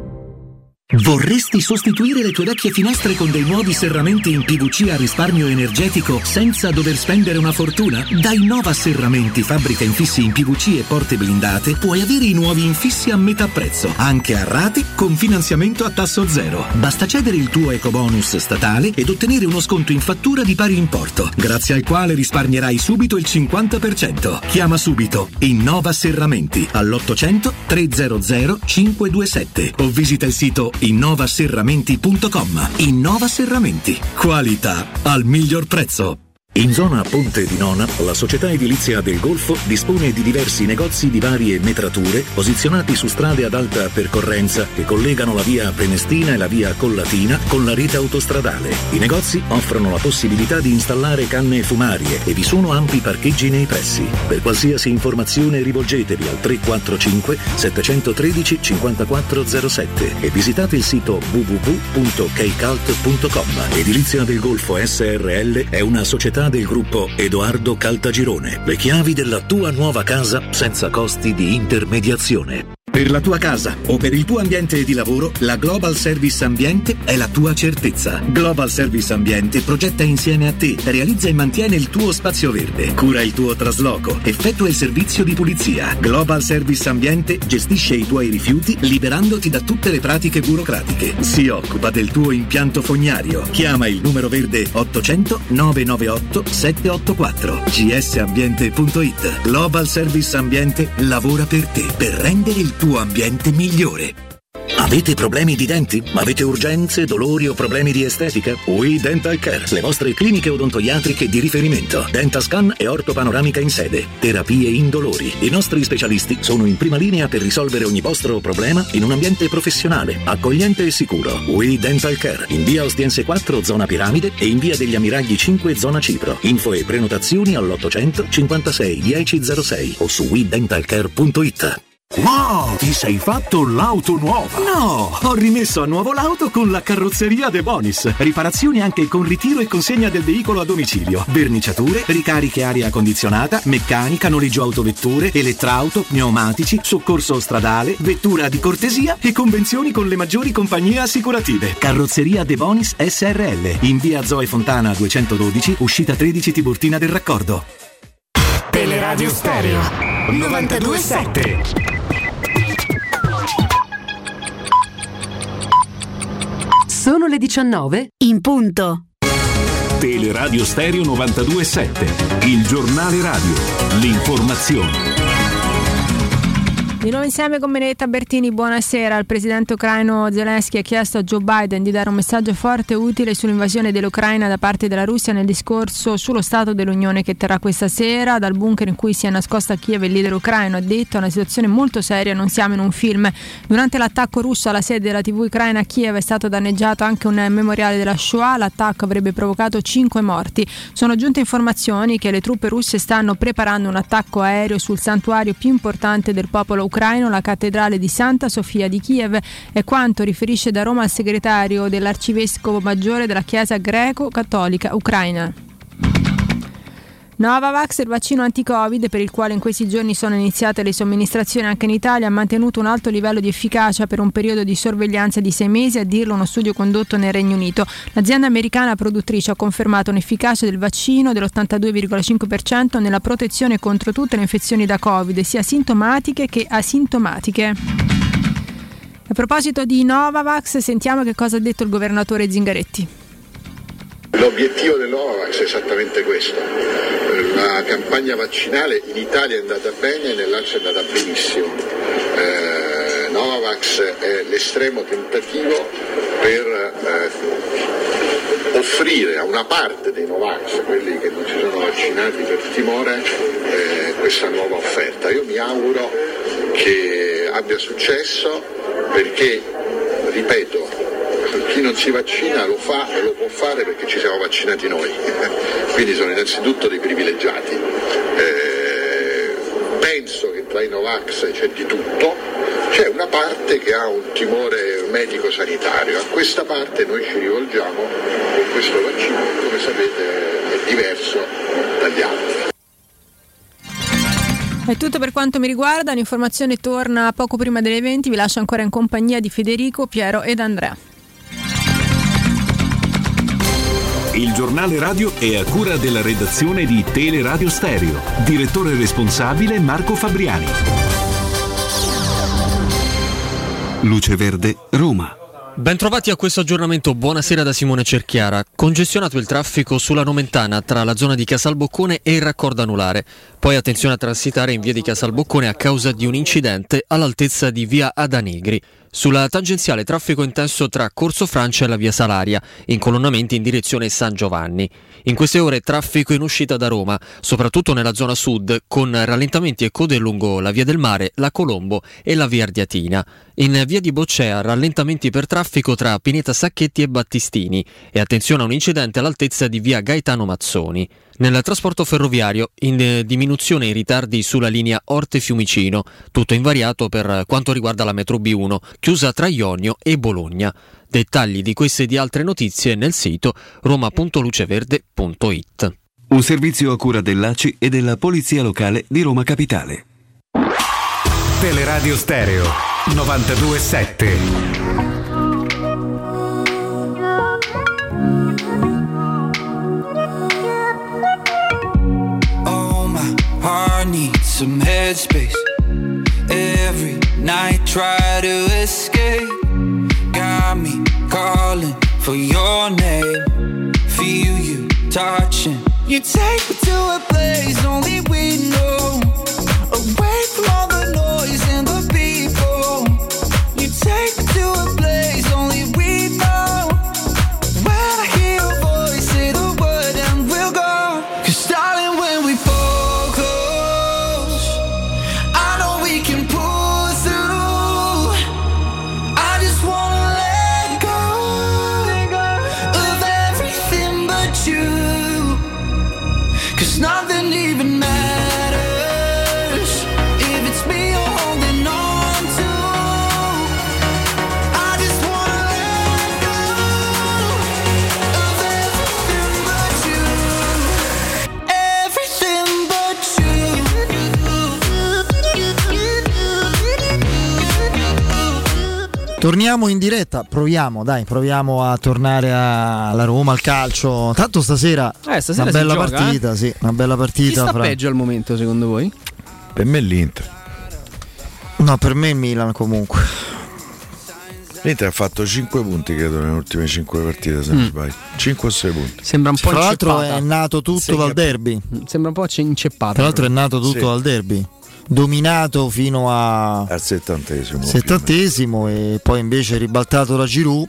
Vorresti sostituire le tue vecchie finestre con dei nuovi serramenti in PVC a risparmio energetico senza dover spendere una fortuna? Da Innova Serramenti, fabbrica infissi in PVC e porte blindate, puoi avere i nuovi infissi a metà prezzo, anche a rate con finanziamento a tasso zero. Basta cedere il tuo ecobonus statale ed ottenere uno sconto in fattura di pari importo, grazie al quale risparmierai subito il 50%. Chiama subito Innova Serramenti all'800 300 527 o visita il sito innovaserramenti.com. Innova Serramenti. Qualità al miglior prezzo. In zona Ponte di Nona, la società edilizia del Golfo dispone di diversi negozi di varie metrature posizionati su strade ad alta percorrenza che collegano la via Prenestina e la via Collatina con la rete autostradale. I negozi offrono la possibilità di installare canne fumarie e vi sono ampi parcheggi nei pressi. Per qualsiasi informazione rivolgetevi al 345 713 5407 e visitate il sito www.keicalt.com. Edilizia del Golfo SRL è una società del gruppo Edoardo Caltagirone. Le chiavi della tua nuova casa senza costi di intermediazione. Per la tua casa o per il tuo ambiente di lavoro, la Global Service Ambiente è la tua certezza. Global Service Ambiente progetta insieme a te, realizza e mantiene il tuo spazio verde, cura il tuo trasloco, effettua il servizio di pulizia. Global Service Ambiente gestisce i tuoi rifiuti liberandoti da tutte le pratiche burocratiche. Si occupa del tuo impianto fognario. Chiama il numero verde 800 998 784. gsambiente.it. Global Service Ambiente lavora per te, per rendere il tuo ambiente migliore. Avete problemi di denti? Avete urgenze, dolori o problemi di estetica? We Dental Care, le vostre cliniche odontoiatriche di riferimento. Dentascan e ortopanoramica in sede. Terapie indolori. I nostri specialisti sono in prima linea per risolvere ogni vostro problema in un ambiente professionale, accogliente e sicuro. We Dental Care, in via Ostiense 4, zona Piramide e in via degli Ammiragli 5, zona Cipro. Info e prenotazioni all'800 56 1006 o su wedentalcare.it. Wow, ti sei fatto l'auto nuova? No, ho rimesso a nuovo l'auto con la carrozzeria De Bonis. Riparazioni anche con ritiro e consegna del veicolo a domicilio. Verniciature, ricariche aria condizionata, meccanica, noleggio autovetture, elettrauto, pneumatici, soccorso stradale, vettura di cortesia e convenzioni con le maggiori compagnie assicurative. Carrozzeria De Bonis SRL, in via Zoe Fontana 212, uscita 13 Tiburtina del Raccordo. Teleradio Stereo 92.7. Sono le 19 in punto. Teleradio Stereo 92.7, il giornale radio, l'informazione. Di nuovo insieme con Benedetta Bertini, buonasera. Il presidente ucraino Zelensky ha chiesto a Joe Biden di dare un messaggio forte e utile sull'invasione dell'Ucraina da parte della Russia nel discorso sullo Stato dell'Unione che terrà questa sera. Dal bunker in cui si è nascosto a Kiev il leader ucraino ha detto: è una situazione molto seria, non siamo in un film. Durante l'attacco russo alla sede della TV ucraina a Kiev è stato danneggiato anche un memoriale della Shoah. L'attacco avrebbe provocato 5 morti. Sono giunte informazioni che le truppe russe stanno preparando un attacco aereo sul santuario più importante del popolo ucraino, la cattedrale di Santa Sofia di Kiev, è quanto riferisce da Roma il segretario dell'arcivescovo maggiore della Chiesa greco-cattolica ucraina. Novavax, il vaccino anti-Covid per il quale in questi giorni sono iniziate le somministrazioni anche in Italia, ha mantenuto un alto livello di efficacia per un periodo di sorveglianza di 6 mesi, a dirlo uno studio condotto nel Regno Unito. L'azienda americana produttrice ha confermato un'efficacia del vaccino dell'82,5% nella protezione contro tutte le infezioni da Covid, sia sintomatiche che asintomatiche. A proposito di Novavax, sentiamo che cosa ha detto il governatore Zingaretti. L'obiettivo del Novavax è esattamente questo. La campagna vaccinale in Italia è andata bene e nell'Alce è andata benissimo. Novavax è l'estremo tentativo per offrire a una parte dei Novax, quelli che non si sono vaccinati per timore, questa nuova offerta. Io mi auguro che abbia successo perché, ripeto, chi non si vaccina lo fa e lo può fare perché ci siamo vaccinati noi, quindi sono innanzitutto dei privilegiati. Penso che tra i Novax c'è di tutto, c'è una parte che ha un timore medico-sanitario, a questa parte noi ci rivolgiamo con questo vaccino che, come sapete, è diverso dagli altri. È tutto per quanto mi riguarda, l'informazione torna poco prima delle 20, vi lascio ancora in compagnia di Federico, Piero ed Andrea. Il giornale radio è a cura della redazione di Teleradio Stereo. Direttore responsabile Marco Fabriani. Luce Verde, Roma. Bentrovati a questo aggiornamento, buonasera da Simone Cerchiara. Congestionato il traffico sulla Nomentana tra la zona di Casalboccone e il raccordo anulare. Poi attenzione a transitare in via di Casalboccone a causa di un incidente all'altezza di via Adanegri. Sulla tangenziale traffico intenso tra Corso Francia e la via Salaria, incolonnamenti in direzione San Giovanni. In queste ore traffico in uscita da Roma, soprattutto nella zona sud, con rallentamenti e code lungo la via del Mare, la Colombo e la via Ardiatina. In via di Boccea rallentamenti per traffico tra Pineta Sacchetti e Battistini e attenzione a un incidente all'altezza di via Gaetano Mazzoni. Nel trasporto ferroviario in diminuzione i ritardi sulla linea Orte-Fiumicino, tutto invariato per quanto riguarda la metro B1, chiusa tra Ionio e Bologna. Dettagli di queste e di altre notizie nel sito roma.luceverde.it. Un servizio a cura dell'ACI e della Polizia Locale di Roma Capitale. Teleradio Stereo 92.7. I need some headspace. Every night try to escape. Got me calling for your name. Feel you touching. You take me to a place only we know. Away from all the noise and the people. You take me to a place only we know. When I hear your voice, say the word and we'll go. 'Cause darling, when we fall nothing even matters if it's me you're holding on to. I just wanna let go of everything but you. Everything but you. Torniamo in diretta, proviamo a tornare alla Roma, al calcio. Tanto stasera una bella partita, sì, una bella partita. Chi sta peggio al momento secondo voi? Per me l'Inter. No, per me il Milan comunque. L'Inter ha fatto 5 punti credo nelle ultime 5 partite, se non sbaglio. 5 o 6 punti. Sembra un po' inceppata. Tra l'altro è nato tutto dal derby. Sembra un po' inceppata. Tra l'altro è nato tutto dal derby. dominato fino al 70esimo e poi invece ribaltato da Giroud.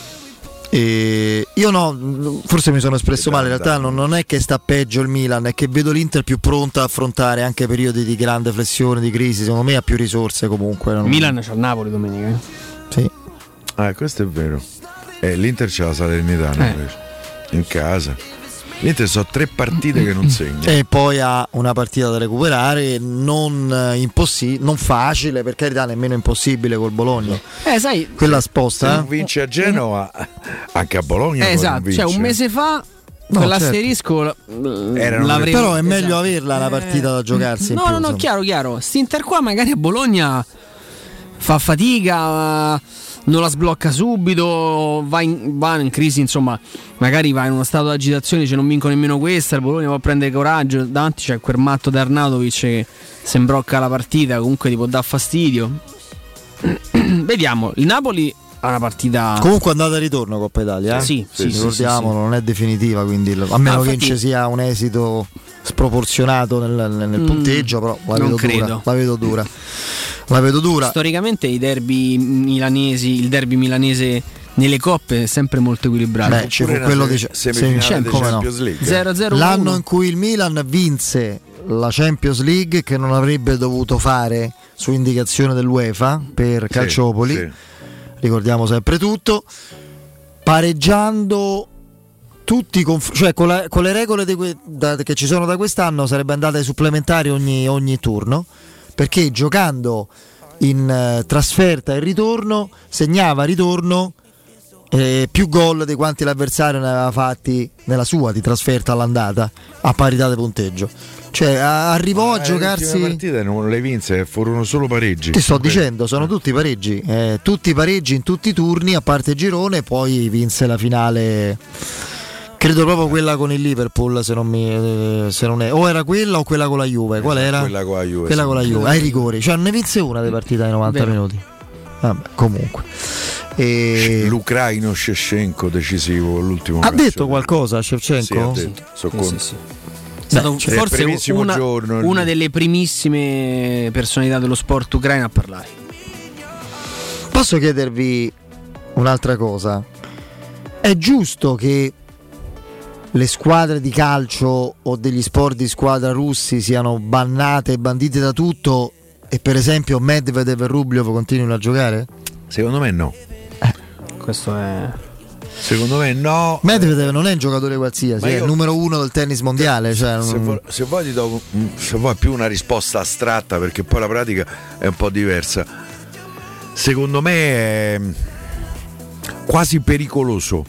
E io forse mi sono espresso male, in realtà non è che sta peggio il Milan, è che vedo l'Inter più pronta a affrontare anche periodi di grande flessione, di crisi. Secondo me ha più risorse comunque. Milan c'ha il Napoli domenica. Sì. Questo è vero. L'Inter c'ha la Salernitana invece, in casa. L'Inter sono 3 partite che non segna e poi ha una partita da recuperare, non facile, per carità, nemmeno impossibile col Bologna. Sai, quella sposta. Se non vince a Genova, anche a Bologna. Esatto, cioè un mese fa quell'asterisco l'avrei. Però è meglio averla la partita da giocarsi. No, chiaro. St'Inter qua magari a Bologna fa fatica. Non la sblocca subito, va in crisi, insomma, magari va in uno stato di agitazione, non vinco nemmeno questa, il Bologna può prendere coraggio, davanti c'è quel matto di Arnautovic che si imbrocca la partita, comunque ti può dar fastidio. Vediamo, il Napoli ha una partita... Comunque andata e ritorno Coppa Italia, Sì, ricordiamolo, non è definitiva, quindi a meno che ci sia un esito sproporzionato nel punteggio, però la vedo dura. Storicamente il derby milanese nelle coppe è sempre molto equilibrato. Quello di Champions League. 0-0. L'anno in cui il Milan vinse la Champions League, che non avrebbe dovuto fare su indicazione dell'UEFA per Calciopoli, ricordiamo sempre tutto, pareggiando tutti, cioè con le regole che ci sono da quest'anno sarebbe andata ai supplementari ogni turno, perché giocando in trasferta e ritorno segnava ritorno più gol di quanti l'avversario ne aveva fatti nella sua di trasferta all'andata a parità di punteggio. Cioè arrivò a giocarsi. Le partite non le vinse, furono solo pareggi. Ti sto dicendo, sono tutti pareggi in tutti i turni, a parte girone, poi vinse la finale. Credo proprio quella con il Liverpool, se non è. O era quella o quella con la Juve. Qual era? Quella con la Juve. Quella con la Juve, ai rigori. Cioè non ne vinse una di partita ai 90 minuti. Vabbè, comunque. L'ucraino Shevchenko decisivo l'ultimo. Ha detto qualcosa Shevchenko? Sì, ha detto. Sì. È stato forse una delle primissime personalità dello sport ucraino a parlare. Posso chiedervi un'altra cosa? È giusto che le squadre di calcio o degli sport di squadra russi siano bannate e bandite da tutto e per esempio Medvedev e Rublev continuino a giocare? Secondo me no. Questo è... Secondo me no. Medvedev non è un giocatore qualsiasi, è il numero 1 del tennis mondiale. Cioè se vuoi ti do più una risposta astratta, perché poi la pratica è un po' diversa. Secondo me è quasi pericoloso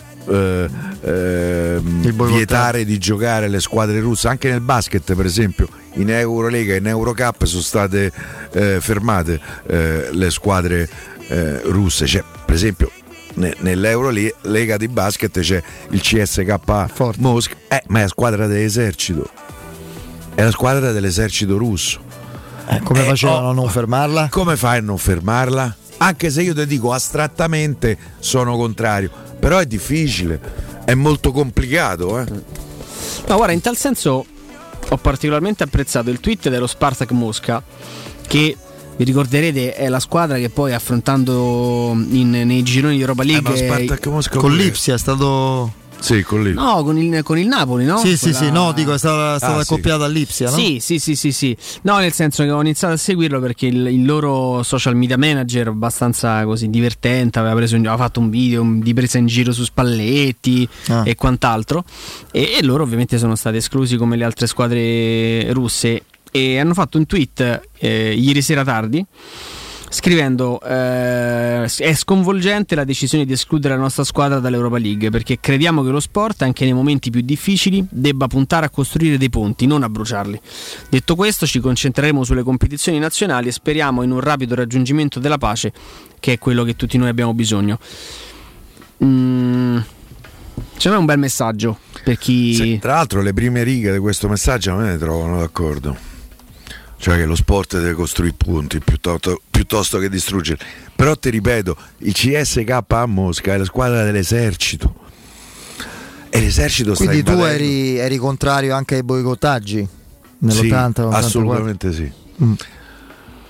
vietare di giocare le squadre russe. Anche nel basket, per esempio, in Eurolega e in Eurocup sono state fermate le squadre russe. Cioè, per esempio, nell'Eurolega di basket c'è il CSKA Mosca, ma è la squadra dell'esercito, è la squadra dell'esercito russo. Come facevano a non fermarla? Come fai a non fermarla? Anche se io ti dico astrattamente sono contrario, però è difficile, è molto complicato. Ma guarda, in tal senso ho particolarmente apprezzato il tweet dello Spartak Mosca, che vi ricorderete è la squadra che poi affrontando nei gironi di Europa League con l'Ipsia è stato... Sì, con l'Ipsia. No, con il Napoli, no? Sì, no, dico è stata accoppiata all'Ipsia, no? Sì. No, nel senso che ho iniziato a seguirlo perché il loro social media manager, abbastanza così divertente, aveva fatto un video di presa in giro su Spalletti e quant'altro, e loro ovviamente sono stati esclusi come le altre squadre russe, e hanno fatto un tweet ieri sera tardi scrivendo è sconvolgente la decisione di escludere la nostra squadra dall'Europa League, perché crediamo che lo sport anche nei momenti più difficili debba puntare a costruire dei ponti, non a bruciarli. Detto questo, ci concentreremo sulle competizioni nazionali e speriamo in un rapido raggiungimento della pace, che è quello che tutti noi abbiamo bisogno. Secondo me è un bel messaggio per chi... Sì, tra l'altro le prime righe di questo messaggio a me ne trovano d'accordo. Cioè che lo sport deve costruire punti piuttosto che distruggerli. Però ti ripeto, il CSKA Mosca è la squadra dell'esercito, e l'esercito sta invadendo. Quindi tu eri contrario anche ai boicottaggi nell'80? Sì, assolutamente sì.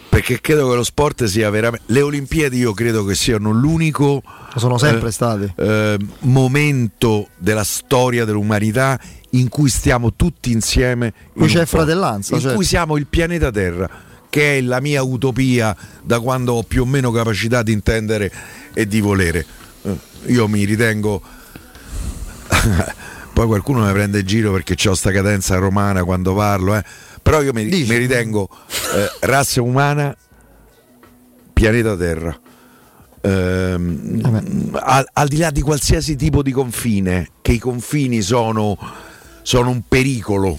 perché credo che lo sport sia veramente, le Olimpiadi io credo che siano l'unico sono sempre stati momento della storia dell'umanità in cui stiamo tutti insieme, qui c'è fratellanza, in cui siamo il pianeta Terra, che è la mia utopia da quando ho più o meno capacità di intendere e di volere. Io mi ritengo poi qualcuno mi prende in giro perché c'ho sta cadenza romana quando parlo, però io mi ritengo razza umana, pianeta Terra, al di là di qualsiasi tipo di confine, che i confini sono un pericolo,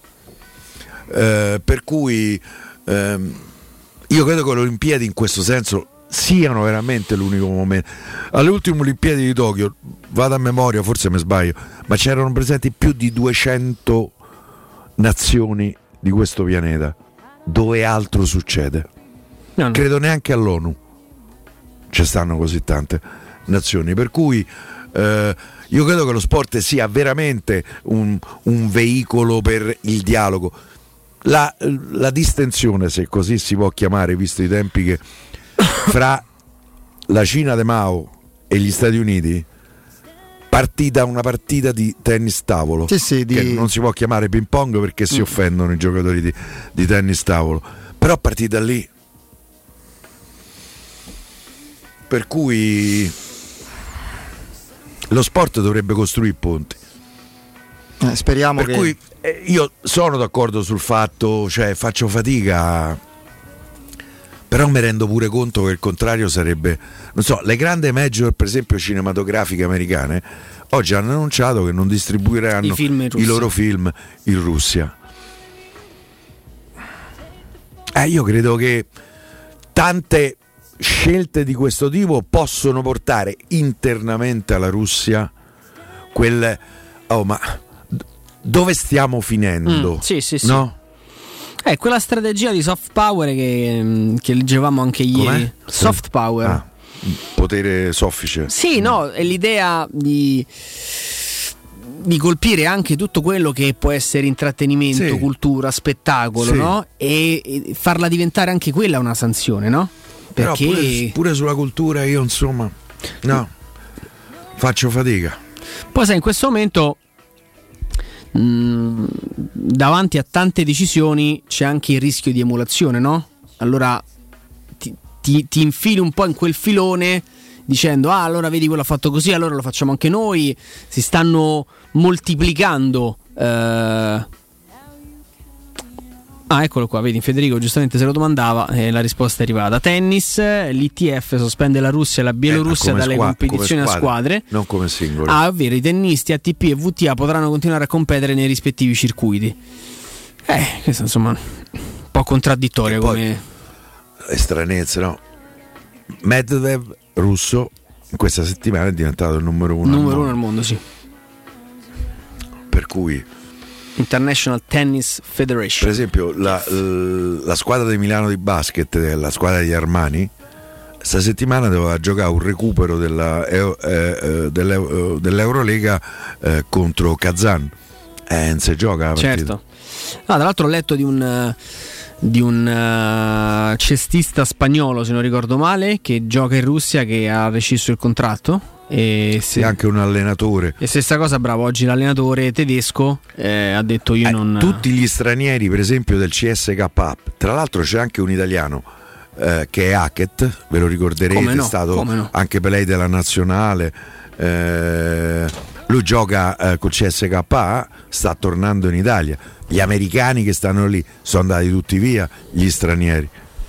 per cui io credo che le Olimpiadi in questo senso siano veramente l'unico momento. Alle ultime Olimpiadi di Tokyo, vado a memoria, forse mi sbaglio, ma c'erano presenti più di 200 nazioni di questo pianeta. Dove altro succede? No. Credo neanche all'ONU ci stanno così tante nazioni, per cui io credo che lo sport sia veramente un veicolo per il dialogo, la distensione, se così si può chiamare, visto i tempi che fra la Cina de Mao e gli Stati Uniti, una partita di tennis tavolo, che non si può chiamare ping pong perché si offendono i giocatori di tennis tavolo, però partita lì, per cui lo sport dovrebbe costruire ponti. Speriamo per cui io sono d'accordo sul fatto, cioè faccio fatica, però mi rendo pure conto che il contrario sarebbe, non so, le grandi major per esempio cinematografiche americane oggi hanno annunciato che non distribuiranno i loro film in Russia. Io credo che tante scelte di questo tipo possono portare internamente alla Russia ma dove stiamo finendo? Sì. No? Quella strategia di soft power che leggevamo anche ieri. Com'è? Soft power. Potere soffice. Sì, no, è l'idea di colpire anche tutto quello che può essere intrattenimento, cultura, spettacolo, no? E farla diventare anche quella una sanzione, no? Perché però pure sulla cultura io insomma faccio fatica. Poi sai, in questo momento davanti a tante decisioni c'è anche il rischio di emulazione, no? Allora ti infili un po' in quel filone dicendo allora vedi quello ha fatto così, allora lo facciamo anche noi. Si stanno moltiplicando eccolo qua, vedi, Federico giustamente se lo domandava e la risposta è arrivata. Tennis, l'ITF sospende la Russia e la Bielorussia dalle competizioni a squadre, non come singoli. Ovvero i tennisti ATP e WTA potranno continuare a competere nei rispettivi circuiti. Questo insomma un po' contraddittoria come le stranezze, no? Medvedev russo in questa settimana è diventato il numero uno al mondo, sì. Per cui International Tennis Federation. Per esempio la squadra di Milano di basket, la squadra di Armani, questa settimana doveva giocare un recupero dell'Eurolega contro Kazan. Non si gioca la partita. Certo. Tra l'altro ho letto di un cestista spagnolo, se non ricordo male, che gioca in Russia, che ha rescisso il contratto. E anche un allenatore. E stessa cosa, bravo, oggi l'allenatore tedesco ha detto io non. Tutti gli stranieri, per esempio del CSKA, tra l'altro c'è anche un italiano che è Hackett, ve lo ricorderete, è stato anche per lei della nazionale. Lui gioca col CSKA, sta tornando in Italia. Gli americani che stanno lì sono andati tutti via, gli stranieri.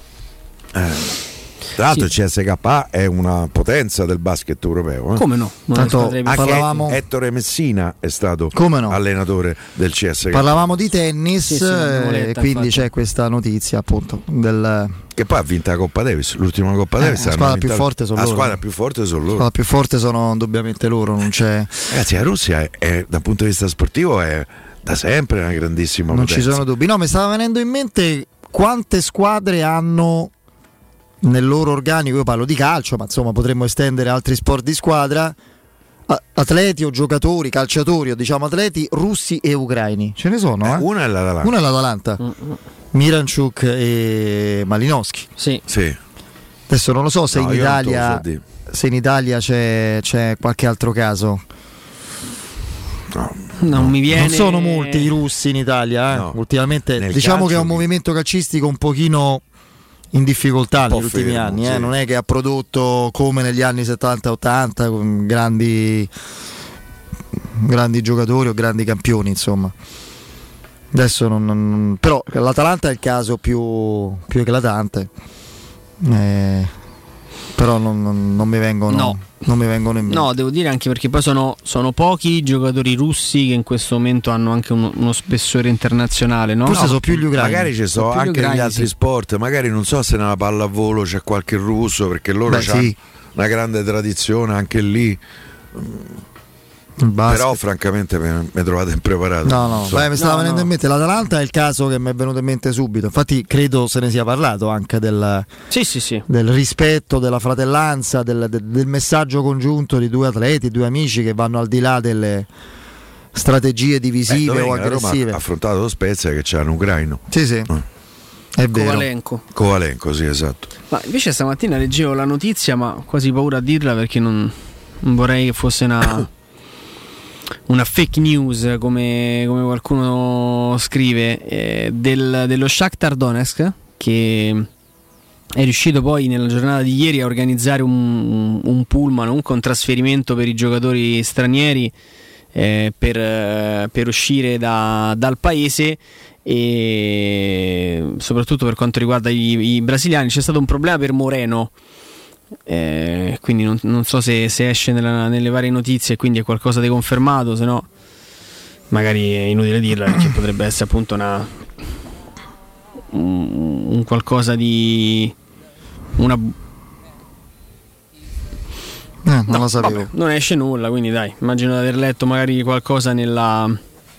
Tra l'altro il CSKA è una potenza del basket europeo. Come no? Tanto parlavamo... Ettore Messina è stato allenatore del CSKA. Parlavamo di tennis, e quindi c'è questa notizia appunto che poi ha vinto la Coppa Davis, l'ultima Coppa Davis. La squadra più forte sono loro. La squadra più forte sono loro. La squadra più forte sono indubbiamente loro, non c'è. Ragazzi, la Russia dal punto di vista sportivo è da sempre una grandissima potenza. Non ci sono dubbi. No, mi stava venendo in mente quante squadre hanno nel loro organico, io parlo di calcio, ma insomma potremmo estendere altri sport di squadra, atleti o giocatori, calciatori o diciamo atleti russi e ucraini. Ce ne sono, Una è l'Atalanta. Una è l'Atalanta. Miranchuk e Malinowski. Sì. Adesso non lo so se in Italia c'è qualche altro caso. Non mi viene. Non sono molti i russi in Italia, ultimamente. Diciamo che è un movimento calcistico un pochino in difficoltà negli ultimi anni, non è che ha prodotto come negli anni 70-80 con grandi giocatori o grandi campioni, insomma. Adesso però l'Atalanta è il caso più eclatante, però non mi vengono in mente. No, devo dire anche perché poi sono pochi i giocatori russi che in questo momento hanno anche uno spessore internazionale, no? Forse sono più gli ucraini. Magari ci sono anche negli altri sport, magari non so se nella pallavolo c'è qualche russo, perché loro hanno una grande tradizione anche lì. Però francamente mi trovate impreparato. Mi stava venendo in mente l'Atalanta, è il caso che mi è venuto in mente subito. Infatti credo se ne sia parlato anche del rispetto, della fratellanza, del messaggio congiunto di due atleti, due amici che vanno al di là delle strategie divisive o aggressive. Roma ha affrontato lo Spezia che c'era un ucraino. È vero. Kovalenko, sì, esatto. Ma invece stamattina leggevo la notizia, ma quasi paura a dirla perché non vorrei che fosse una fake news come qualcuno scrive, dello Shakhtar Donetsk, che è riuscito poi nella giornata di ieri a organizzare un pullman, un trasferimento per i giocatori stranieri per uscire dal paese, e soprattutto per quanto riguarda i brasiliani. C'è stato un problema per Moreno, quindi non so se esce nelle varie notizie, quindi è qualcosa di confermato, se no magari è inutile dirla, perché potrebbe essere appunto un qualcosa di non lo sapevo. Vabbè, non esce nulla, quindi dai, immagino di aver letto magari qualcosa nel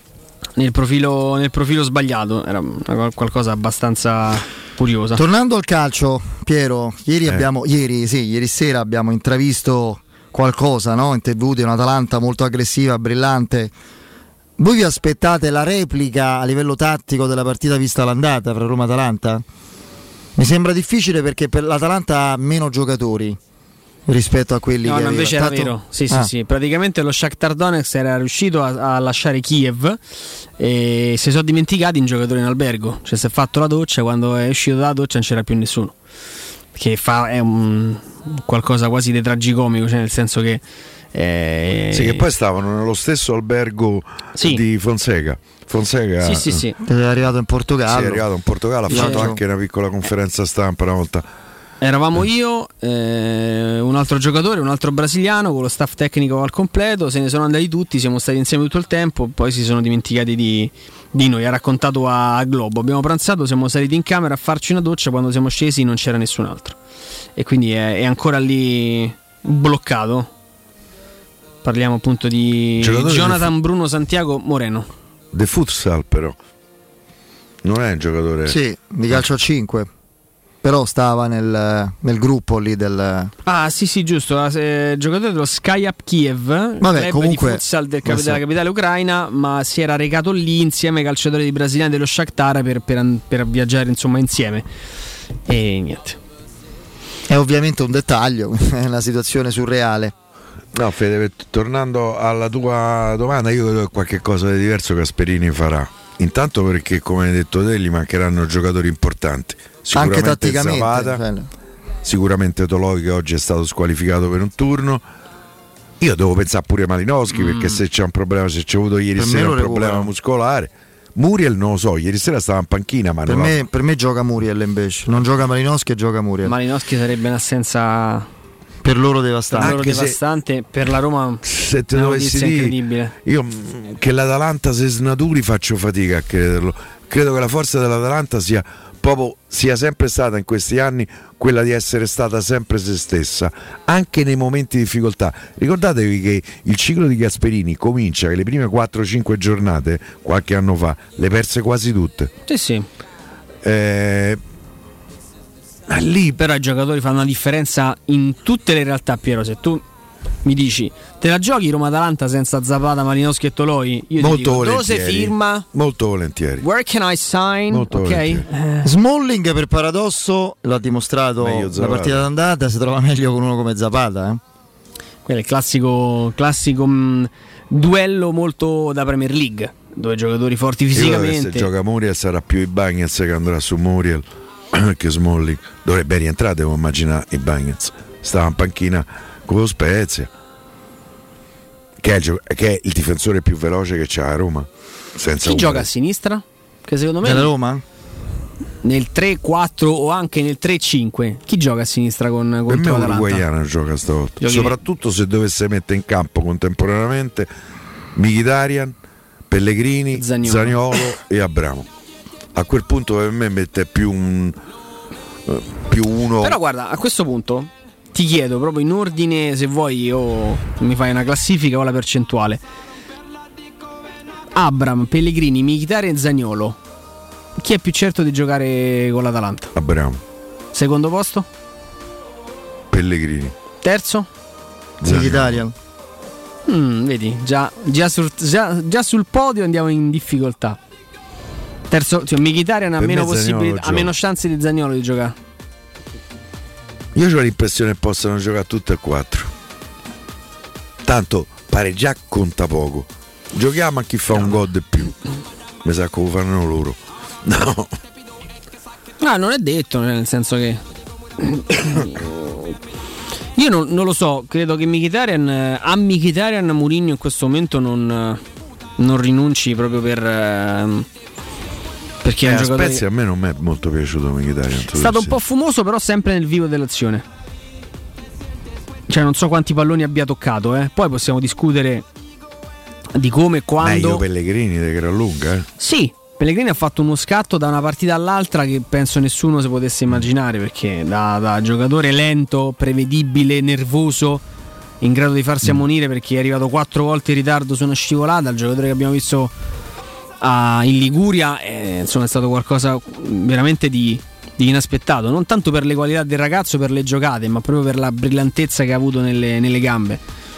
profilo sbagliato, era qualcosa abbastanza curiosa. Tornando al calcio, Piero, ieri sera abbiamo intravisto qualcosa, no? In TV di un'Atalanta molto aggressiva, brillante. Voi vi aspettate la replica a livello tattico della partita vista l'andata fra Roma e Atalanta? Mi sembra difficile perché per l'Atalanta ha meno giocatori rispetto a quelli che aveva. Invece era vero. Sì. Praticamente lo Shakhtar Donetsk era riuscito a lasciare Kiev e si sono dimenticati un giocatore in albergo. Cioè si è fatto la doccia, quando è uscito dalla doccia non c'era più nessuno. Che è qualcosa quasi di tragicomico, cioè nel senso che che poi stavano nello stesso albergo di Fonseca. Sì. È arrivato in Portogallo. Ha fatto anche una piccola conferenza stampa una volta. Eravamo io, un altro giocatore, un altro brasiliano con lo staff tecnico al completo. Se ne sono andati tutti, siamo stati insieme tutto il tempo, poi si sono dimenticati di noi. Ha raccontato a Globo. Abbiamo pranzato, siamo saliti in camera a farci una doccia, quando siamo scesi non c'era nessun altro, e quindi è ancora lì bloccato. Parliamo appunto di Jonathan Bruno Santiago Moreno. De futsal, però non è un giocatore di calcio a 5. Però stava nel gruppo lì del... sì, giusto, giocatore dello Skyap Kiev, club di futsal della capitale ucraina, ma si era recato lì insieme ai calciatori brasiliani dello Shakhtar per viaggiare insomma insieme, e niente. È ovviamente un dettaglio, è una situazione surreale. No, Fede, tornando alla tua domanda, io credo che qualche cosa di diverso Gasperini farà. Intanto perché, come hai detto te, gli mancheranno giocatori importanti. Anche tatticamente Zapata, sicuramente Toloi, che oggi è stato squalificato per un turno. Io devo pensare pure a Malinowski, perché se c'è un problema, se c'è avuto ieri sera un problema muscolare. Muriel non lo so, ieri sera stava in panchina, ma per me gioca Muriel, invece non gioca Malinowski e gioca Muriel. Malinowski sarebbe un'assenza per loro devastante, per la Roma se te dovessi dire, incredibile. Io che l'Atalanta si snaturi faccio fatica a crederlo. Credo che la forza dell'Atalanta sia sempre stata in questi anni quella di essere stata sempre se stessa, anche nei momenti di difficoltà. Ricordatevi che il ciclo di Gasperini comincia che le prime 4-5 giornate qualche anno fa le perse quasi tutte. Sì. Lì però i giocatori fanno una differenza in tutte le realtà, Piero. Se tu mi dici te la giochi Roma-Atalanta senza Zapata, Malinowski e Toloi? Io molto ti dico, volentieri. dove si firma? Molto volentieri. Where can I sign? Molto Ok. Smalling per paradosso l'ha dimostrato la partita d'andata, si trova meglio con uno come Zapata. Quello è il classico duello molto da Premier League, due giocatori forti fisicamente. Se gioca Muriel sarà più Ibañez che andrà su Muriel che Smalling. Dovrebbe rientrare, devo immaginare, Ibañez. Stava in panchina con lo Spezia, che è il difensore più veloce che c'ha a Roma. Senza chi gioca a sinistra? Che secondo me nella Roma? Nel 3-4 o anche nel 3-5 chi gioca a sinistra con per me l'Atalanta? Uruguaiano gioca stavolta. Giochi... soprattutto se dovesse mettere in campo contemporaneamente Mkhitaryan, Pellegrini, Zaniolo e Abramo. A quel punto per me mette più uno. Però guarda, a questo punto ti chiedo proprio in ordine, se vuoi, o mi fai una classifica o la percentuale. Abram, Pellegrini, Mkhitaryan e Zaniolo. Chi è più certo di giocare con l'Atalanta? Abramo. Secondo posto? Pellegrini. Terzo? Mkhitaryan. Vedi, già sul podio andiamo in difficoltà. Terzo, cioè Mkhitaryan ha meno possibilità, ha meno chance di Zaniolo di giocare. Io ho l'impressione che possano giocare tutte e quattro. Tanto pareggiare conta poco. Giochiamo a chi fa un gol di più. Mi sa come fanno loro. No. Non è detto, nel senso che io non lo so, credo che Mkhitaryan Mourinho in questo momento non rinunci proprio perché è un giocatore Spezia a me non mi è molto piaciuto Mkhitaryan. È stato un po' fumoso, però sempre nel vivo dell'azione. Cioè non so quanti palloni abbia toccato, poi possiamo discutere di come e quando. Meglio Pellegrini di gran lunga, Sì, Pellegrini ha fatto uno scatto da una partita all'altra che penso nessuno si potesse immaginare, perché da giocatore lento, prevedibile, nervoso, in grado di farsi ammonire perché è arrivato 4 volte in ritardo su una scivolata, il giocatore che abbiamo visto in Liguria insomma è stato qualcosa veramente di inaspettato, non tanto per le qualità del ragazzo, per le giocate, ma proprio per la brillantezza che ha avuto nelle gambe.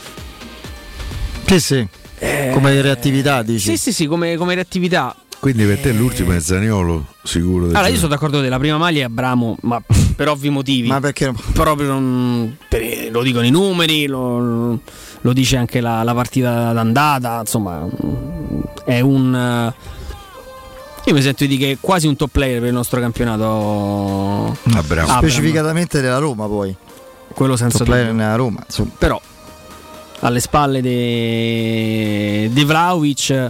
Sì. Come reattività, dici? Sì, come reattività. Quindi per te l'ultimo è Zaniolo, sicuro? Allora io sono d'accordo della prima maglia è Abramo, ma per ovvi motivi. Ma perché? Proprio lo dicono i numeri, lo dice anche la partita d'andata, insomma è un... Io mi sento di dire che è quasi un top player per il nostro campionato. Bravo. Specificatamente della Roma, poi. Quello senza top player nella Roma, insomma. Però alle spalle di Vlahovic,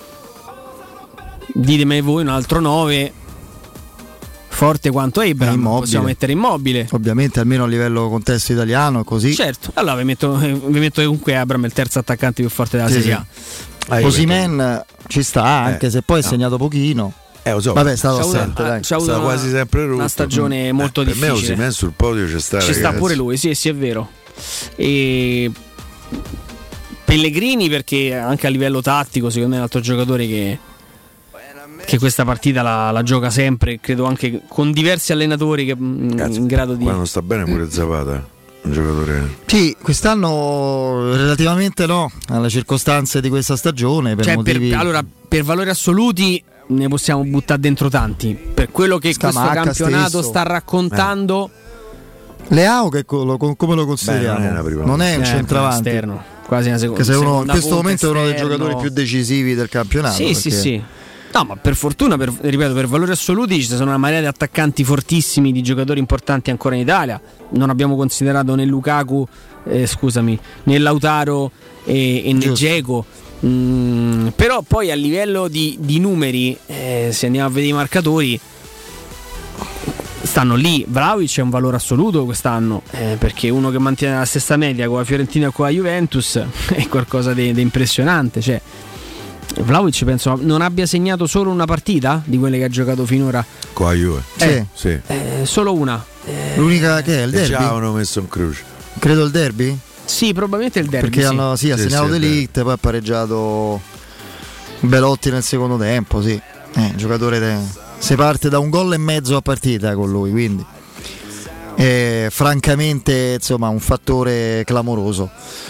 ditemi voi un altro 9 forte quanto Abraham, possiamo mettere Immobile. Ovviamente almeno a livello contesto italiano, così. Certo, allora vi metto comunque Abraham il terzo attaccante più forte della Serie A. Osimhen ci sta, anche se poi ha segnato pochino. Lo so. Vabbè, è stato assente, dai. C'ha avuto quasi sempre rotto. Una stagione molto difficile. Per me Osimhen sul podio ci sta. Ci sta pure lui, sì, è vero. E Pellegrini, perché anche a livello tattico secondo me è un altro giocatore che questa partita la gioca sempre, credo anche con diversi allenatori che in grado di... Quando sta bene pure Zapata, un giocatore. Sì, quest'anno relativamente no, alle circostanze di questa stagione, per motivi... allora, per valori assoluti ne possiamo buttare dentro tanti. Per quello che Scamacca questo campionato stesso sta raccontando... Leao come lo consideriamo? Non è un centravanti esterno, quasi una che se uno, in questo momento è uno dei giocatori più decisivi del campionato. Sì. No, ma per fortuna, ripeto, per valori assoluti ci sono una marea di attaccanti fortissimi, di giocatori importanti ancora in Italia. Non abbiamo considerato né Lukaku, né Lautaro e né Dzeko. Però poi a livello di numeri, se andiamo a vedere i marcatori, stanno lì. Vlahovic è un valore assoluto quest'anno, perché uno che mantiene la stessa media con la Fiorentina e con la Juventus è qualcosa di impressionante. Cioè, Vlahovic penso non abbia segnato solo una partita di quelle che ha giocato finora con la Juve. Sì. Solo una. L'unica che è il derby. Già hanno messo in croce. Credo il derby? Sì, probabilmente il derby. Perché ha segnato De Ligt, poi ha pareggiato Belotti nel secondo tempo. Sì, giocatore si parte da un gol e mezzo a partita con lui, quindi francamente insomma un fattore clamoroso.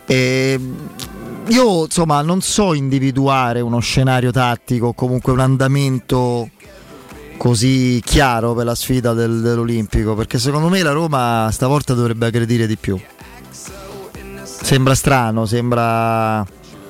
Io insomma non so individuare uno scenario tattico, comunque un andamento così chiaro per la sfida dell'Olimpico, perché secondo me la Roma stavolta dovrebbe aggredire di più. Sembra strano, sembra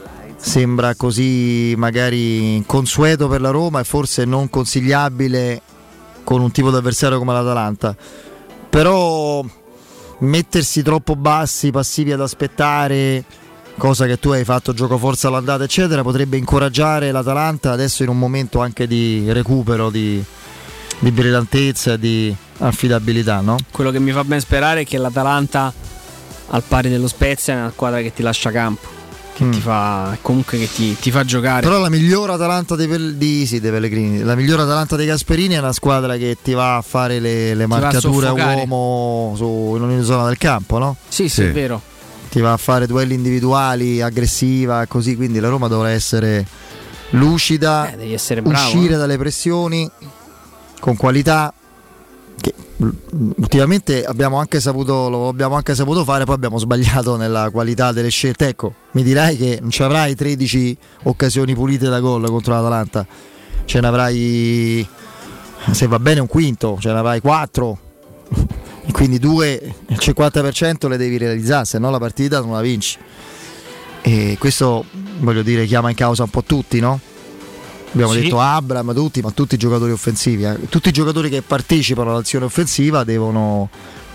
così magari inconsueto per la Roma e forse non consigliabile con un tipo di avversario come l'Atalanta, però mettersi troppo bassi, passivi ad aspettare, cosa che tu hai fatto gioco forza all'andata eccetera, potrebbe incoraggiare l'Atalanta adesso in un momento anche di recupero, di brillantezza e di affidabilità, no? Quello che mi fa ben sperare è che l'Atalanta, al pari dello Spezia, è una squadra che ti lascia campo, che ti fa, comunque che ti fa giocare. Però la migliore Atalanta dei Pellegrini, la migliore Atalanta dei Gasperini è una squadra che ti va a fare le marcature a uomo in ogni zona del campo, no? Sì, è vero. Ti va a fare duelli individuali, aggressiva, così, quindi la Roma dovrà essere lucida, devi essere bravo, uscire dalle pressioni con qualità, che ultimamente lo abbiamo anche saputo fare, poi abbiamo sbagliato nella qualità delle scelte. Ecco, mi dirai che non ci avrai 13 occasioni pulite da gol contro l'Atalanta, ce ne avrai, se va bene, un quinto, ce ne avrai 4. E quindi 2, il 50% le devi realizzare, se no la partita non la vinci. E questo, voglio dire, chiama in causa un po' tutti, no? Abbiamo detto Abraham, ma tutti i giocatori offensivi, tutti i giocatori che partecipano all'azione offensiva devono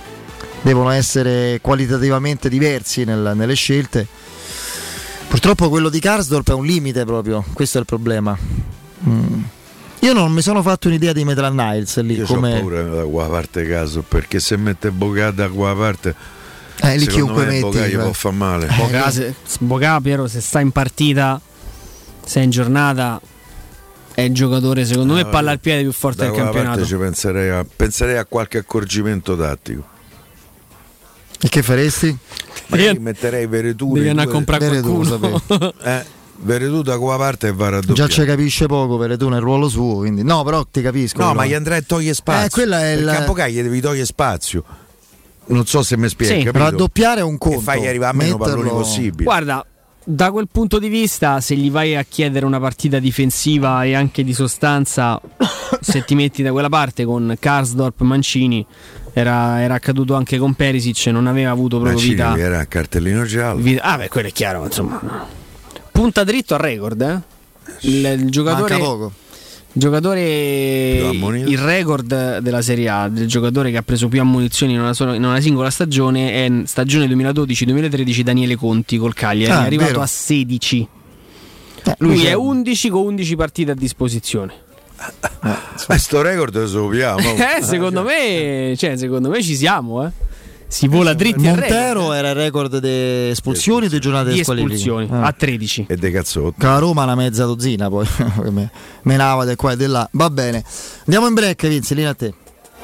essere qualitativamente diversi nelle scelte. Purtroppo quello di Karsdorp è un limite proprio, questo è il problema. Io non mi sono fatto un'idea di Maitland Niles lì. Io come... ho paura da qua parte caso, perché se mette Bocà da qua parte lì chiunque metti Bocà gli può far male. Bocà, Piero, se sta in partita, se è in giornata, è il giocatore secondo me palla al piede più forte del campionato. Ci penserei a qualche accorgimento tattico. E che faresti? Magari metterei Veretù. Devi andare a comprare qualcuno. Veretù da qua parte e va a raddoppiare. Già ci capisce poco Veretù nel ruolo suo, quindi no, però ti capisco. No, ma gli andrei a togliere spazio. Quella è il Campocà gli devi togliere spazio. Non so se mi spiego. Raddoppiare è un conto. E fai arrivare a meno palloni possibili. Guarda, da quel punto di vista, se gli vai a chiedere una partita difensiva e anche di sostanza, se ti metti da quella parte con Karsdorp, Mancini, era accaduto anche con Perisic, non aveva avuto proprio Mancini vita. Era a cartellino giallo. Quello è chiaro, insomma. Punta dritto al record, il giocatore. Manca poco. Il record della Serie A del giocatore che ha preso più ammonizioni in una singola stagione è stagione 2012-2013 Daniele Conti col Cagliari, è arrivato vero. a 16. Lui è 11 con 11 partite a disposizione. Sto record lo sappiamo. Secondo me ci siamo, Si vola dritti. Montero era il record di espulsioni o di giornate di espulsioni a 13 e dei cazzotti. La Roma una mezza dozzina poi menava di qua e di là. Va bene, andiamo in break, Vinzi, linea a te.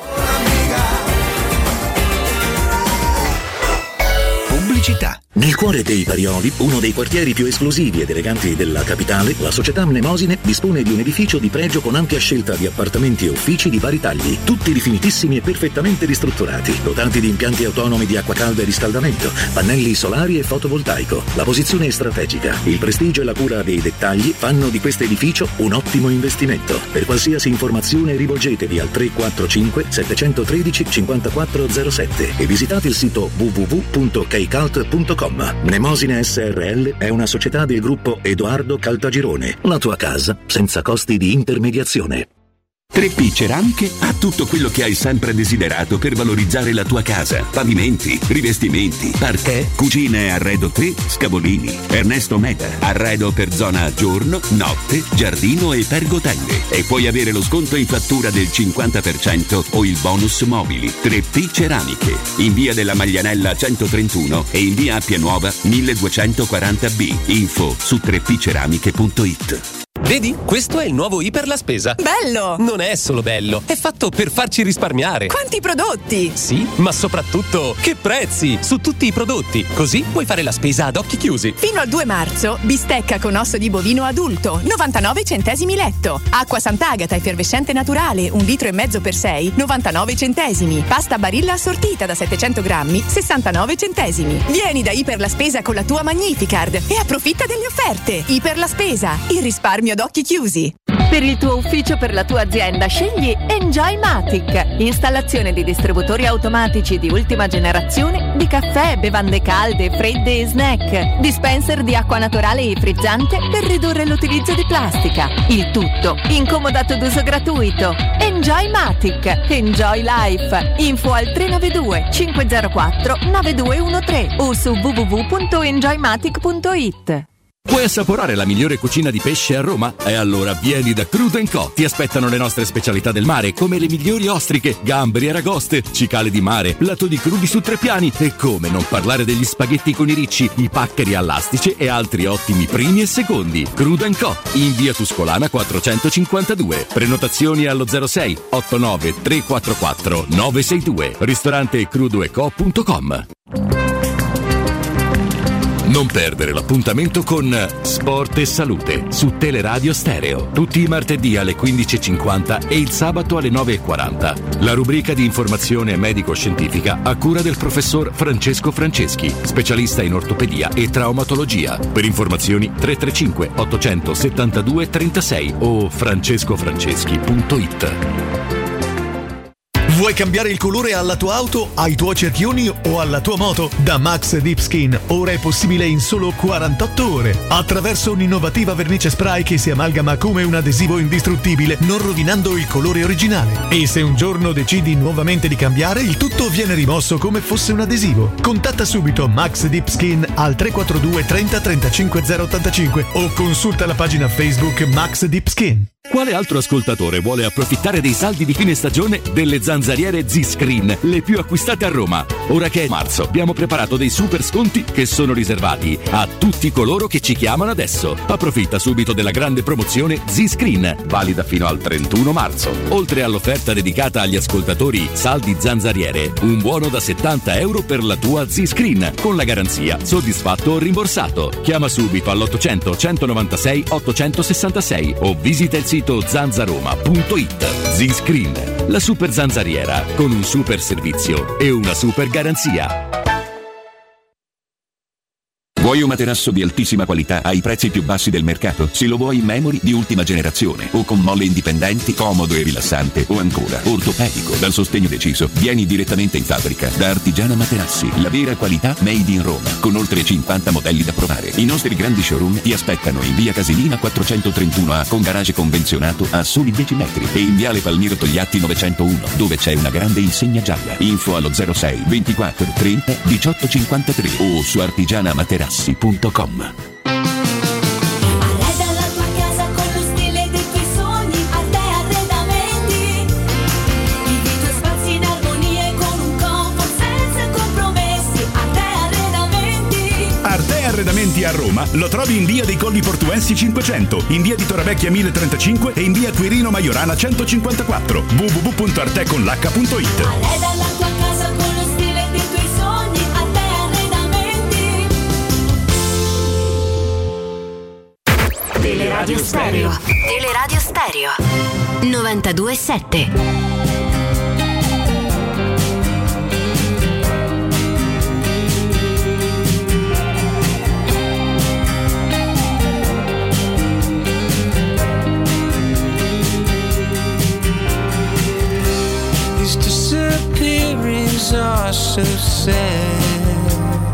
Pubblicità. Nel cuore dei Parioli, uno dei quartieri più esclusivi ed eleganti della capitale, la società Mnemosine dispone di un edificio di pregio con ampia scelta di appartamenti e uffici di vari tagli, tutti rifinitissimi e perfettamente ristrutturati, dotati di impianti autonomi di acqua calda e riscaldamento, pannelli solari e fotovoltaico. La posizione è strategica, il prestigio e la cura dei dettagli fanno di questo edificio un ottimo investimento. Per qualsiasi informazione rivolgetevi al 345 713 5407 e visitate il sito www.kcult.com. Mnemosine SRL è una società del gruppo Edoardo Caltagirone. La tua casa senza costi di intermediazione. 3P Ceramiche ha tutto quello che hai sempre desiderato per valorizzare la tua casa. Pavimenti, rivestimenti, parquet, cucine e arredo 3, Scavolini, Ernesto Meda. Arredo per zona giorno, notte, giardino e pergotelle. E puoi avere lo sconto in fattura del 50% o il bonus mobili. 3P Ceramiche, in via della Maglianella 131 e in via Appia Nuova 1240B. Info su 3pceramiche.it. Vedi? Questo è il nuovo Iper la Spesa. Bello! Non è solo bello, è fatto per farci risparmiare. Quanti prodotti! Sì, ma soprattutto che prezzi su tutti i prodotti. Così puoi fare la spesa ad occhi chiusi. Fino al 2 marzo, bistecca con osso di bovino adulto, 99 centesimi letto. Acqua Sant'Agata effervescente naturale, 1,5 litri per 6, 99 centesimi. Pasta Barilla assortita da 700 grammi, 69 centesimi. Vieni da Iper la Spesa con la tua Magnificard e approfitta delle offerte. Iper la Spesa, il risparmio ad occhi chiusi. Per il tuo ufficio, per la tua azienda, scegli Enjoymatic. Installazione di distributori automatici di ultima generazione di caffè, bevande calde, fredde e snack. Dispenser di acqua naturale e frizzante per ridurre l'utilizzo di plastica. Il tutto incomodato d'uso gratuito. Enjoymatic. Enjoy Life. Info al 392 504 9213 o su www.enjoymatic.it. Vuoi assaporare la migliore cucina di pesce a Roma? E allora vieni da Crudo & Co. Ti aspettano le nostre specialità del mare, come le migliori ostriche, gamberi, aragoste, cicale di mare, plato di crudi su 3 piani e come non parlare degli spaghetti con i ricci, i paccheri all'astice e altri ottimi primi e secondi. Crudo & Co. in via Tuscolana 452. Prenotazioni allo 06 89 344 962. Ristorante crudoeco.com. Non perdere l'appuntamento con Sport e Salute su Teleradio Stereo. Tutti i martedì alle 15.50 e il sabato alle 9.40. La rubrica di informazione medico-scientifica a cura del professor Francesco Franceschi, specialista in ortopedia e traumatologia. Per informazioni 335 872 36 o francescofranceschi.it. Vuoi cambiare il colore alla tua auto, ai tuoi cerchioni o alla tua moto? Da Max Deep Skin ora è possibile in solo 48 ore attraverso un'innovativa vernice spray che si amalgama come un adesivo indistruttibile, non rovinando il colore originale. E se un giorno decidi nuovamente di cambiare, il tutto viene rimosso come fosse un adesivo. Contatta subito Max Deep Skin al 342 30 35 085 o consulta la pagina Facebook Max Deep Skin. Quale altro ascoltatore vuole approfittare dei saldi di fine stagione delle zanzariere Z-Screen, le più acquistate a Roma? Ora che è marzo, abbiamo preparato dei super sconti che sono riservati a tutti coloro che ci chiamano adesso. Approfitta subito della grande promozione Z-Screen, valida fino al 31 marzo. Oltre all'offerta dedicata agli ascoltatori saldi zanzariere, un buono da €70 per la tua Z-Screen, con la garanzia soddisfatto o rimborsato. Chiama subito all'800 196 866 o visita il sito zanzaroma.it. Z-Screen, la super zanzariera con un super servizio e una super garanzia. Vuoi un materasso di altissima qualità ai prezzi più bassi del mercato? Se lo vuoi in memory di ultima generazione o con molle indipendenti, comodo e rilassante o ancora ortopedico dal sostegno deciso, vieni direttamente in fabbrica da Artigiana Materassi, la vera qualità made in Roma, con oltre 50 modelli da provare. I nostri grandi showroom ti aspettano in via Casilina 431A con garage convenzionato a soli 10 metri e in viale Palmiro Togliatti 901 dove c'è una grande insegna gialla. Info allo 06 24 30 18 53 o su artigianamaterassi.com. Arredamenti a Roma lo trovi in via dei Colli Portuensi 500, in via di Torrevecchia 1035 e in via Quirino Maiorana 154. www.arteconlh.it. Arreda la tua casa con lo stile dei tuoi sogni. Arte Arredamenti. Teleradio Stereo. Teleradio Stereo 92.7. Are so sad.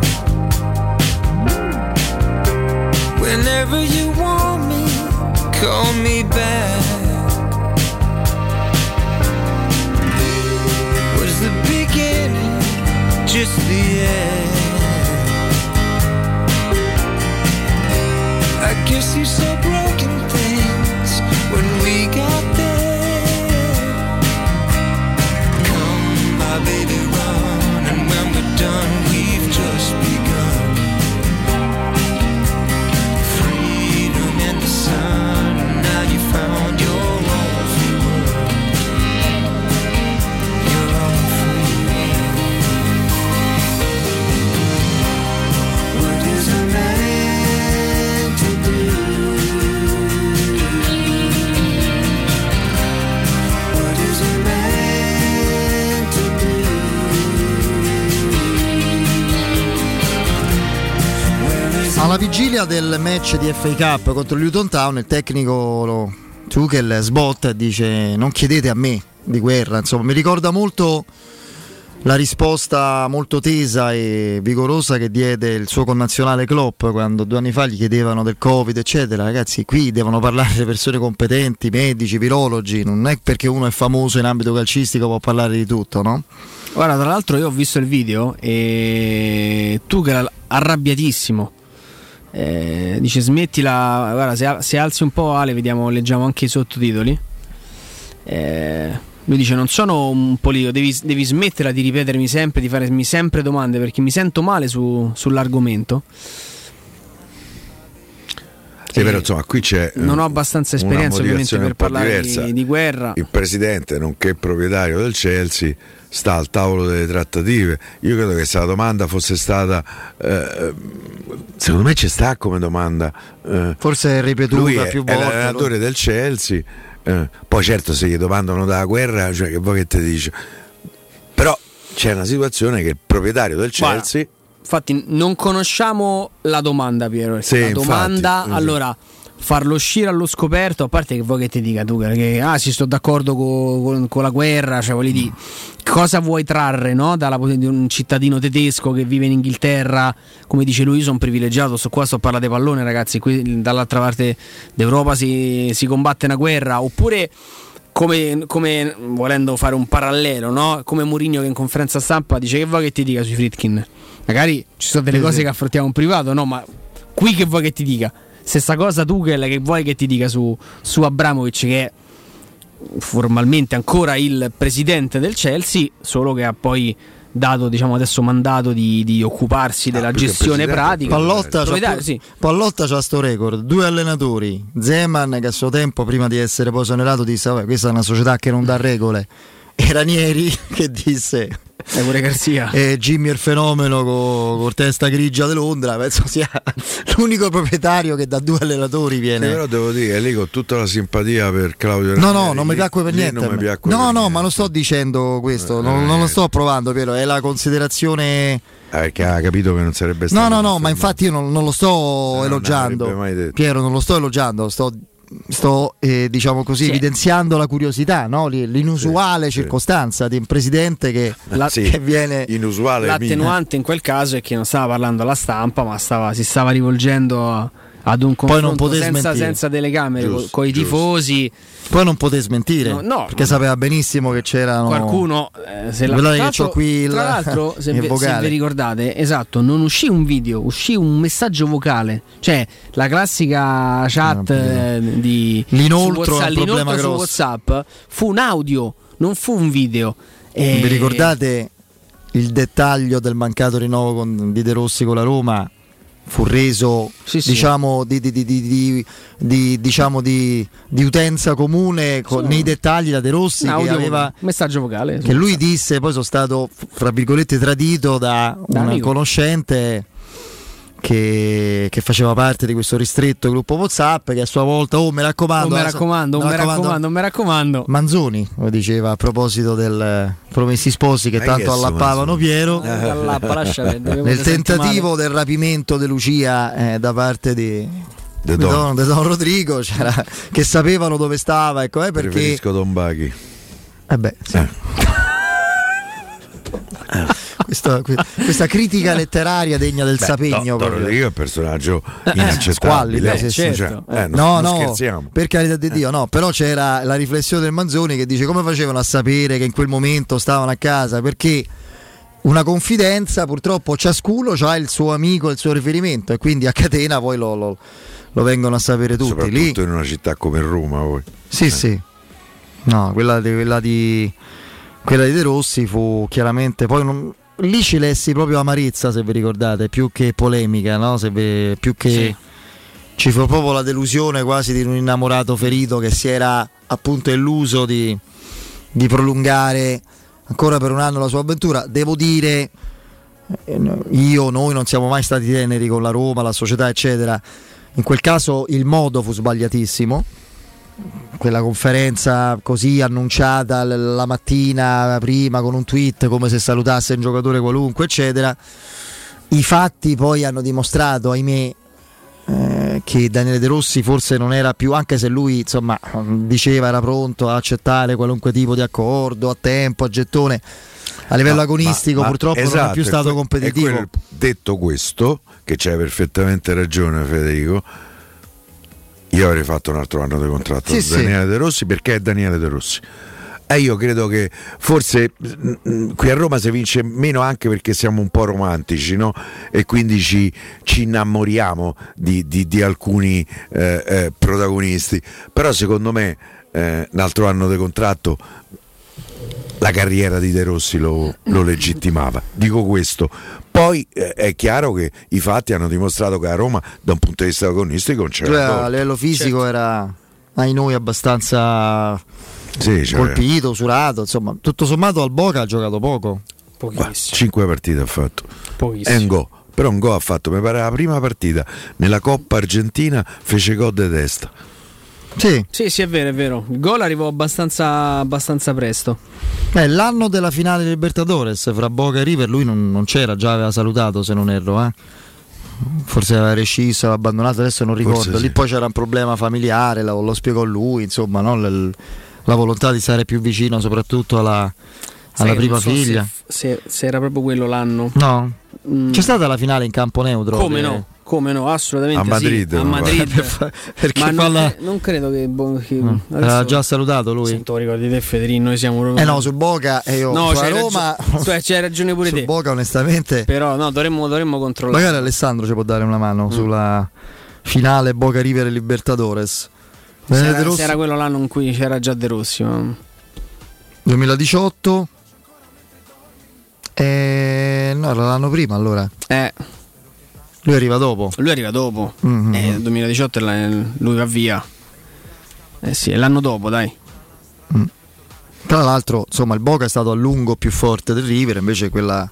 Whenever you want me, call me back. Was the beginning just the end? I guess you saw broken things when we got there. Come, my baby, run, and when we're done, we've just begun. Freedom in the sun. Alla vigilia del match di FA Cup contro il Luton Town, il tecnico Tuchel sbotta e dice: non chiedete a me di guerra. Insomma, mi ricorda molto la risposta molto tesa e vigorosa che diede il suo connazionale Klopp quando 2 anni fa gli chiedevano del Covid eccetera. Ragazzi, qui devono parlare le persone competenti, medici, virologi, non è perché uno è famoso in ambito calcistico può parlare di tutto, no? Guarda, tra l'altro io ho visto il video e Tuchel arrabbiatissimo, dice smettila, guarda, se alzi un po' Ale leggiamo anche i sottotitoli. Lui dice: non sono un politico, devi smetterla di ripetermi sempre, di farmi sempre domande perché mi sento male sull'argomento. Sì, però insomma qui c'è non ho abbastanza esperienza ovviamente per parlare di guerra. Il presidente, nonché proprietario del Chelsea, sta al tavolo delle trattative. Io credo che se la domanda fosse stata secondo me ci sta come domanda, forse è ripetuta lui più volte, è l'allenatore del Chelsea, poi certo se gli domandano dalla guerra, cioè che vuoi che ti dice, però c'è una situazione che il proprietario del Chelsea, guarda, infatti non conosciamo la domanda, Piero. Sì, la domanda, infatti, allora, farlo uscire allo scoperto, a parte che vuoi che ti dica tu che si sto d'accordo con la guerra, cioè voglio dire, cosa vuoi trarre, no? Di un cittadino tedesco che vive in Inghilterra, come dice lui, io sono privilegiato, sto a parlare di pallone, ragazzi, qui dall'altra parte d'Europa si combatte una guerra, oppure come volendo fare un parallelo, no? Come Mourinho che in conferenza stampa dice: che vuoi che ti dica sui Friedkin? Magari ci sono delle cose che affrontiamo in privato, no? Ma qui che vuoi che ti dica? Stessa cosa Tuchel, che vuoi che ti dica su Abramovich, che è formalmente ancora il presidente del Chelsea, solo che ha poi dato, diciamo, adesso mandato di occuparsi della gestione pratica. Pallotta c'ha sto record, 2 allenatori, Zeman che a suo tempo prima di essere poi esonerato disse: vabbè, questa è una società che non dà regole, e Ranieri che disse pure Garcia, Jimmy il fenomeno con testa grigia di Londra, penso sia l'unico proprietario che da 2 allenatori viene. Sì, però devo dire, lì con tutta la simpatia per Claudio no, Ranieri, non mi piacque per niente. No, ma non sto dicendo questo, non lo sto provando, Piero, è la considerazione perché ha capito che non sarebbe stato. No, ma infatti io non lo sto elogiando, Piero, non lo sto elogiando, sto diciamo così, evidenziando la curiosità, no? L'inusuale circostanza di un presidente che viene inusuale. L'attenuante in quel caso è che non stava parlando alla stampa, ma si stava rivolgendo ad un confronto senza telecamere con i tifosi. Poi non potete smentire, perché sapeva benissimo che c'erano qualcuno. Tra l'altro, se vi ricordate, esatto, non uscì un video, uscì un messaggio vocale, cioè la classica chat di l'inoltro su WhatsApp fu un audio, non fu un video. Vi ricordate il dettaglio del mancato rinnovo di De Rossi con la Roma? Fu reso diciamo di utenza comune nei dettagli da De Rossi, che aveva un messaggio vocale che lui disse, poi sono stato fra virgolette tradito da un conoscente che faceva parte di questo ristretto gruppo WhatsApp, che a sua volta mi raccomando Manzoni lo diceva a proposito del Promessi Sposi, che tanto allappavano Piero nel tentativo del rapimento di Lucia da parte di Don Rodrigo, che sapevano dove stava, ecco, perché preferisco Don Baghi. Questa critica letteraria degna del Sapegno. Don Rodrigo è un personaggio inaccettabile. Certo. Non scherziamo. Per carità di Dio, no. Però c'era la riflessione del Manzoni che dice: come facevano a sapere che in quel momento stavano a casa? Perché una confidenza, purtroppo ciascuno ha il suo amico, il suo riferimento, e quindi a catena poi lo vengono a sapere tutti. Soprattutto in una città come Roma poi. Sì. No, quella di De Rossi fu chiaramente poi lì ci lessi proprio amarezza, se vi ricordate, più che polemica, no? Più che ci fu proprio la delusione quasi di un innamorato ferito che si era appunto illuso di prolungare ancora per un anno la sua avventura. Devo dire, noi non siamo mai stati teneri con la Roma, la società eccetera. In quel caso il modo fu sbagliatissimo, quella conferenza così annunciata la mattina prima con un tweet come se salutasse un giocatore qualunque eccetera. I fatti poi hanno dimostrato, ahimè, che Daniele De Rossi forse non era più, anche se lui insomma diceva era pronto a accettare qualunque tipo di accordo a tempo, a gettone, a livello agonistico purtroppo non è più stato competitivo. Detto questo, che c'hai perfettamente ragione Federico, io avrei fatto un altro anno di contratto con Daniele De Rossi, perché è Daniele De Rossi. Io credo che forse qui a Roma si vince meno anche perché siamo un po' romantici, no? E quindi ci innamoriamo di alcuni protagonisti, però secondo me un altro anno di contratto la carriera di De Rossi lo legittimava. Dico questo. Poi è chiaro che i fatti hanno dimostrato che a Roma da un punto di vista agonistico non c'era a livello fisico era ai noi abbastanza colpito, usurato, insomma tutto sommato al Boca ha giocato poco, pochissimo. 5 partite ha fatto, pochissimo. È un go, però un go ha fatto, mi pare la prima partita nella Coppa Argentina fece gol de testa. Sì, è vero. Il gol arrivò abbastanza presto. L'anno della finale Libertadores fra Boca e River lui non c'era, già aveva salutato se non erro, forse aveva rescisso, aveva abbandonato, adesso non ricordo. Lì poi c'era un problema familiare, lo spiegò lui, insomma, no? La volontà di stare più vicino soprattutto alla prima figlia. Se era proprio quello l'anno. No. C'è stata la finale in campo neutro? Come no, assolutamente a Madrid, sì. A Madrid. Perché non credo che aveva già salutato lui. Se tu ricordi te Federino, noi siamo proprio no, su Boca e io su Roma. C'hai ragione pure su te. Su Boca onestamente. Però no, dovremmo controllare. Magari Alessandro ci può dare una mano sulla finale Boca River e Libertadores. Se era quello l'anno in cui c'era già De Rossi. 2018. No, era l'anno prima allora. Lui arriva dopo. 2018 lui va via. Sì, è l'anno dopo, dai. Tra l'altro, insomma, il Boca è stato a lungo più forte del River, invece quella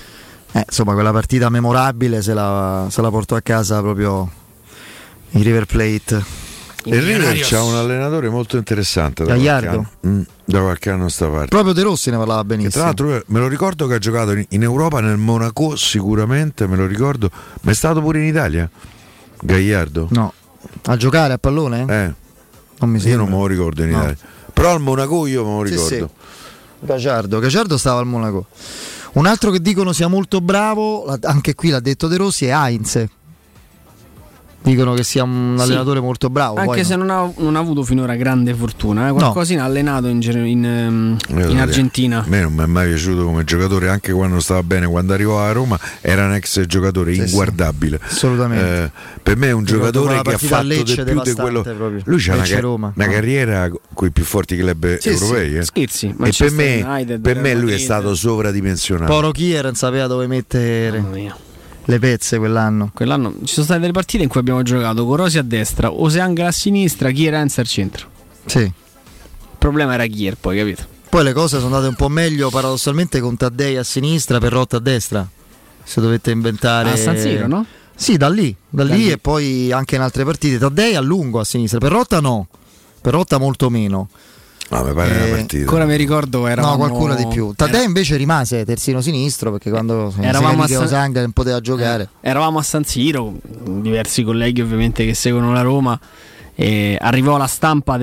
partita memorabile se la portò a casa proprio il River Plate. Il River c'ha un allenatore molto interessante Gallardo. Da qualche anno a sta parte. Proprio De Rossi ne parlava benissimo. Tra l'altro me lo ricordo che ha giocato in Europa, nel Monaco sicuramente, me lo ricordo, ma è stato pure in Italia Gallardo? No. A giocare a pallone? Non mi sembra. Io non me lo ricordo in Italia. Però al Monaco io me lo ricordo. Sì. Gallardo stava al Monaco. Un altro che dicono sia molto bravo, anche qui l'ha detto De Rossi, è Heinz. Dicono che sia un allenatore molto bravo. Anche se non ha avuto finora grande fortuna. Qualcosina ha allenato in Argentina. A me non mi è mai piaciuto come giocatore, anche quando stava bene. Quando arrivò a Roma era un ex giocatore inguardabile. Assolutamente. Per me è un giocatore che ha fatto di più di quello. Proprio. Lui c'ha una carriera con i più forti club europei. Scherzi. E per me lui è stato sovradimensionato. Poro Kier non sapeva dove mettere le pezze quell'anno ci sono state delle partite in cui abbiamo giocato con Rosi a destra, Oseangel a sinistra, Kier Heinz al centro. Il problema era Kier, poi, capito? Poi le cose sono andate un po' meglio paradossalmente con Taddei a sinistra, Perrotta a destra, se dovete inventare a San Siro, no? Sì, da lì e poi anche in altre partite. Taddei a lungo a sinistra, Perrotta molto meno. No, mi pare una partita. Ancora mi ricordo qualcuno di più. Taddei invece rimase terzino sinistro perché quando eravamo a Oseangel non poteva giocare. Eravamo a San Siro, diversi colleghi ovviamente che seguono la Roma, e arrivò la stampa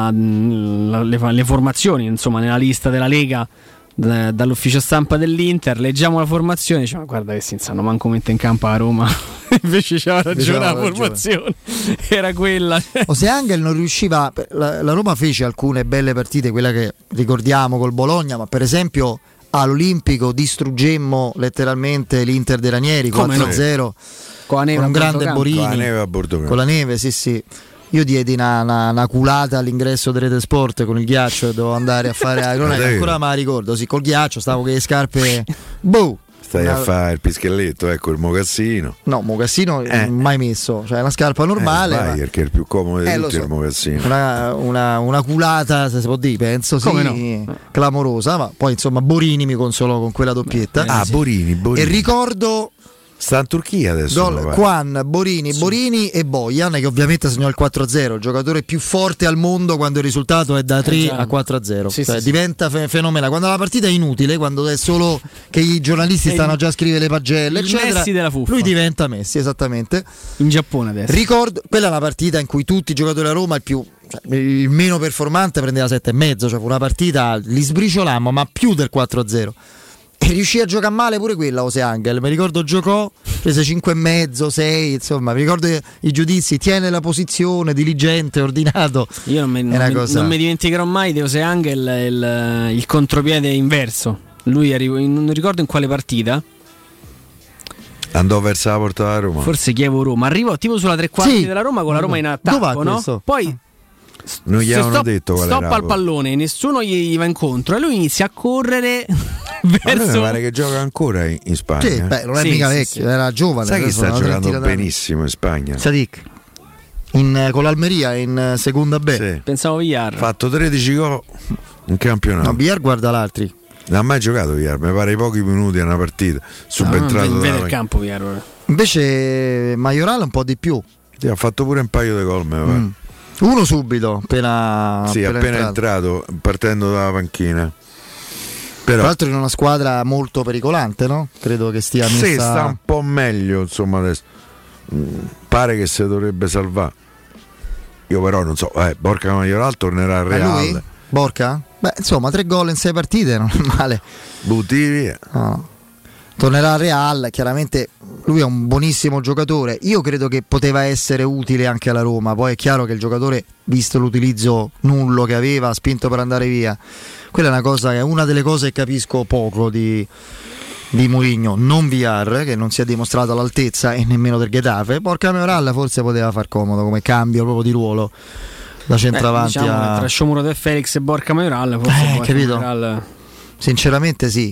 le formazioni, insomma, nella lista della Lega dall'ufficio stampa dell'Inter. Leggiamo la formazione, diciamo: ma guarda che si sanno manco mette in campo a Roma. Invece c'era ragione la formazione, era quella. Oseangel non riusciva. La Roma fece alcune belle partite, quella che ricordiamo col Bologna, ma per esempio all'Olimpico distruggemmo letteralmente l'Inter dei Ranieri 4-0 con un grande Borini, con la neve, sì. Io diedi una culata all'ingresso di Rete Sport con il ghiaccio, dovevo andare a fare non è ancora me la ricordo, col ghiaccio stavo con le scarpe stai a fare il pischelletto, ecco il mocassino. No, mocassino mai messo, cioè una scarpa normale. Perché è il più comodo di tutti il mocassino. Una culata, se si può dire, penso, clamorosa, ma poi insomma Borini mi consolò con quella doppietta. Borini. E ricordo Sta in Turchia adesso. Juan, Borini e Bojan, che ovviamente segnò il 4-0, il giocatore più forte al mondo quando il risultato è da 3 a 4-0. Sì, cioè, sì, diventa fenomenale. Quando la partita è inutile, quando è solo che i giornalisti stanno già a scrivere le pagelle, il eccetera, Messi della fuffa. lui diventa Messi, esattamente. In Giappone adesso. Ricordo, quella è una partita in cui tutti i giocatori a Roma, il meno performante prendeva 7,5, cioè fu una partita, li sbriciolammo, ma più del 4-0. E riuscì a giocare male pure quella José Angel, mi ricordo giocò, prese 5,5, 6, insomma mi ricordo i giudizi, tiene la posizione, diligente, ordinato. Io non mi dimenticherò mai di José Angel il contropiede inverso. Lui non ricordo in quale partita, andò verso la porta della Roma, forse Chievo-Roma, arrivò tipo sulla tre quarti della Roma con la Roma in attacco, no? Poi non gli avevano detto qual era. Stoppa il pallone, nessuno gli va incontro e lui inizia a correre verso. Mi pare che gioca ancora in Spagna. Sì, non è mica vecchio, era giovane. Sai chi sta giocando benissimo in Spagna? Sadik. Con l'Almeria in seconda B. Sì. Pensavo Villar. Ha fatto 13 gol in campionato. No, Villar guarda l'altri. Non ha mai giocato Villar, mi pare pochi minuti a una partita. Subentrato non vede il campo Villar. Invece Majoral un po' di più. Sì, ha fatto pure un paio di gol, mi pare. Uno subito, appena entrato, partendo dalla panchina. Però, tra l'altro in una squadra molto pericolante, no? Credo che stia messa... Sì, sta un po' meglio, insomma, adesso. Pare che si dovrebbe salvare. Io però non so, Borca Majoral tornerà al Real. Lui? Borca? Beh, insomma, 3 gol in 6 partite, non è male. Butti via. No. Tornerà al Real, chiaramente lui è un buonissimo giocatore, io credo che poteva essere utile anche alla Roma, poi è chiaro che il giocatore, visto l'utilizzo nullo che aveva, ha spinto per andare via. Quella è una cosa, è una delle cose che capisco poco di Mourinho, non Villar, che non si è dimostrato all'altezza e nemmeno del Getafe. Borca Majoral forse poteva far comodo come cambio proprio di ruolo da centravanti diciamo tra Sciomuro De Felix e Borca Majoral forse capito? Majoral... Sinceramente sì,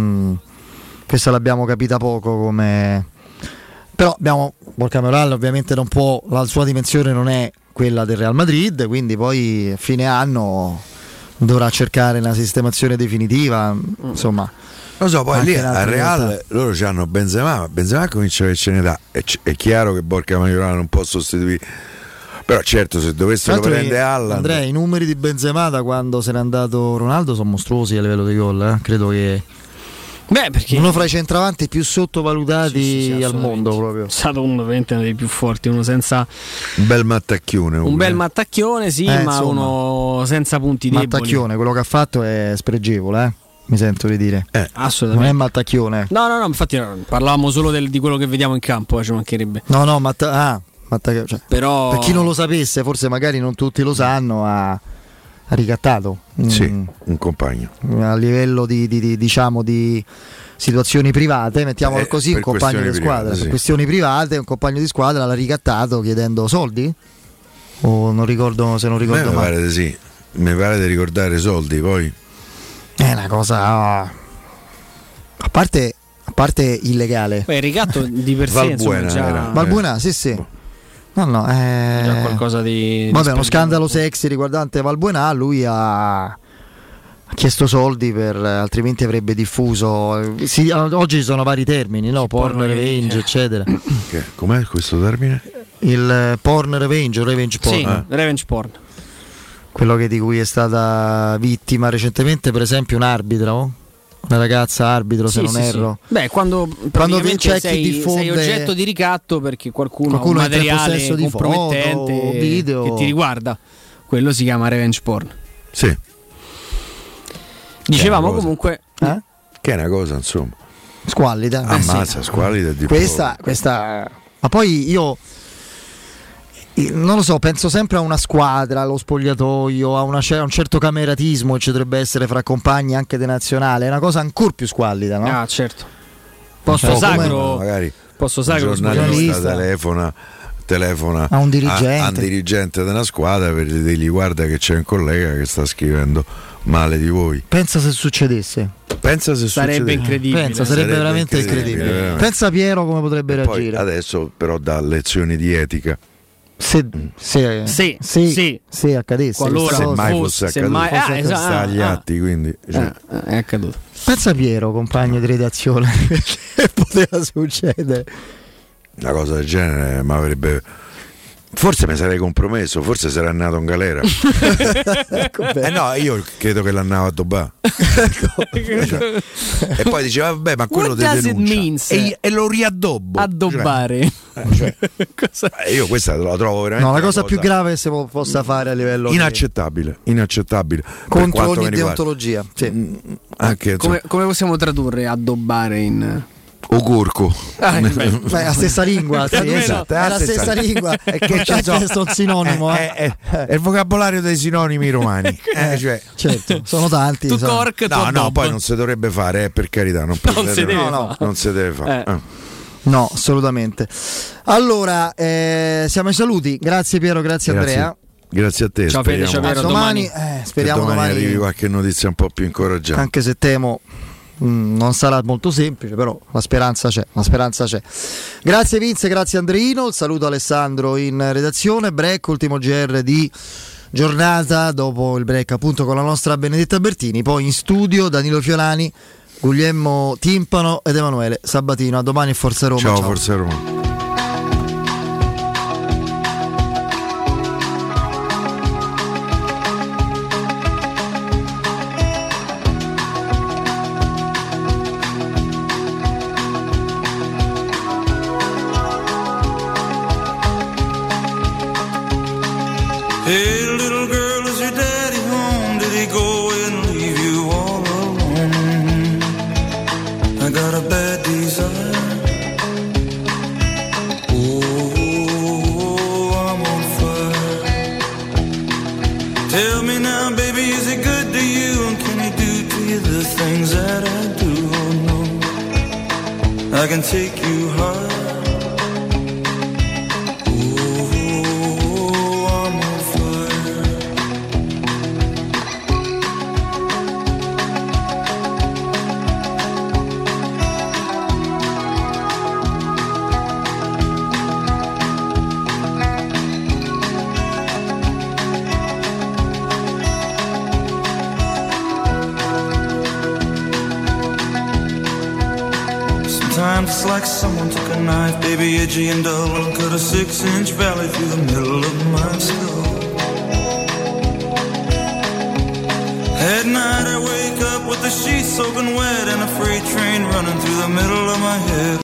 questa l'abbiamo capita poco come... Però Borca Majoral ovviamente non può, la sua dimensione non è quella del Real Madrid, quindi poi a fine anno dovrà cercare una sistemazione definitiva, insomma. Lo so, poi lì al Real loro hanno Benzema comincia a averci un'età, è chiaro che Borca Majoral non può sostituire, però certo se dovessero prendere Haaland. Andrea, i numeri di Benzema da quando se n'è andato Ronaldo sono mostruosi a livello di gol, credo che perché uno fra i centravanti più sottovalutati al mondo, proprio. È stato uno dei più forti, uno senza un bel mattacchione. Un bel mattacchione, sì, ma insomma, uno senza punti deboli. Mattacchione, quello che ha fatto è spregevole, mi sento di dire. Assolutamente. Non è mattacchione. No, infatti parlavamo solo di quello che vediamo in campo, ci mancherebbe. No, cioè, però per chi non lo sapesse, forse magari non tutti lo sanno, ha ricattato un compagno a livello di situazioni private, mettiamolo così, un compagno di squadra private, questioni private, un compagno di squadra l'ha ricattato chiedendo soldi o non ricordo, se non ricordo male. Mi pare di sì, mi pare di ricordare soldi, poi è una cosa a parte illegale. Il ricatto di per sé Valbuena, sì. No, già qualcosa di uno scandalo sexy riguardante Valbuena. Lui ha chiesto soldi altrimenti avrebbe diffuso. Oggi ci sono vari termini, no? Porn revenge, eccetera. Com'è questo termine? Il porn revenge o revenge porn? Sì, revenge porn. Quello di cui è stata vittima recentemente, per esempio, un arbitro. Una ragazza arbitro, se non erro. Beh, quando c'è chi diffonde, sei oggetto di ricatto perché qualcuno ha un materiale compromettente, foto, video che ti riguarda, quello si chiama revenge porn. Sì. Dicevamo comunque che è una cosa, insomma, squallida. Ammazza, squallida di questa. Ma poi io non lo so, penso sempre a una squadra, allo spogliatoio, a un certo cameratismo che ci dovrebbe essere fra compagni anche di nazionale, è una cosa ancora più squallida, no? Ah, certo. Posto sacro, un giornalista telefona a un dirigente della squadra per dirgli: guarda che c'è un collega che sta scrivendo male di voi. Pensa se succedesse. Sarebbe incredibile. Sarebbe veramente incredibile. Pensa Piero come potrebbe reagire. Poi adesso però dà lezioni di etica. Se accadesse, qualora se mai fosse accaduto, sta agli atti, quindi è accaduto. Pensa Piero, compagno di redazione, che poteva succedere. Una cosa del genere mi avrebbe. Forse mi sarei compromesso, forse sarà nato in galera. No, io credo che l'annavo a Dobà. E poi diceva vabbè, ma quello ti denuncia e lo riaddobbo. Addobbare. Io questa la trovo veramente. No, la cosa più grave che si possa fare a livello inaccettabile. Contro ogni deontologia. Sì. Anche, come possiamo tradurre addobbare in Ogurco. Beh, la stessa lingua, sì, esatto, è la stessa lingua. È che c'è un sinonimo. È il vocabolario dei sinonimi romani. Cioè. Certo, sono tanti. Tu cork, no, poi non si dovrebbe fare, per carità, non si deve fare. No, assolutamente. Allora, siamo ai saluti. Grazie Piero, grazie Andrea. Grazie a te. Ciao Fede, ciao Piero, domani. Speriamo domani arrivi qualche notizia un po' più incoraggiante. Anche se temo non sarà molto semplice, però la speranza c'è. Grazie Vince, grazie Andreino, il saluto Alessandro in redazione. Break, ultimo GR di giornata, dopo il break appunto con la nostra Benedetta Bertini, poi in studio Danilo Fiolani, Guglielmo Timpano ed Emanuele Sabatino. A domani e Forza Roma. Ciao. Forza Roma. Hey little girl, is your daddy home? Did he go and leave you all alone? I got a bad desire. Oh, I'm on fire. Tell me now, baby, is he good to you? And can he do to you the things that I do? Oh no, I can take you high. Sometimes it's like someone took a knife, baby, edgy and dull, and cut a 6-inch valley through the middle of my skull. At night I wake up with the sheets soaking wet and a freight train running through the middle of my head.